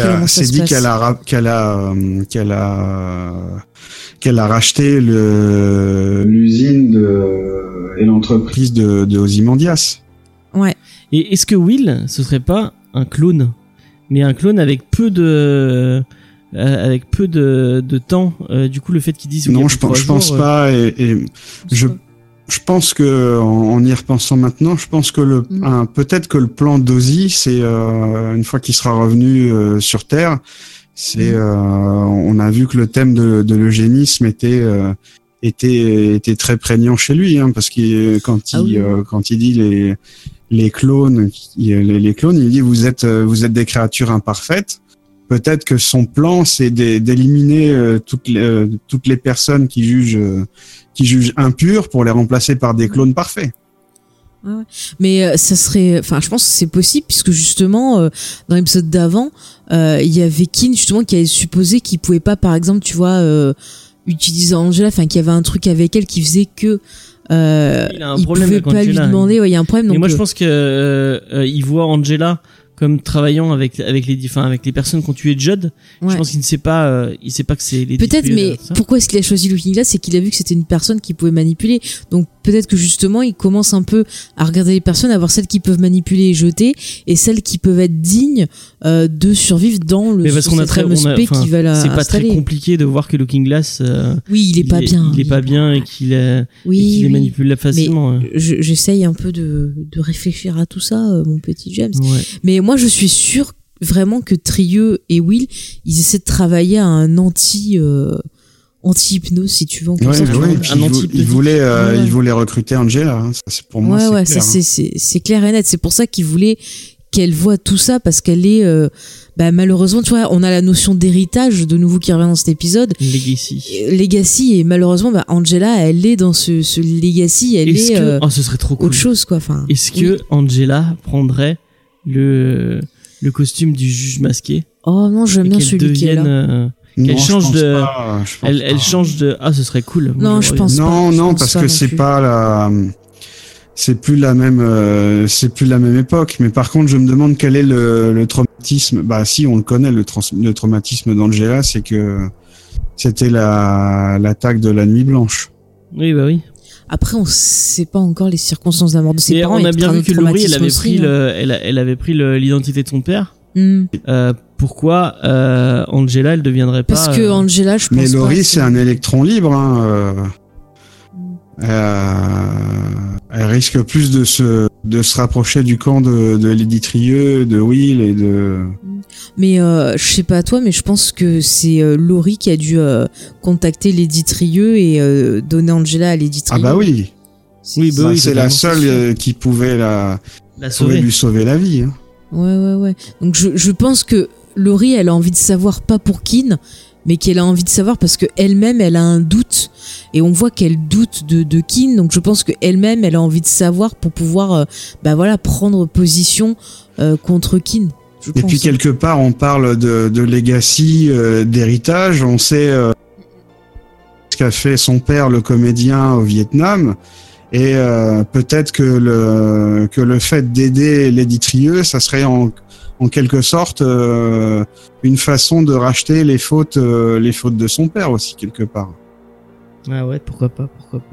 a racheté l'usine et l'entreprise de Ozymandias. Ouais. Et est-ce que Will, ce serait pas un clone, mais un clone avec peu de temps. Du coup, le fait qu'ils disent non, je pense pas. Et je pense que en y repensant maintenant, je pense que peut-être que le plan d'Ozzy, c'est une fois qu'il sera revenu sur Terre, c'est on a vu que le thème de l'eugénisme était très prégnant chez lui, hein, parce que quand il dit les clones, les clones, il dit vous êtes des créatures imparfaites. Peut-être que son plan, c'est d'éliminer toutes les personnes qui jugent impures pour les remplacer par des clones parfaits. Ouais. Mais ça serait, enfin, je pense que c'est possible puisque justement dans l'épisode d'avant, il y avait Kin justement qui avait supposé qu'il pouvait pas, par exemple, tu vois, utiliser Angela, enfin, qu'il y avait un truc avec elle qui faisait que il pouvait pas lui demander. Ouais, il y a un problème. Mais moi, je pense que il voit Angela comme travaillant avec les personnes qui ont tué Judd. Ouais. Je pense qu'il ne sait pas, il sait pas que c'est les peut-être, mais pourquoi est-ce qu'il a choisi Looking Glass? C'est qu'il a vu que c'était une personne qui pouvait manipuler. Donc peut-être que justement, il commence un peu à regarder les personnes, à voir celles qui peuvent manipuler et jeter, et celles qui peuvent être dignes de survivre dans le. Mais parce qu'on a très, qui va la. C'est pas très compliqué de voir que Looking Glass. Oui, il est pas bien. Il est pas bien et qu'il les manipule facilement. Mais j'essaye un peu de réfléchir à tout ça, mon petit James. Ouais. Mais moi, je suis sûre vraiment que Trieux et Will, ils essaient de travailler à un anti-hypnose, si tu veux. Il voulait recruter Angela. Hein. Ça, c'est pour moi, c'est clair. C'est clair et net. C'est pour ça qu'il voulait qu'elle voit tout ça, parce qu'elle est, malheureusement, tu vois, on a la notion d'héritage de nouveau qui revient dans cet épisode. Legacy, et malheureusement, Angela, elle est dans ce legacy, ce serait trop cool. Autre chose, quoi. Enfin, est-ce que Angela prendrait le costume du juge masqué? Oh non, j'aime bien celui qui est là. Elle change de. Elle change de. Ah, ce serait cool. Non, je pense pas. Non, parce que c'est pas la. C'est plus la même. C'est plus la même époque. Mais par contre, je me demande quel est le traumatisme. Bah, si, on le connaît, le traumatisme d'Angela, c'est que c'était l'attaque de la Nuit Blanche. Oui, bah oui. Après, on sait pas encore les circonstances de la mort de ses parents. On a bien vu que Laurie, elle avait pris l'identité de son père. Pourquoi Angela, elle deviendrait pas... Parce que Angela, je pense. Mais Laurie, c'est un électron libre. Hein, elle risque plus de se rapprocher du camp de Lady Trieux, de Will et de... Mais je sais pas toi, mais je pense que c'est Laurie qui a dû contacter Lady Trieux et donner Angela à Lady Trieux. Ah bah oui. C'est la seule qui pouvait lui sauver la vie. Hein. Ouais. Donc je pense que Laurie, elle a envie de savoir, pas pour Kin, mais qu'elle a envie de savoir parce que elle-même, elle a un doute, et on voit qu'elle doute de Kin. Donc je pense que elle-même, elle a envie de savoir pour pouvoir, prendre position contre Kin. Et puis quelque part, on parle de legacy, d'héritage. On sait ce qu'a fait son père, le comédien, au Vietnam. Et peut-être que le fait d'aider Lady Trieux, ça serait en quelque sorte une façon de racheter les fautes de son père aussi, quelque part. Ah ouais, pourquoi pas.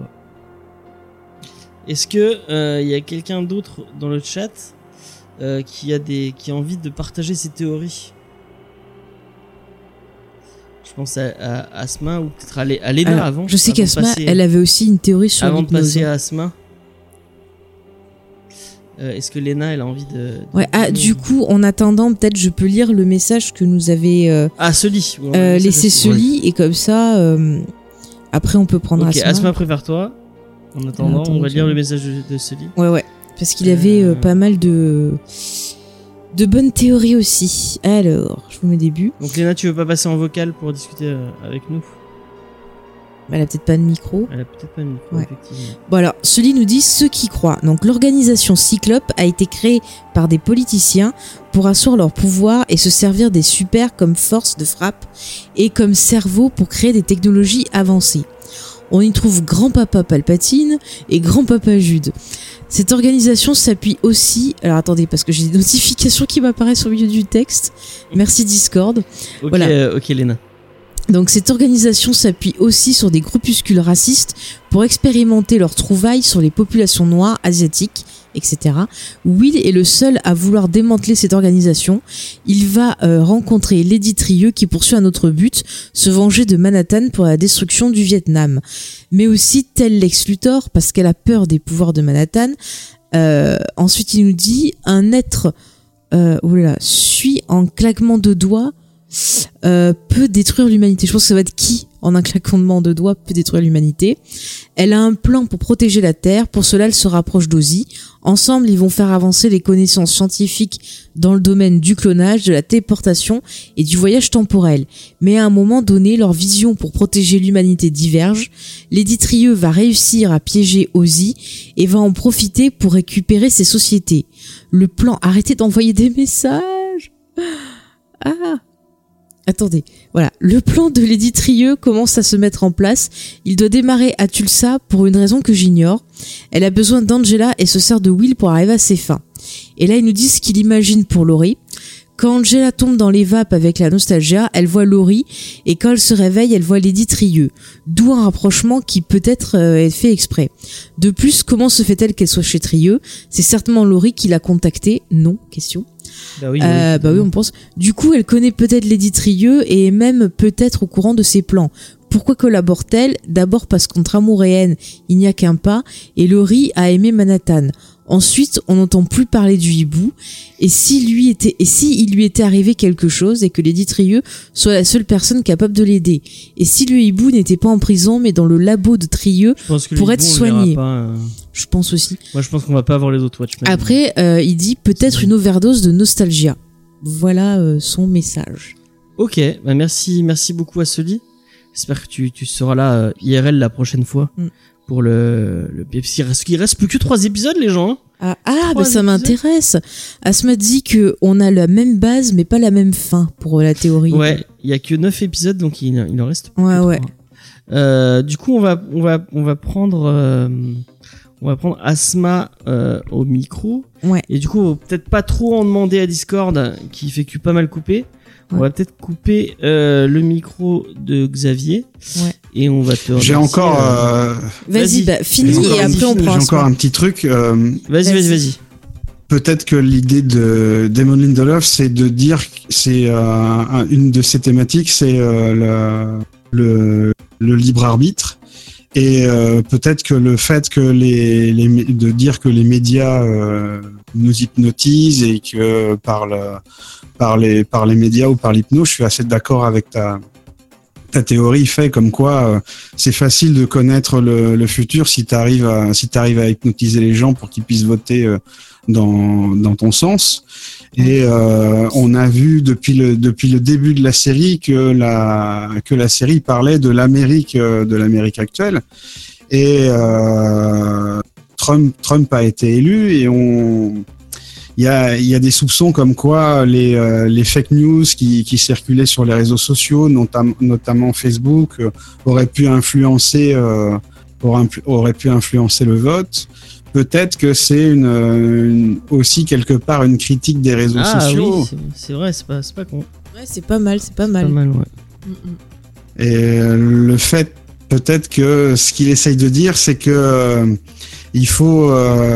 Est-ce que y a quelqu'un d'autre dans le chat qui a envie de partager ses théories? Je pense à Asma, ou peut-être à Lena avant. Je sais qu'Asma, elle avait aussi une théorie sur l'hypnose. Avant de passer à Asma, est-ce que Lena, elle a envie de... Ouais, du coup, en attendant, peut-être je peux lire le message que nous avait Sully. laissé Sully, et comme ça, après on peut prendre Asma. Asma, prépare-toi. En attendant, on va lire le message de Sully. Ouais. Parce qu'il avait pas mal de bonnes théories aussi. Alors, je vous mets début. Donc Léna, tu veux pas passer en vocal pour discuter avec nous? Elle a peut-être pas de micro. Ouais. Effectivement. Bon alors, Sully nous dit ceux qui croient. Donc l'organisation Cyclope a été créée par des politiciens pour asseoir leur pouvoir et se servir des super comme force de frappe et comme cerveau pour créer des technologies avancées. On y trouve grand-papa Palpatine et grand-papa Jude. Cette organisation s'appuie aussi... Alors attendez, parce que j'ai des notifications qui m'apparaissent au milieu du texte. Merci Discord. Ok Léna. Donc cette organisation s'appuie aussi sur des groupuscules racistes pour expérimenter leurs trouvailles sur les populations noires, asiatiques, etc. Will est le seul à vouloir démanteler cette organisation. Il va rencontrer Lady Trieux qui poursuit un autre but, se venger de Manhattan pour la destruction du Vietnam. Mais aussi, tel Lex Luthor, parce qu'elle a peur des pouvoirs de Manhattan. Ensuite, il nous dit, un être suit en claquement de doigts peut détruire l'humanité. Je pense que ça va être qui, en un claquement de doigts, peut détruire l'humanité. Elle a un plan pour protéger la Terre. Pour cela, elle se rapproche d'Ozzy. Ensemble, ils vont faire avancer les connaissances scientifiques dans le domaine du clonage, de la téléportation et du voyage temporel. Mais à un moment donné, leur vision pour protéger l'humanité diverge. Lady Trieux va réussir à piéger Ozzy et va en profiter pour récupérer ses sociétés. Le plan... Arrêtez d'envoyer des messages. Attendez, voilà, le plan de Lady Trieux commence à se mettre en place. Il doit démarrer à Tulsa pour une raison que j'ignore. Elle a besoin d'Angela et se sert de Will pour arriver à ses fins. Et là, il nous dit ce qu'il imagine pour Laurie. Quand Angela tombe dans les vapes avec la nostalgia, elle voit Laurie, et quand elle se réveille, elle voit Lady Trieux. D'où un rapprochement qui peut-être est fait exprès. De plus, comment se fait-elle qu'elle soit chez Trieux ? C'est certainement Laurie qui l'a contactée. Non, question. Bah oui, on pense. Du coup, elle connaît peut-être Lady Trieux et est même peut-être au courant de ses plans. Pourquoi collabore-t-elle ? D'abord parce qu'entre amour et haine, il n'y a qu'un pas, et Laurie a aimé Manhattan. Ensuite, on n'entend plus parler du hibou. Et si il lui était arrivé quelque chose et que Lady Trieux soit la seule personne capable de l'aider. Et si le hibou n'était pas en prison mais dans le labo de Trieux pour être soigné. Je pense aussi. Moi, je pense qu'on va pas avoir les autres Watchmen. Après, il dit peut-être une overdose de nostalgia. Voilà son message. Ok, bah merci beaucoup à Sully. J'espère que tu seras là IRL la prochaine fois. Pour parce qu'il reste plus que 3 épisodes, les gens. Bah ça m'intéresse. Asma dit que on a la même base mais pas la même fin pour la théorie. Ouais, il y a que 9 épisodes donc il en reste plus que 3. Du coup, on va prendre Asma au micro. Ouais. Et du coup, peut-être pas trop en demander à Discord qui fait que pas mal couper. On va peut-être couper le micro de Xavier. Ouais. Et on va te J'ai encore... Vas-y, finis et après on prend. J'ai encore un petit truc. Vas-y. Peut-être que l'idée de Damon Lindelof, c'est de dire... C'est une de ses thématiques, c'est le libre arbitre. Et peut-être que le fait que de dire que les médias nous hypnotisent et que par les médias ou par l'hypnose, je suis assez d'accord avec ta théorie fait comme quoi c'est facile de connaître le futur si t'arrives à hypnotiser les gens pour qu'ils puissent voter dans ton sens. Et on a vu depuis le début de la série que la série parlait de l'Amérique actuelle. Et Trump a été élu et il y a des soupçons comme quoi les fake news qui circulaient sur les réseaux sociaux, notamment Facebook, auraient pu influencer le vote. Peut-être que c'est aussi quelque part une critique des réseaux sociaux. Oui, c'est vrai, c'est pas con. Ouais, c'est pas mal. C'est pas mal, ouais. Et le fait, peut-être que ce qu'il essaye de dire, c'est que il faut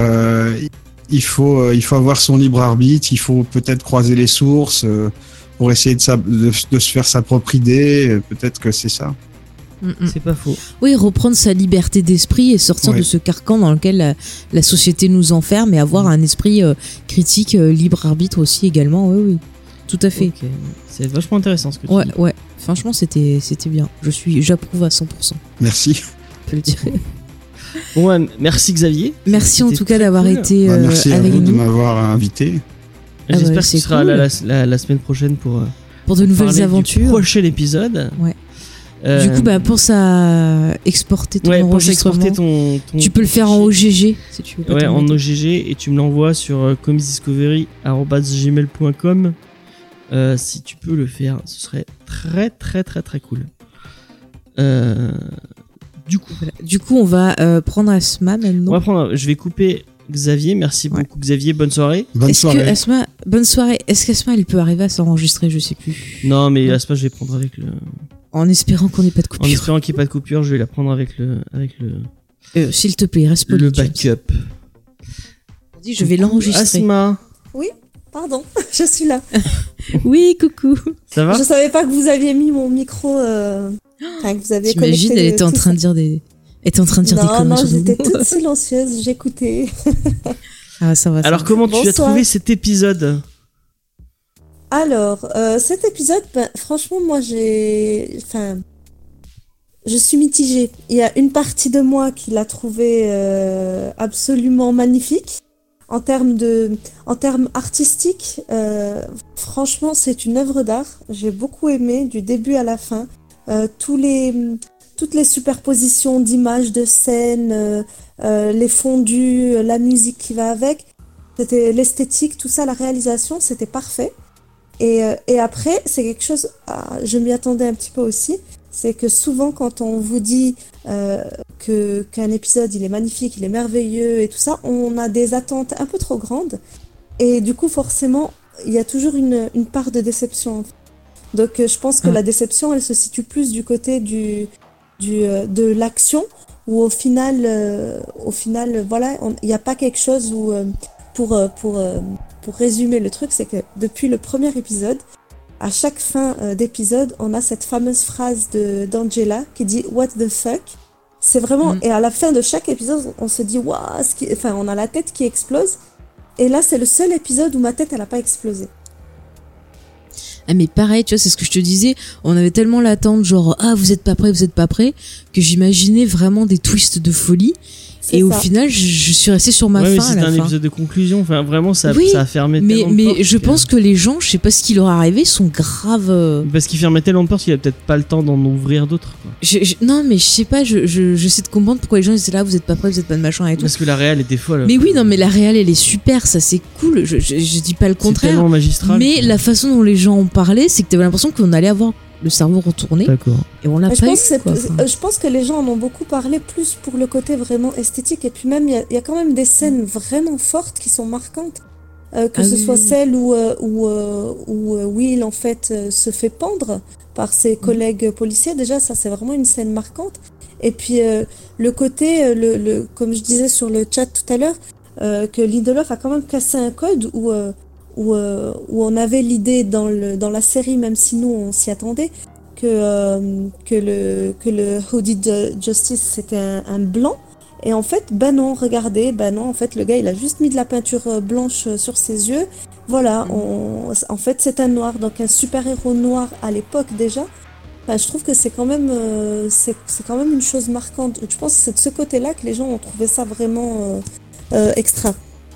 avoir son libre arbitre. Il faut peut-être croiser les sources pour essayer de se faire sa propre idée. Peut-être que c'est ça. C'est pas faux. Oui, reprendre sa liberté d'esprit et sortir de ce carcan dans lequel la société nous enferme et avoir un esprit critique, libre arbitre aussi également. Oui, tout à fait. Okay. C'est vachement intéressant ce que tu dis. Ouais. Franchement, c'était bien. J'approuve à 100%. Merci. Je peux le dire. Bon, ouais, merci Xavier. Merci en tout cas d'avoir été merci avec à vous nous. de m'avoir invité. J'espère que tu seras là la semaine prochaine pour de nouvelles aventures. Du prochain épisode. Ouais. Du coup, pense à exporter ton enregistrement. Tu peux le faire en OGG si tu veux. Ouais, en OGG et tu me l'envoies sur comicsdiscovery@gmail.com. Si tu peux le faire, ce serait très très très très cool. Du coup, on va prendre Asma maintenant. Je vais couper Xavier. Merci beaucoup Xavier. Bonne soirée. Bonne soirée. Est-ce qu'Asma elle peut arriver à s'enregistrer? Je sais plus. Non, mais Asma, je vais prendre avec le. En espérant qu'on n'ait pas de coupure. En espérant qu'il n'y ait pas de coupure, je vais la prendre avec le s'il te plaît, reste poli. Le backup. Dis, je vais l'enregistrer. Asma. Oui, pardon, je suis là. Oui, coucou. Ça va? Je savais pas que vous aviez mis mon micro. Enfin, que vous aviez T'imagines, elle était en train de dire des. Elle était en train de dire des conneries. Non, sur j'étais nous. toute silencieuse, j'écoutais. Ah, ça va. Alors, comment tu as trouvé cet épisode? Alors, cet épisode, franchement, moi, je suis mitigée. Il y a une partie de moi qui l'a trouvé absolument magnifique. En termes artistiques, franchement, c'est une œuvre d'art. J'ai beaucoup aimé du début à la fin. Toutes les superpositions d'images, de scènes, les fondus, la musique qui va avec. C'était l'esthétique, tout ça, la réalisation, c'était parfait. Et après, c'est quelque chose, je m'y attendais un petit peu aussi, c'est que souvent quand on vous dit qu'un épisode il est magnifique, il est merveilleux et tout ça, on a des attentes un peu trop grandes et du coup forcément il y a toujours une part de déception. Donc je pense que la déception elle se situe plus du côté de l'action où au final voilà, il n'y a pas quelque chose où pour résumer le truc, c'est que depuis le premier épisode, à chaque fin d'épisode, on a cette fameuse phrase d'Angela qui dit « What the fuck ?» C'est vraiment... Et à la fin de chaque épisode, on se dit « Waouh !» Enfin, on a la tête qui explose. Et là, c'est le seul épisode où ma tête, elle n'a pas explosé. Ah mais pareil, tu vois, c'est ce que je te disais, on avait tellement l'attente genre « Ah, vous êtes pas prêts », que j'imaginais vraiment des twists de folie. Et au final, je suis restée sur ma fin. Mais c'était un épisode de conclusion. Enfin, vraiment, ça a fermé tellement de portes. Mais je pense que les gens, je sais pas ce qui leur est arrivé, sont grave. Parce qu'ils fermaient tellement de portes qu'il y a peut-être pas le temps d'en ouvrir d'autres. Non, mais je sais pas. Je sais de comprendre pourquoi les gens étaient là. Vous êtes pas prêts, vous êtes pas de machin et tout. Parce que la réal était folle. Mais oui, non, mais la réal, elle est super. Ça, c'est cool. Je dis pas le contraire. C'est tellement magistral. Mais la façon dont les gens ont parlé, c'est que t'avais l'impression qu'on allait avoir le cerveau retourné. D'accord. Et on l'a pas eu, quoi. Je pense que les gens en ont beaucoup parlé plus pour le côté vraiment esthétique. Et puis même, il y a quand même des scènes vraiment fortes qui sont marquantes. Que ce soit celle où Will, en fait, se fait pendre par ses collègues policiers. Déjà, ça, c'est vraiment une scène marquante. Et puis, le côté, comme je disais sur le chat tout à l'heure, que Lindelof a quand même cassé un code où on avait l'idée dans la série, même si nous on s'y attendait, que le Who Did Justice c'était un blanc, et en fait non, regardez, non, en fait le gars il a juste mis de la peinture blanche sur ses yeux, voilà, en fait c'est un noir, donc un super héros noir à l'époque déjà. Enfin, je trouve que c'est quand même une chose marquante. Je pense que c'est de ce côté-là que les gens ont trouvé ça vraiment extra.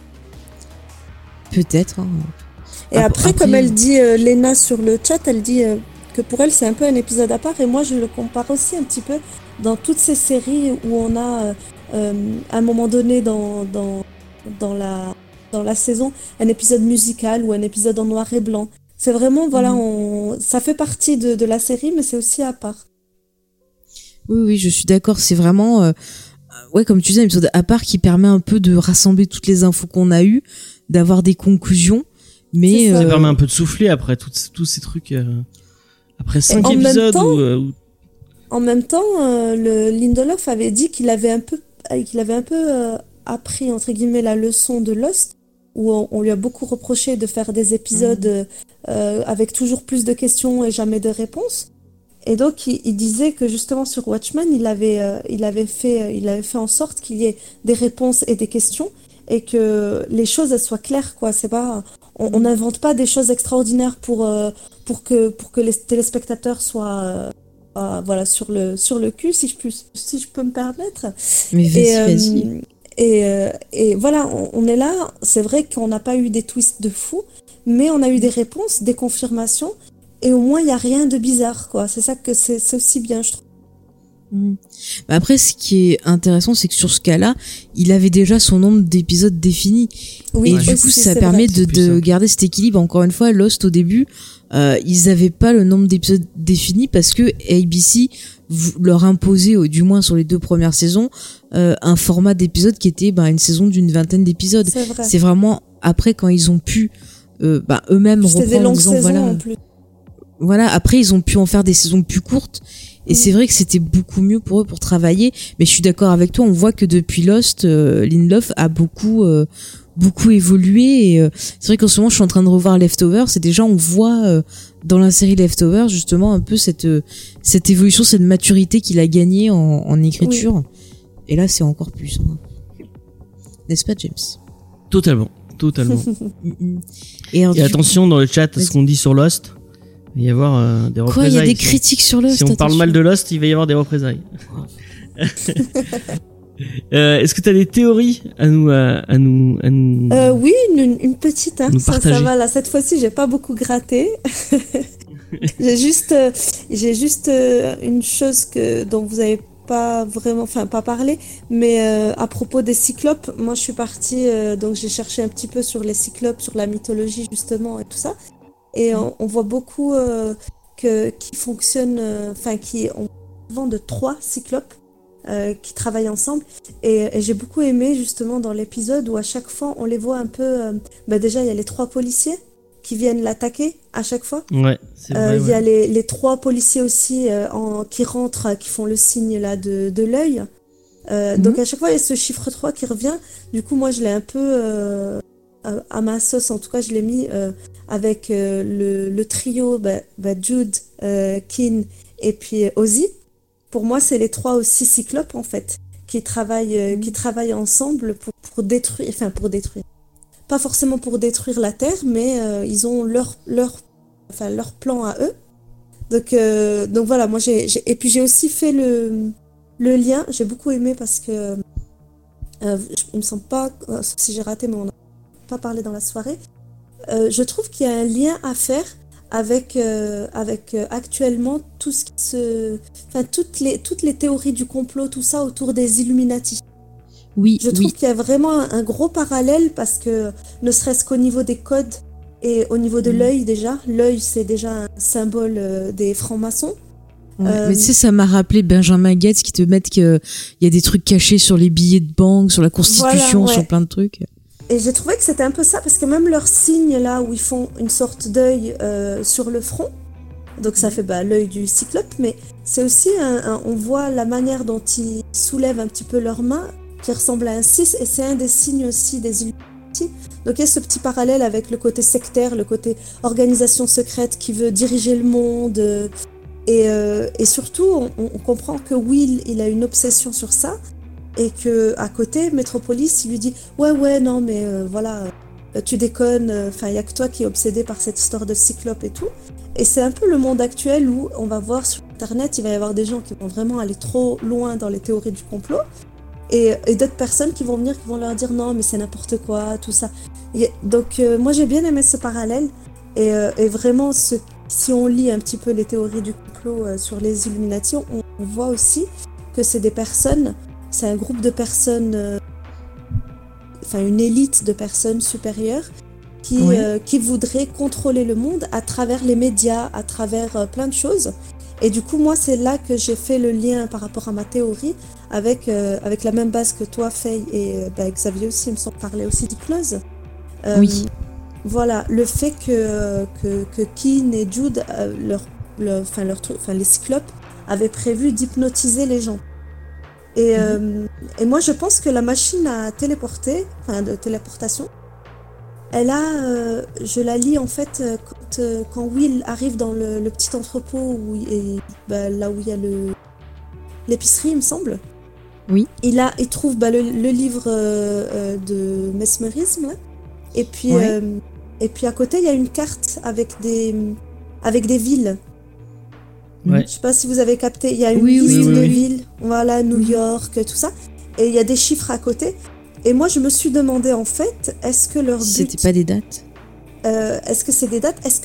Peut-être. Hein. Et après, comme elle dit, Léna sur le chat, elle dit que pour elle, c'est un peu un épisode à part. Et moi, je le compare aussi un petit peu dans toutes ces séries où on a, à un moment donné dans la saison, un épisode musical ou un épisode en noir et blanc. C'est vraiment, voilà, ça fait partie de la série, mais c'est aussi à part. Oui, je suis d'accord. C'est vraiment... ouais, comme tu disais, un épisode à part qui permet un peu de rassembler toutes les infos qu'on a eues, d'avoir des conclusions, mais ça permet un peu de souffler après tous ces trucs. Après 5 épisodes En même temps, le Lindelof avait dit qu'il avait un peu appris entre guillemets la leçon de Lost, où on lui a beaucoup reproché de faire des épisodes avec toujours plus de questions et jamais de réponses. Et donc il disait que justement sur Watchmen, il avait fait en sorte qu'il y ait des réponses et des questions et que les choses elles soient claires, quoi. C'est pas, on n'invente pas des choses extraordinaires pour que les téléspectateurs soient voilà sur le cul, si je peux me permettre. Mais vas-y. Et voilà, on est là. C'est vrai qu'on n'a pas eu des twists de fou, mais on a eu des réponses, des confirmations. Et au moins, il n'y a rien de bizarre, quoi. C'est ça que c'est aussi bien, je trouve. Après, ce qui est intéressant, c'est que sur ce cas-là, il avait déjà son nombre d'épisodes défini. Oui, et du coup, ça permet de garder cet équilibre. Encore une fois, Lost, au début, ils avaient pas le nombre d'épisodes défini parce que ABC leur imposait, du moins sur les 2 premières saisons, un format d'épisodes qui était une saison d'une 20aine d'épisodes. C'est vraiment après, quand ils ont pu eux-mêmes reprendre en disant, voilà... voilà, après ils ont pu en faire des saisons plus courtes et c'est vrai que c'était beaucoup mieux pour eux pour travailler, mais je suis d'accord avec toi, on voit que depuis Lost, Lindelof a beaucoup évolué et c'est vrai qu'en ce moment je suis en train de revoir Leftovers et déjà on voit dans la série Leftovers justement un peu cette évolution, cette maturité qu'il a gagnée en écriture, et là c'est encore plus, hein. N'est-ce pas, James? Totalement. Et attention dans le chat à ce qu'on dit sur Lost. Il va y avoir des représailles. Quoi, il y a des critiques sur Lost? Si on parle mal de Lost, il va y avoir des représailles. Est-ce que tu as des théories à nous Oui, une petite, hein. Ça va là. Cette fois-ci, j'ai pas beaucoup gratté. j'ai juste une chose dont vous avez pas parlé, mais à propos des cyclopes, moi je suis partie, donc j'ai cherché un petit peu sur les cyclopes, sur la mythologie justement et tout ça, et on voit beaucoup qui fonctionnent, on vend de 3 cyclopes qui travaillent ensemble, et j'ai beaucoup aimé justement dans l'épisode où à chaque fois on les voit un peu, déjà il y a les 3 policiers qui viennent l'attaquer à chaque fois. Ouais, c'est vrai. Il y a les 3 policiers aussi qui rentrent, qui font le signe là de l'œil. Donc à chaque fois il y a ce chiffre 3 qui revient. Du coup moi je l'ai un peu à ma sauce, en tout cas je l'ai mis avec le trio Jude, Keane et puis Ozzy. Pour moi c'est les 3 aussi cyclopes en fait qui travaillent ensemble pour détruire. Pas forcément pour détruire la Terre, mais ils ont leur plan à eux. Donc voilà, moi et puis j'ai aussi fait le lien, j'ai beaucoup aimé parce que il me semble pas, sauf si j'ai raté, mais on n'a pas parlé dans la soirée. Je trouve qu'il y a un lien à faire avec actuellement tout ce qui toutes les théories du complot, tout ça autour des Illuminati. Oui, je trouve qu'il y a vraiment un gros parallèle parce que ne serait-ce qu'au niveau des codes et au niveau de l'œil déjà, l'œil c'est déjà un symbole des francs-maçons. Ouais, mais tu sais, ça m'a rappelé Benjamin Gates qui te mettent qu'il y a des trucs cachés sur les billets de banque, sur la Constitution, sur plein de trucs. Et j'ai trouvé que c'était un peu ça parce que même leur signe là où ils font une sorte d'œil sur le front, donc ça fait l'œil du cyclope, mais c'est aussi on voit la manière dont ils soulèvent un petit peu leurs mains qui ressemble à un 6, et c'est un des signes aussi des Illuminati. Donc il y a ce petit parallèle avec le côté sectaire, le côté organisation secrète qui veut diriger le monde, et surtout on comprend que Will il a une obsession sur ça, et que à côté Metropolis il lui dit ouais non mais voilà, tu déconnes, il y a que toi qui es obsédé par cette histoire de cyclope et tout. Et c'est un peu le monde actuel où on va voir sur internet, il va y avoir des gens qui vont vraiment aller trop loin dans les théories du complot, et d'autres personnes qui vont venir, qui vont leur dire non mais c'est n'importe quoi, tout ça. Donc moi j'ai bien aimé ce parallèle, et vraiment si on lit un petit peu les théories du complot sur les Illuminati, on voit aussi que c'est des personnes, c'est un groupe de personnes, une élite de personnes supérieures qui voudraient contrôler le monde à travers les médias, à travers plein de choses. Et du coup, moi, c'est là que j'ai fait le lien par rapport à ma théorie avec la même base que toi, Faye, et Xavier aussi, il me semble parler aussi d'hypnose. Oui. Voilà, le fait que Keane et Jude, les cyclopes, avaient prévu d'hypnotiser les gens. Et moi, je pense que la machine à téléporter, de téléportation, elle a, je la lis en fait quand Will arrive dans le petit entrepôt là où il y a l'épicerie, il me semble. Oui. Il trouve le livre de mesmérisme, là. Et puis à côté il y a une carte avec des villes. Ouais. Je sais pas si vous avez capté, il y a une liste de villes, voilà, New York, tout ça, et il y a des chiffres à côté. Et moi je me suis demandé en fait, est-ce que leur but, c'était pas des dates, est-ce que c'est des dates, est-ce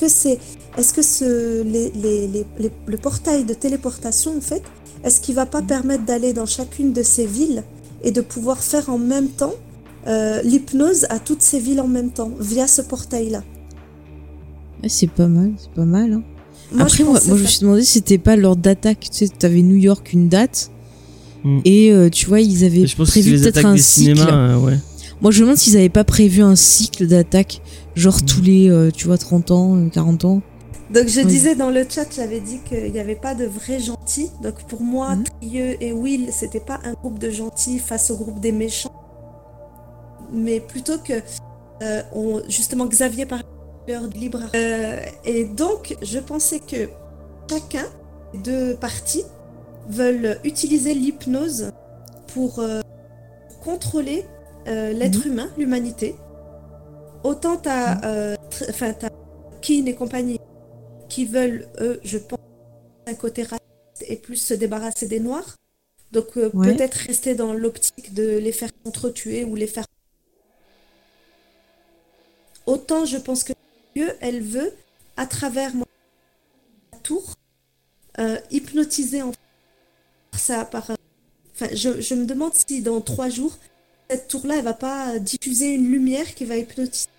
que le portail de téléportation en fait, est-ce qu'il va pas permettre d'aller dans chacune de ces villes et de pouvoir faire en même temps l'hypnose à toutes ces villes en même temps via ce portail là. C'est pas mal hein. Moi, après moi je me suis demandé si c'était pas l'ordre d'attaque, tu sais, t'avais New York une date, et tu vois ils avaient prévu peut-être un cycle. Moi je me demande s'ils avaient pas prévu un cycle d'attaque, genre tous les 30 ans, 40 ans. Donc je disais dans le chat, j'avais dit qu'il n'y avait pas de vrais gentils. Donc pour moi, Trieux et Will, c'était pas un groupe de gentils face au groupe des méchants. Mais plutôt que justement Xavier parlait de libre. Et donc je pensais que chacun de parties veulent utiliser l'hypnose pour contrôler l'être humain, l'humanité. Autant t'as Keen et compagnie qui veulent, eux, je pense, un côté raciste et plus se débarrasser des Noirs. Donc peut-être rester dans l'optique de les faire contre-tuer ou les faire... Autant je pense que Dieu, elle veut, à travers la tour, hypnotiser en ça par... Enfin, je me demande si dans 3 jours, cette tour-là, elle va pas diffuser une lumière qui va hypnotiser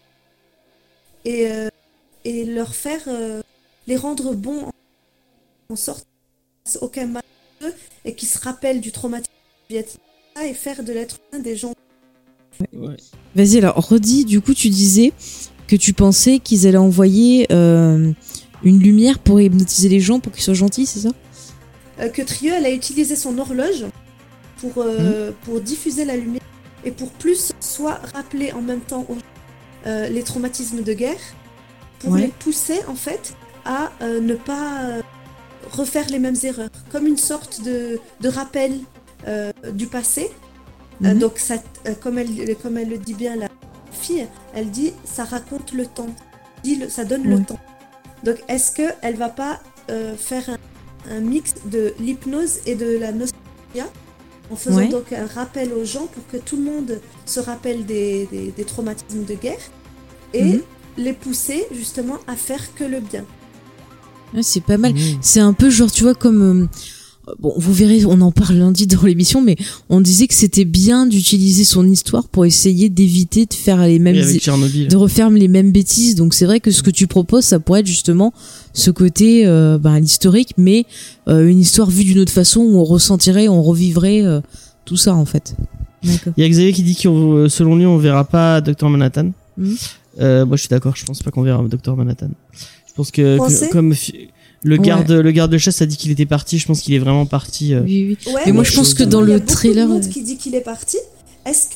et leur faire... les rendre bons en sorte qu'il aucun mal et qu'ils se rappellent du traumatisme du Vietnam et faire de l'être humain des gens. Ouais. Vas-y, alors redis, du coup tu disais que tu pensais qu'ils allaient envoyer une lumière pour hypnotiser les gens pour qu'ils soient gentils, c'est ça? Que Trieux, elle a utilisé son horloge pour diffuser la lumière et pour plus soit rappeler en même temps les traumatismes de guerre, pour les pousser en fait à ne pas refaire les mêmes erreurs, comme une sorte de rappel du passé. Donc, ça, comme elle le dit bien, la fille, elle dit, ça raconte le temps, ça donne le temps. Donc, est-ce qu'elle va pas faire un mix de l'hypnose et de la nostalgie, en faisant donc un rappel aux gens pour que tout le monde se rappelle des traumatismes de guerre et les pousser justement à faire que le bien. Ouais, c'est pas mal. C'est un peu genre, tu vois, comme... bon, vous verrez, on en parle lundi dans l'émission, mais on disait que c'était bien d'utiliser son histoire pour essayer d'éviter de faire les mêmes... de refaire les mêmes bêtises. Donc c'est vrai que ce que tu proposes, ça pourrait être justement ce côté l'historique, mais une histoire vue d'une autre façon où on ressentirait, on revivrait tout ça, en fait. D'accord. Il y a Xavier qui dit que selon lui, on verra pas Dr Manhattan. Moi, je suis d'accord, je pense pas qu'on verra Dr Manhattan. Je pense que comme le garde de chasse a dit qu'il était parti, je pense qu'il est vraiment parti. Oui. Ouais, mais moi je pense que dans le trailer, il y a beaucoup de monde qui dit qu'il est parti. Est-ce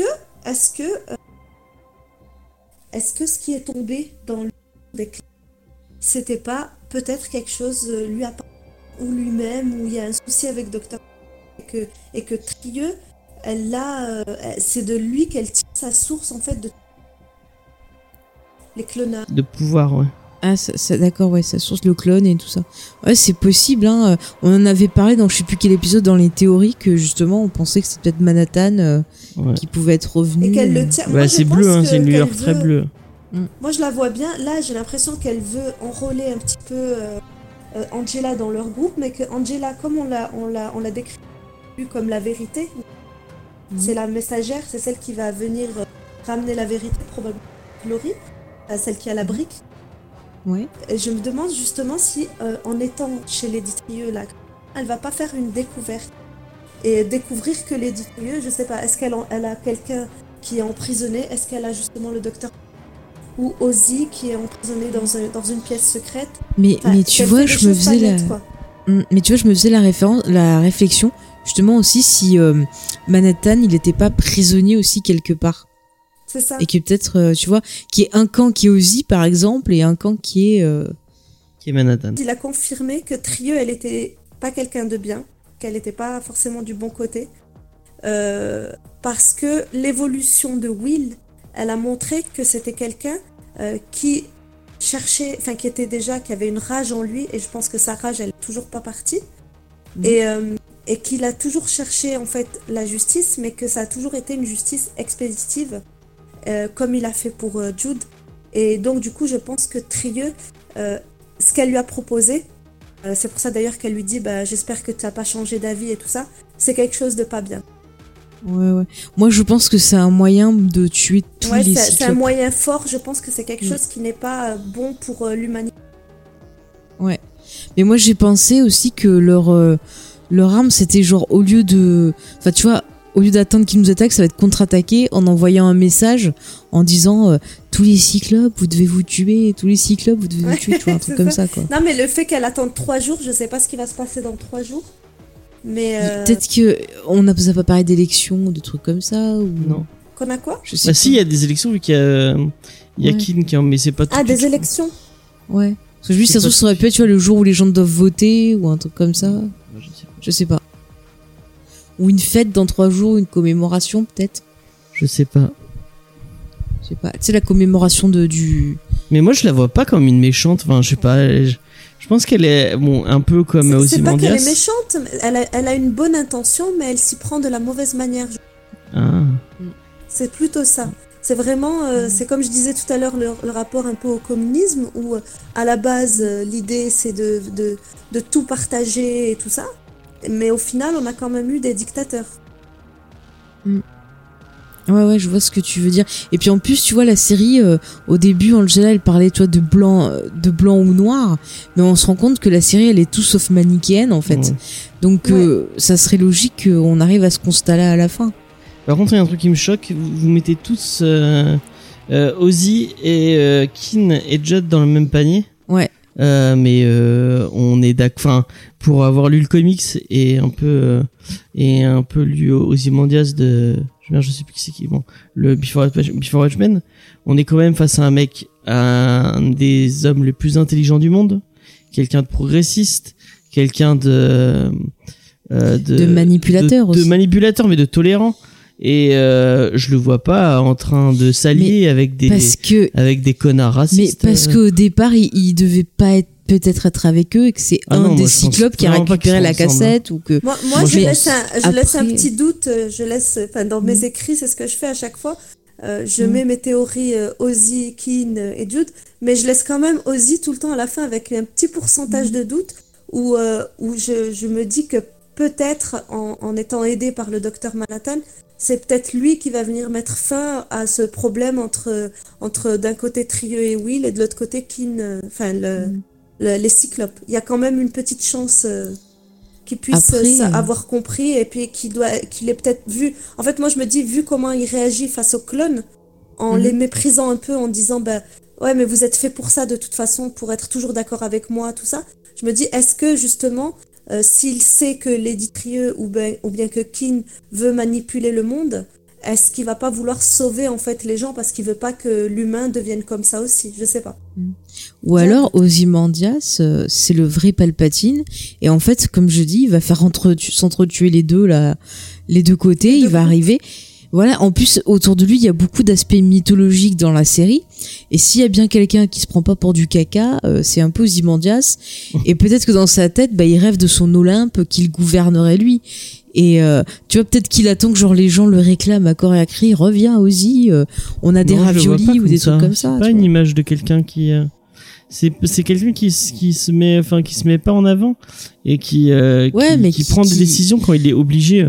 que ce qui est tombé dans le déclin, c'était pas peut-être quelque chose lui appartient ou lui-même, où il y a un souci avec Dr et que Trieux, c'est de lui qu'elle tire sa source en fait de les clonards. De pouvoir, ouais. Ah, d'accord, ouais, ça source le clone et tout ça. Ouais, c'est possible, hein. On en avait parlé dans je sais plus quel épisode dans les théories que justement on pensait que c'était peut-être Manhattan qui pouvait être revenu. Et qu'elle le tient. Moi, c'est bleu, hein, c'est une lueur très bleue. Moi, je la vois bien. Là, j'ai l'impression qu'elle veut enrôler un petit peu Angela dans leur groupe, mais que Angela, comme on l'a décrit comme la vérité, c'est la messagère, c'est celle qui va venir ramener la vérité, probablement Glory, celle qui a la brique. Ouais. Et je me demande justement si, en étant chez Lady Trieux, là, elle va pas faire une découverte et découvrir que Lady Trieux, je sais pas, est-ce qu'elle a quelqu'un qui est emprisonné, est-ce qu'elle a justement le docteur ou Ozzy qui est emprisonné dans une pièce secrète. Mais tu vois, je me faisais la réflexion justement aussi si Manhattan, il était pas prisonnier aussi quelque part. C'est ça. Et que peut-être, tu vois, qu'il y ait un camp qui est Ozzy, par exemple, et un camp qui est Manhattan. Il a confirmé que Trieux, elle était pas quelqu'un de bien, qu'elle était pas forcément du bon côté, parce que l'évolution de Will, elle a montré que c'était quelqu'un qui cherchait, enfin qui avait une rage en lui, et je pense que sa rage, elle est toujours pas partie, et qu'il a toujours cherché en fait la justice, mais que ça a toujours été une justice expéditive. Comme il a fait pour Jude. Et donc du coup je pense que Trieux, ce qu'elle lui a proposé, c'est pour ça d'ailleurs qu'elle lui dit j'espère que tu n'as pas changé d'avis et tout ça, c'est quelque chose de pas bien. Ouais. Moi je pense que c'est un moyen de tuer tous les cyclopes. C'est un moyen fort, je pense que c'est quelque chose qui n'est pas bon pour l'humanité. Ouais. Mais moi j'ai pensé aussi que leur arme c'était genre au lieu de... Enfin tu vois, au lieu d'attendre qu'il nous attaque, ça va être contre-attaqué en envoyant un message en disant tous les cyclopes, vous devez vous tuer, tous les cyclopes, vous devez vous tuer, tu vois, un truc comme ça, quoi. Non, mais le fait qu'elle attende 3 jours, je sais pas ce qui va se passer dans 3 jours. Mais peut-être que on a pas parlé d'élections, de trucs comme ça ou non. Qu'on a quoi? Je sais Bah si, il y a des élections vu qu'il y a Kin qui mais c'est pas tout. Ah, des élections. Ouais. Parce que juste ça se trouve ça aurait pu être, tu vois, le jour où les gens doivent voter ou un truc comme ça. Je sais pas. Ou une fête dans 3 jours, une commémoration peut-être. Je sais pas. Je sais pas. Tu sais, la commémoration du. Mais moi je la vois pas comme une méchante. Enfin, je sais pas. Je pense qu'elle est un peu comme Ozymandias. C'est pas qu'elle est méchante. Elle a une bonne intention, mais elle s'y prend de la mauvaise manière. Ah. C'est plutôt ça. C'est vraiment, c'est comme je disais tout à l'heure, le rapport un peu au communisme, où à la base, l'idée c'est de tout partager et tout ça. Mais au final, on a quand même eu des dictateurs. Ouais, je vois ce que tu veux dire. Et puis en plus, tu vois, la série, au début, Angela, elle parlait, toi, de blanc ou noir. Mais on se rend compte que la série, elle est tout sauf manichéenne, en fait. Ouais. Donc, ça serait logique qu'on arrive à ce constat-là à la fin. Par contre, il y a un truc qui me choque. Vous mettez tous Ozzy et Kin et Judd dans le même panier. Ouais. Mais on est d'accord. Enfin, pour avoir lu le comics et un peu lu Ozymandias de, je sais plus qui c'est qui. Bon, le Before Watchmen, on est quand même face à un des hommes les plus intelligents du monde, quelqu'un de progressiste, quelqu'un de manipulateur aussi. De manipulateur, mais de tolérant. Et je le vois pas en train de s'allier avec des connards racistes. Mais parce qu'au départ, il devait pas peut-être être avec eux et que c'est des cyclopes qui a récupéré la cassette ou que. Moi je laisse un petit doute. Dans mes écrits, c'est ce que je fais à chaque fois. Je mets mes théories Ozzy, Kin et Judd, mais je laisse quand même Ozzy tout le temps à la fin avec un petit pourcentage de doute où je me dis que peut-être en étant aidé par le docteur Manhattan, c'est peut-être lui qui va venir mettre fin à ce problème entre d'un côté Trieux et Will et de l'autre côté Kin, les cyclopes. Il y a quand même une petite chance qu'il puisse avoir compris et puis qu'il ait peut-être vu. En fait, moi je me dis, vu comment il réagit face aux clones, en les méprisant un peu, en disant ouais, mais vous êtes fait pour ça de toute façon, pour être toujours d'accord avec moi, tout ça. Je me dis, est-ce que justement, s'il sait que Lady Trieux ou bien que Kin veut manipuler le monde, est-ce qu'il va pas vouloir sauver en fait les gens parce qu'il veut pas que l'humain devienne comme ça aussi? Je sais pas. Ou alors Ozymandias, c'est le vrai Palpatine et en fait, comme je dis, il va faire s'entretuer les deux côtés, il va arriver. Voilà, en plus, autour de lui, il y a beaucoup d'aspects mythologiques dans la série. Et s'il y a bien quelqu'un qui se prend pas pour du caca, c'est un peu Ozymandias. Et peut-être que dans sa tête, il rêve de son Olympe qu'il gouvernerait lui. Et tu vois, peut-être qu'il attend que genre les gens le réclament à corps et à cri, reviens Ozzy, on a des raviolis ou des trucs comme ça. C'est pas une image de quelqu'un qui... C'est quelqu'un qui se met pas en avant et qui prend des décisions quand il est obligé.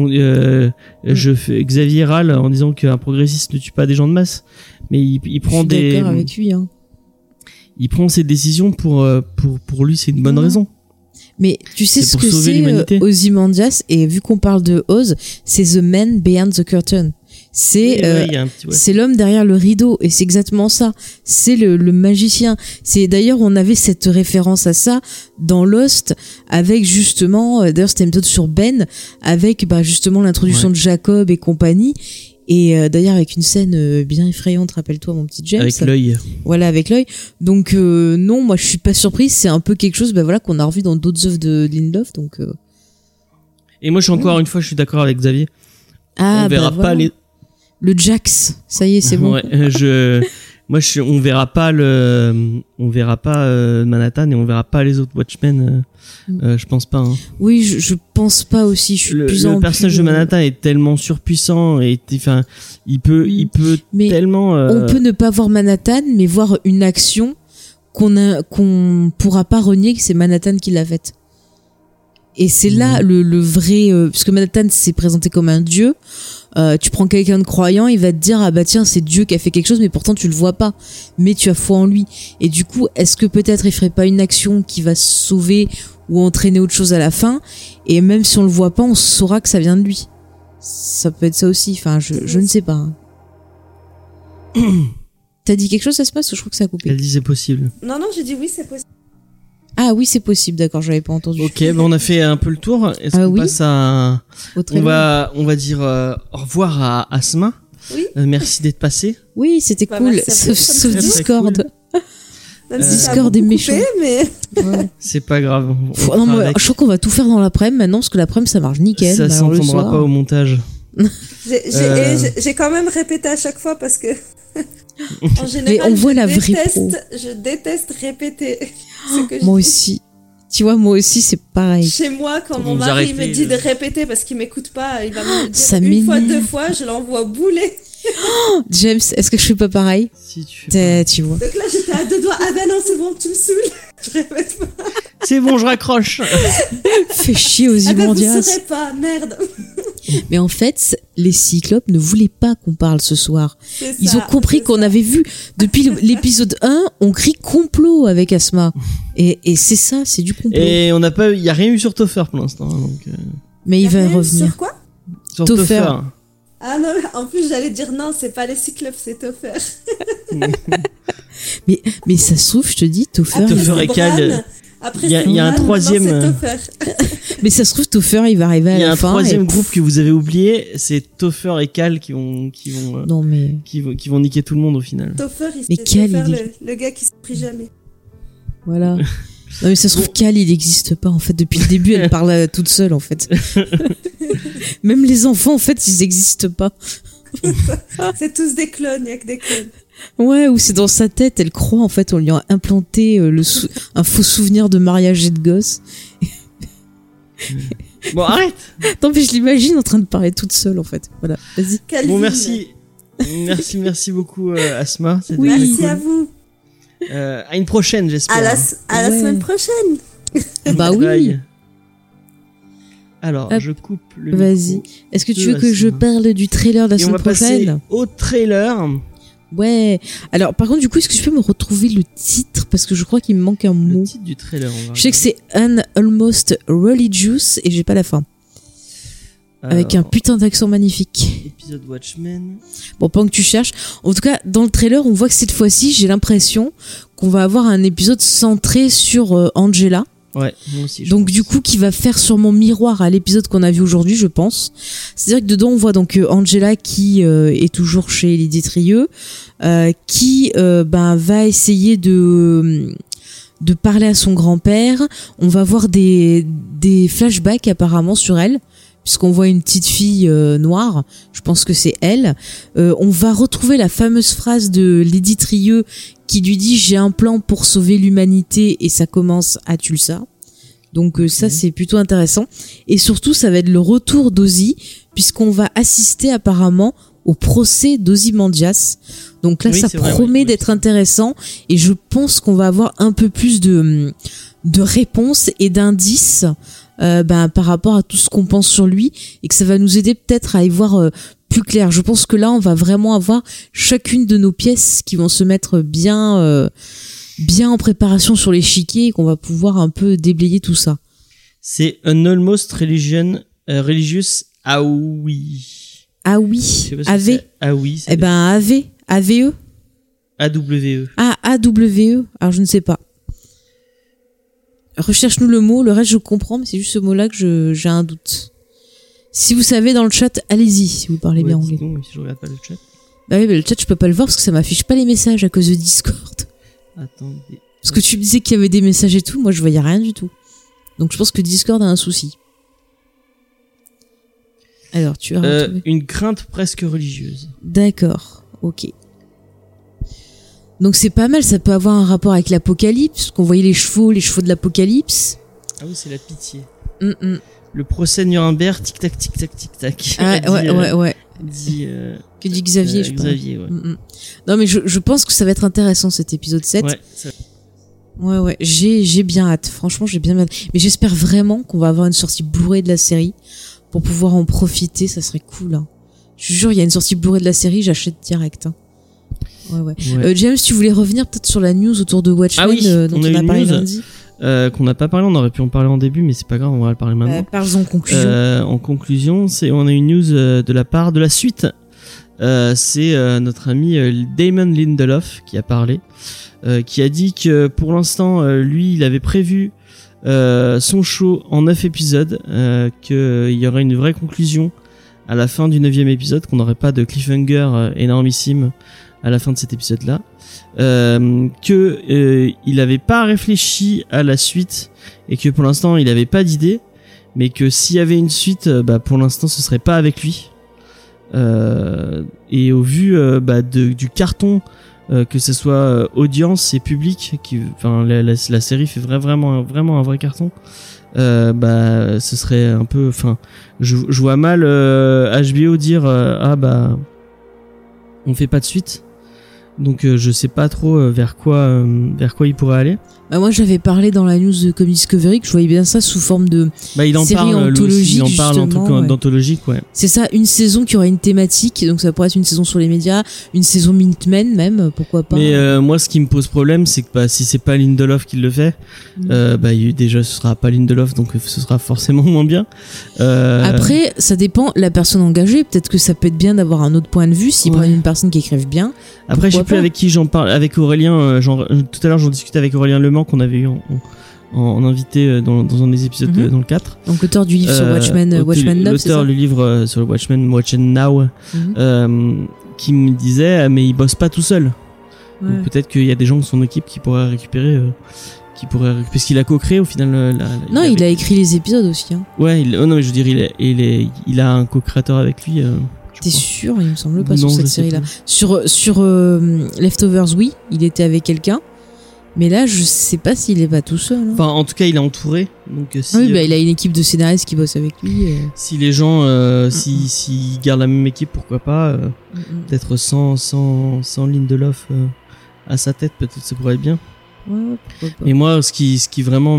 Xavier râle en disant qu'un progressiste ne tue pas des gens de masse, mais il prend des. Je suis d'accord avec lui. Hein. Il prend ses décisions pour lui, c'est une bonne raison. Mais tu sais ce que c'est Ozymandias, et vu qu'on parle de Oz, c'est The Man Behind the Curtain. C'est c'est l'homme derrière le rideau et c'est exactement ça. C'est le magicien. C'est d'ailleurs on avait cette référence à ça dans Lost avec justement d'ailleurs c'était une méthode sur Ben avec justement l'introduction de Jacob et compagnie. Et d'ailleurs avec une scène bien effrayante, rappelle-toi mon petit James. Avec l'œil. Voilà, avec l'œil. Donc non, moi je suis pas surprise, c'est un peu quelque chose qu'on a revu dans d'autres œuvres de Lindelof donc Et moi je suis encore une fois je suis d'accord avec Xavier. On verra pas les le Jax, ça y est, c'est bon. Ouais, on verra pas Manhattan et on verra pas les autres Watchmen. Je pense pas. Hein. Oui, je pense pas aussi. Je suis le personnage de Manhattan est tellement surpuissant et il peut mais tellement. On peut ne pas voir Manhattan, mais voir une action qu'on pourra pas renier que c'est Manhattan qui l'a faite. Et c'est là le vrai, parce que Manhattan s'est présenté comme un dieu. Tu prends quelqu'un de croyant, il va te dire tiens c'est Dieu qui a fait quelque chose mais pourtant tu le vois pas mais tu as foi en lui et du coup est-ce que peut-être il ferait pas une action qui va sauver ou entraîner autre chose à la fin et même si on le voit pas on saura que ça vient de lui. Ça peut être ça aussi. Enfin, je ne sais pas. T'as dit quelque chose, ça se passe, ou je crois que ça a coupé? Elle disait possible. Non, j'ai dit oui, c'est possible. Ah oui, c'est possible, d'accord, j'avais pas entendu. Ok, on a fait un peu le tour. Est-ce qu'on passe à... On va dire au revoir à Asma. Oui. Merci d'être passé. Oui, c'était cool, sauf Discord. Discord est méchant. Mais... Ouais. C'est pas grave. Je crois qu'on va tout faire dans l'après-midi maintenant, parce que l'après-midi ça marche nickel. Ça s'entendra pas au montage. J'ai quand même répété à chaque fois parce que en général, mais on voit la vraie pro. Je déteste répéter. Moi aussi. Tu vois, moi aussi, c'est pareil. Chez moi, quand mon mari me dit de répéter parce qu'il m'écoute pas, il va me dire ça une fois, 2 fois, je l'envoie bouler. James, est-ce que je fais pas pareil? Si, tu fais tu vois. Donc là, j'étais à 2 doigts. Ah ben non, c'est bon, tu me saoules. Je répète pas. C'est bon, je raccroche. Fais chier aux Imandias. Ah ben vous saurez pas, merde. Mais en fait, les Cyclopes ne voulaient pas qu'on parle ce soir. Ils ont compris qu'on avait vu, depuis l'épisode 1, on crie complot avec Asma. Et c'est ça, c'est du complot. Et il y a rien eu sur Topher pour l'instant. Donc, mais il va revenir. Sur quoi? Sur Topher. Ah non, en plus j'allais dire non, c'est pas les Cyclopes, c'est Topher. mais ça se trouve, je te dis, Topher et Cal. Après, il y a un troisième. Mais ça se trouve, Topher, il va arriver à la fin. Il y a un troisième groupe que vous avez oublié, c'est Topher et Cal qui vont niquer tout le monde au final. Topher, mais Cal, le gars qui se prie jamais. Voilà. Non mais ça se trouve, Cal, il n'existe pas en fait. Depuis le début, elle parle toute seule en fait. Même les enfants en fait, ils n'existent pas. C'est tous des clones, il n'y a que des clones. Ouais, ou c'est dans sa tête, elle croit en fait, on lui a implanté un faux souvenir de mariage et de gosse. Bon, arrête. Non mais je l'imagine en train de parler toute seule en fait. Voilà, vas-y. Calvin. Bon, merci beaucoup Asma. Oui, merci à vous. À une prochaine, j'espère. À la semaine prochaine. Bah oui. Bye. Alors, je coupe le Vas-y. Est-ce que tu veux que je parle du trailer de la semaine prochaine? On va passer au trailer. Ouais. Alors, par contre, du coup, est-ce que je peux me retrouver le titre? Parce que je crois qu'il me manque un mot. Le titre du trailer, je sais que c'est An Almost Religious et j'ai pas la fin. Alors, avec un putain d'accent magnifique. Épisode Watchmen. Bon, pendant que tu cherches. En tout cas, dans le trailer, on voit que cette fois-ci, j'ai l'impression qu'on va avoir un épisode centré sur Angela. Ouais, moi aussi. Donc du coup, qui va faire sûrement miroir à l'épisode qu'on a vu aujourd'hui, je pense. C'est-à-dire que dedans, on voit donc Angela qui est toujours chez Lydie Trieux, qui va essayer de parler à son grand-père. On va voir des flashbacks apparemment sur elle, puisqu'on voit une petite fille noire. Je pense que c'est elle. On va retrouver la fameuse phrase de Lydie Trieux qui lui dit « J'ai un plan pour sauver l'humanité » et ça commence à Tulsa. Donc ça, c'est plutôt intéressant. Et surtout, ça va être le retour d'Ozzy, puisqu'on va assister apparemment au procès d'Ozymandias. Donc là, ça promet d'être intéressant. Et je pense qu'on va avoir un peu plus de réponses et d'indices par rapport à tout ce qu'on pense sur lui. Et que ça va nous aider peut-être à y voir plus clair. Je pense que là, on va vraiment avoir chacune de nos pièces qui vont se mettre bien en préparation sur l'échiquier et qu'on va pouvoir un peu déblayer tout ça. C'est An Almost Religious AOE. Ah oui, AV. Ah oui. Eh ben AV, AVE. AWE. Ah, AWE. Alors je ne sais pas. Recherche-nous le mot, le reste je comprends, mais c'est juste ce mot-là que j'ai un doute. Si vous savez dans le chat, allez-y, si vous parlez bien anglais. Donc, si je regarde pas le chat. Bah oui, mais le chat je peux pas le voir parce que ça m'affiche pas les messages à cause de Discord. Attendez. Parce que tu me disais qu'il y avait des messages et tout, moi je voyais rien du tout. Donc je pense que Discord a un souci. Alors tu as retrouvé une crainte presque religieuse. D'accord, ok. Donc c'est pas mal, ça peut avoir un rapport avec l'apocalypse, parce qu'on voyait les chevaux de l'apocalypse. Ah oui, c'est la pitié. Le procès de Nuremberg, tic tac tic tac tic tac. Ah ouais. Que dit Xavier, je pense. Xavier, ouais. Non mais je pense que ça va être intéressant cet épisode 7. Ouais, j'ai bien hâte. Franchement, j'ai bien hâte. Mais j'espère vraiment qu'on va avoir une sortie Blu-ray de la série pour pouvoir en profiter, ça serait cool. Hein. Je te jure, il y a une sortie Blu-ray de la série, j'achète direct. Hein. Ouais. James, tu voulais revenir peut-être sur la news autour de Watchmen dont on a parlé lundi. qu'on n'a pas parlé. On aurait pu en parler en début, mais c'est pas grave, on va le parler maintenant. Parle en conclusion. En conclusion, on a une news de la part de la suite. C'est notre ami Damon Lindelof qui a parlé, qui a dit que pour l'instant, lui, il avait prévu son show en 9 épisodes, qu'il y aurait une vraie conclusion à la fin du 9e épisode, qu'on n'aurait pas de cliffhanger énormissime à la fin de cet épisode-là, il n'avait pas réfléchi à la suite et que pour l'instant il n'avait pas d'idée, mais que s'il y avait une suite, pour l'instant ce serait pas avec lui. Et au vu du carton, que ce soit audience et public, la série fait vraiment un vrai carton. Ce serait un peu, je vois mal HBO dire on fait pas de suite. Donc je sais pas trop vers quoi il pourrait aller. Moi j'avais parlé dans la news de Comic Discovery que je voyais bien ça sous forme de série anthologique. Il en parle en truc d'anthologique, ouais. C'est ça, une saison qui aurait une thématique, donc ça pourrait être une saison sur les médias, une saison Minutemen même, pourquoi pas. Mais moi ce qui me pose problème, c'est que si c'est pas Lindelof qui le fait, déjà ce sera pas Lindelof, donc ce sera forcément moins bien. Après ça dépend la personne engagée, peut-être que ça peut être bien d'avoir un autre point de vue s'ils prennent une personne qui écrive bien. Après je sais plus avec qui j'en parle, avec Aurélien, tout à l'heure j'en discutais avec Aurélien Lemans qu'on avait eu en invité dans un des épisodes dans le 4. Donc l'auteur du livre sur Watchmen Now, l'auteur du livre sur le Watchmen Now, qui me disait mais il bosse pas tout seul. Donc peut-être qu'il y a des gens de son équipe qui pourraient récupérer parce qu'il a co-créé au final il a écrit les épisodes aussi hein. Non mais je veux dire il a un co-créateur avec lui. T'es sûr? Il me semble pas sur cette série-là. Sur Leftovers, oui, il était avec quelqu'un. Mais là, je sais pas s'il est pas tout seul. Hein. Enfin, en tout cas, il est entouré. Donc, il a une équipe de scénaristes qui bosse avec lui. Si les gens, s'ils gardent la même équipe, pourquoi pas peut-être sans Lindelof à sa tête, peut-être ça pourrait être bien. Ouais, pourquoi pas. Et moi, ce qui vraiment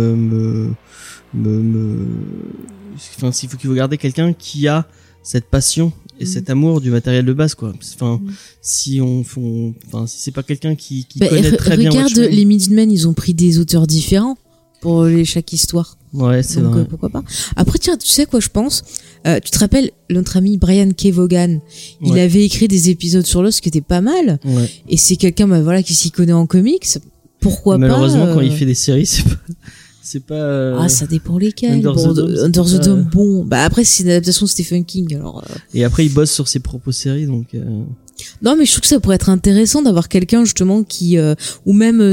s'il faut qu'il faut garder quelqu'un qui a cette passion et cet amour du matériel de base, quoi. Si c'est pas quelqu'un qui connaît très bien Regarde, Watchmen. les Minutemen, ils ont pris des auteurs différents pour chaque histoire. Ouais, c'est vrai. Pourquoi pas. Après, tiens, tu sais quoi, je pense, tu te rappelles notre ami Brian K. Vaughan, il avait écrit des épisodes sur Lost qui étaient pas mal. Ouais. Et c'est quelqu'un, qui s'y connaît en comics. Pourquoi Malheureusement, pas. Quand il fait des séries, c'est pas ça dépend lesquels. Under the Dome, bon. Après, c'est une adaptation de Stephen King, alors. Et après, il bosse sur ses propres séries, donc. Non, mais je trouve que ça pourrait être intéressant d'avoir quelqu'un, justement, qui, ou même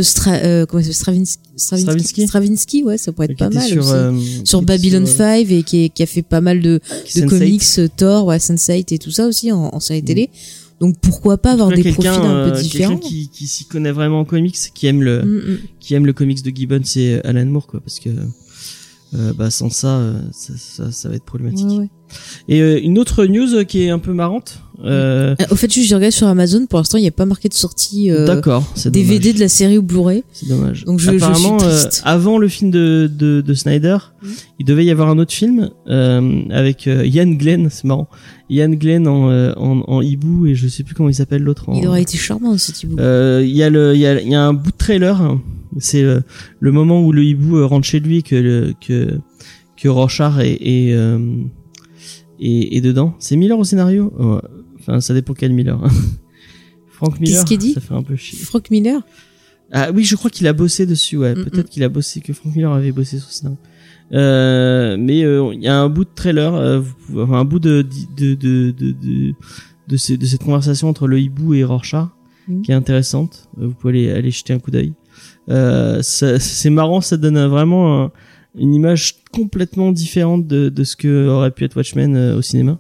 Stravinsky, ouais, ça pourrait être pas mal sur Babylon 5 et qui a fait pas mal de comics, Thor, Sense8 et tout ça aussi en série télé. Donc pourquoi pas avoir des profils un peu différents. Quelqu'un qui s'y connaît vraiment en comics, qui aime le comics de Gibbons et Alan Moore, quoi, parce que sans ça va être problématique. Ouais. Et une autre news qui est un peu marrante. Au fait, je regarde sur Amazon, pour l'instant il n'y a pas marqué de sortie D'accord, c'est DVD dommage. de la série ou Blu-ray. C'est dommage. Donc apparemment, je suis triste. avant le film de Snyder, il devait y avoir un autre film avec Ian Glenn, c'est marrant. Ian Glenn en hibou, et je sais plus comment il s'appelle l'autre. Il aurait été charmant cet hibou. Il y a un bout de trailer, c'est le moment où le hibou rentre chez lui, que Rorschach est dedans. C'est Miller au scénario. Ouais. Enfin, ça dépend quel Miller. Frank Miller. Qu'est-ce qu'il dit? Ça fait un peu chier. Frank Miller? Ah oui, je crois qu'il a bossé dessus, ouais. Peut-être qu'il a bossé, que Frank Miller avait bossé sur le scénario. Mais il y a un bout de trailer, un bout de cette conversation entre le hibou et Rorschach, qui est intéressante. Vous pouvez aller jeter un coup d'œil. C'est marrant, ça donne vraiment une image complètement différente de ce que aurait pu être Watchmen au cinéma.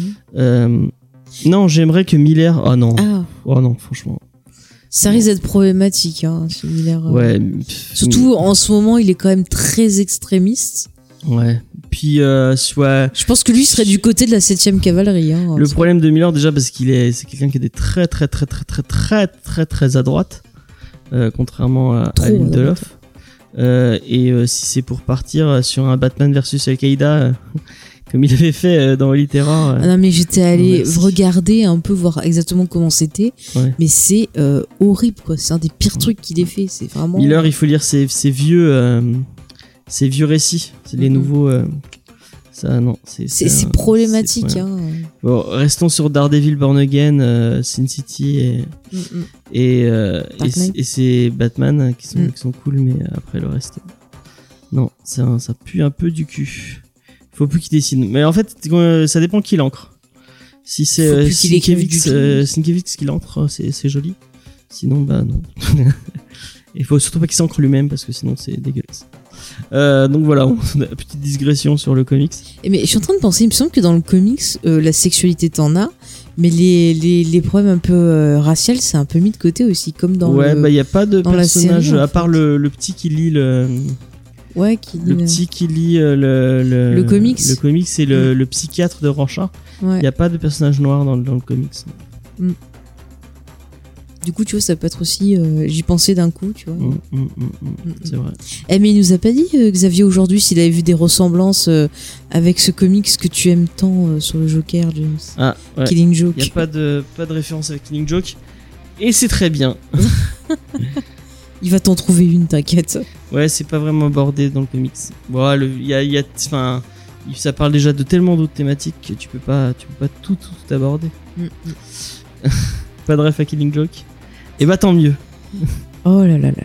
Non, j'aimerais que Miller. Oh non, franchement. Ça risque d'être problématique, hein, ce Miller. Ouais. Surtout en ce moment, il est quand même très extrémiste. Ouais. Puis je pense que lui serait du côté de la 7e cavalerie. Hein, le problème de Miller déjà parce c'est quelqu'un qui est très très très très très très très très à droite, contrairement à Lindelof. Et si c'est pour partir sur un Batman versus Al-Qaïda, comme il avait fait dans Holy Terror. Non, mais j'étais allé regarder un peu, voir exactement comment c'était. Ouais. Mais c'est horrible, quoi. C'est un des pires trucs qu'il ait fait. C'est vraiment. Miller, il faut lire ses vieux récits. C'est les nouveaux. Ça, non, c'est problématique. Hein. Bon, restons sur Daredevil, Born Again, Sin City et c'est Batman qui sont cool, mais après le reste. Non, ça pue un peu du cul. Faut plus qu'il dessine. Mais en fait, ça dépend qui l'encre. Si c'est Sienkiewicz qui l'encre, c'est joli. Sinon, bah non. Il faut surtout pas qu'il s'encre lui-même parce que sinon c'est dégueulasse. Donc voilà, on a une petite digression sur le comics. Mais je suis en train de penser, il me semble que dans le comics, la sexualité t'en as, mais les problèmes un peu raciales, c'est un peu mis de côté aussi, comme dans bah il y a pas de personnage série, à part le petit qui lit le. Ouais, petit qui lit le comics. Le comics et le psychiatre de Rorschach. Ouais. Il y a pas de personnage noir dans le comics. Du coup, tu vois, ça peut être aussi. J'y pensais d'un coup, tu vois. C'est vrai. Mais il nous a pas dit, Xavier, aujourd'hui, s'il avait vu des ressemblances avec ce comics que tu aimes tant sur le Joker, James. Ah, ouais. Killing Joke. Il y a pas de référence avec Killing Joke. Et c'est très bien. Il va t'en trouver une, t'inquiète. Ouais, c'est pas vraiment abordé dans le comics. Bon, ça parle déjà de tellement d'autres thématiques que tu peux pas tout aborder. Pas de ref à Killing Joke. Et bah tant mieux. Oh là là là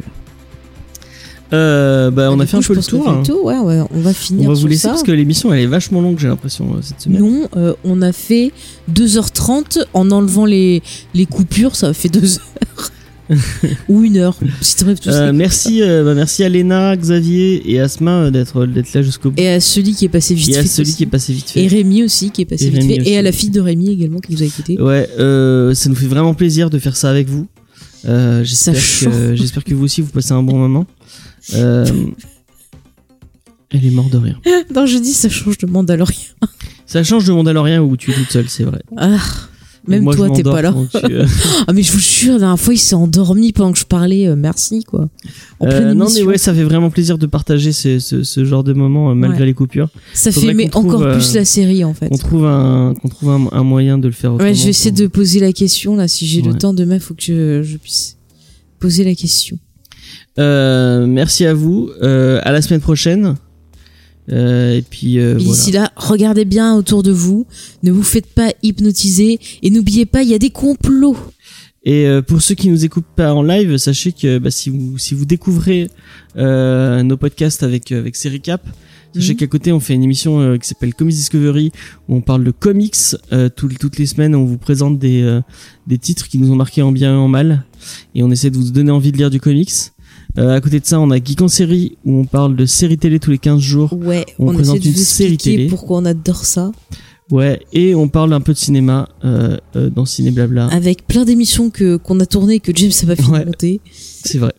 là. On a fait un peu le tour. Ouais, on va finir. On va vous laisser ça. parce que l'émission elle est vachement longue, j'ai l'impression, cette semaine. Non, on a fait 2h30 en enlevant les coupures, ça a fait 2 heures. Ou 1 heure. Si t'enlèves tout ça. Merci à Léna, Xavier et Asma d'être là jusqu'au bout. Et à celui qui est passé vite fait. Et Rémi aussi qui est passé vite fait. Et à la fille de Rémi également qui nous a écouté. Ouais, ça nous fait vraiment plaisir de faire ça avec vous. J'espère que vous aussi vous passez un bon moment. Elle est morte de rire. Non, je dis ça change de Mandalorian. Ça change de Mandalorian où tu es toute seule, c'est vrai. Même moi, toi, t'es pas là. Ah, mais je vous jure, la dernière fois, il s'est endormi pendant que je parlais. Merci, quoi. Non, mais ouais, ça fait vraiment plaisir de partager ce genre de moment malgré les coupures. Ça fait mais encore plus la série, en fait. On trouve un moyen de le faire autrement. Ouais, je vais essayer de poser la question, là. Si j'ai le temps demain, il faut que je puisse poser la question. Merci à vous. À la semaine prochaine. Et puis d'ici là, regardez bien autour de vous, ne vous faites pas hypnotiser et n'oubliez pas, il y a des complots. Et pour ceux qui nous écoutent pas en live, sachez que si vous découvrez nos podcasts avec ces recaps, sachez qu'à côté on fait une émission qui s'appelle Comics Discovery où on parle de comics toutes les semaines. On vous présente des titres qui nous ont marqué en bien et en mal et on essaie de vous donner envie de lire du comics. À côté de ça, on a Geek en série où on parle de séries télé tous les 15 jours. Ouais, on présente une série télé. Pourquoi on adore ça. Ouais, et on parle un peu de cinéma dans Ciné Blabla. Avec plein d'émissions qu'on a tournées et que James n'a pas fini de monter. C'est vrai.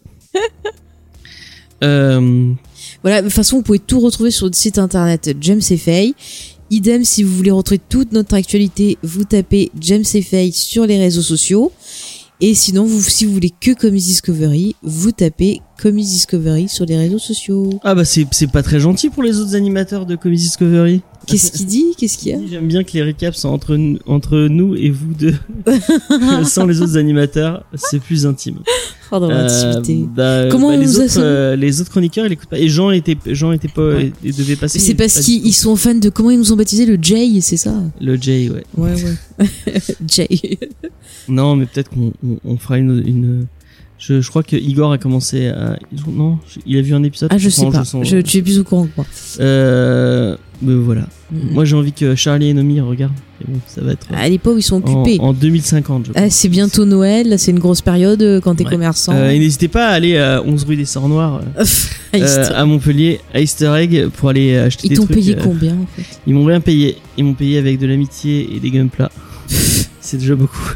Voilà, de toute façon, vous pouvez tout retrouver sur le site internet James et Faye. Idem, si vous voulez retrouver toute notre actualité, vous tapez James et Faye sur les réseaux sociaux. Et sinon, si vous voulez que Comics Discovery, vous tapez Comics Discovery sur les réseaux sociaux. Ah bah c'est pas très gentil pour les autres animateurs de Comics Discovery. Qu'est-ce qu'il dit ? Qu'est-ce qu'il y a ? J'aime bien que les recaps sont entre nous et vous deux. Sans les autres animateurs, c'est plus intime. Dans l'intimité. Comment les autres chroniqueurs, ils écoutent pas. Et Jean était pas, il devait passer. C'est parce qu'ils sont fans de comment ils nous ont baptisé le Jay, c'est ça ? Le Jay, ouais. Ouais. Jay. Non, mais peut-être qu'on fera une. Je crois que Igor a commencé à. Non, il a vu un épisode. Ah, je sais pas. Tu es plus au courant que moi. Mais voilà. Moi, j'ai envie que Charlie et Nomi regardent. Et bon, ça va être. À l'époque, ils sont occupés. En 2050, je crois. C'est bientôt Noël. Là, c'est une grosse période quand t'es commerçant. Et n'hésitez pas à aller à 11 rue des Sorts Noirs à Montpellier, à Easter Egg, pour aller acheter des trucs. Ils t'ont payé combien, en fait ? Ils m'ont rien payé. Ils m'ont payé avec de l'amitié et des gunpla. C'est déjà beaucoup.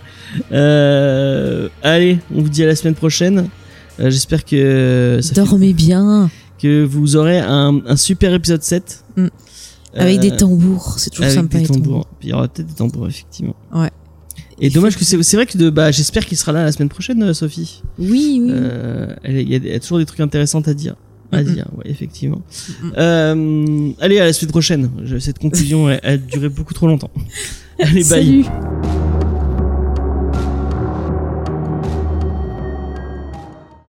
Allez, on vous dit à la semaine prochaine. J'espère que dormez bien, que vous aurez un super épisode 7 avec des tambours, c'est toujours sympa. Avec des tambours. Puis il y aura peut-être des tambours, effectivement. Ouais. Et dommage que c'est vrai que j'espère qu'il sera là la semaine prochaine, Sophie. Oui. Il y a toujours des trucs intéressants à dire. à dire, ouais, effectivement. Allez, à la semaine prochaine. Cette conclusion a duré beaucoup trop longtemps. Allez, bye. Salut.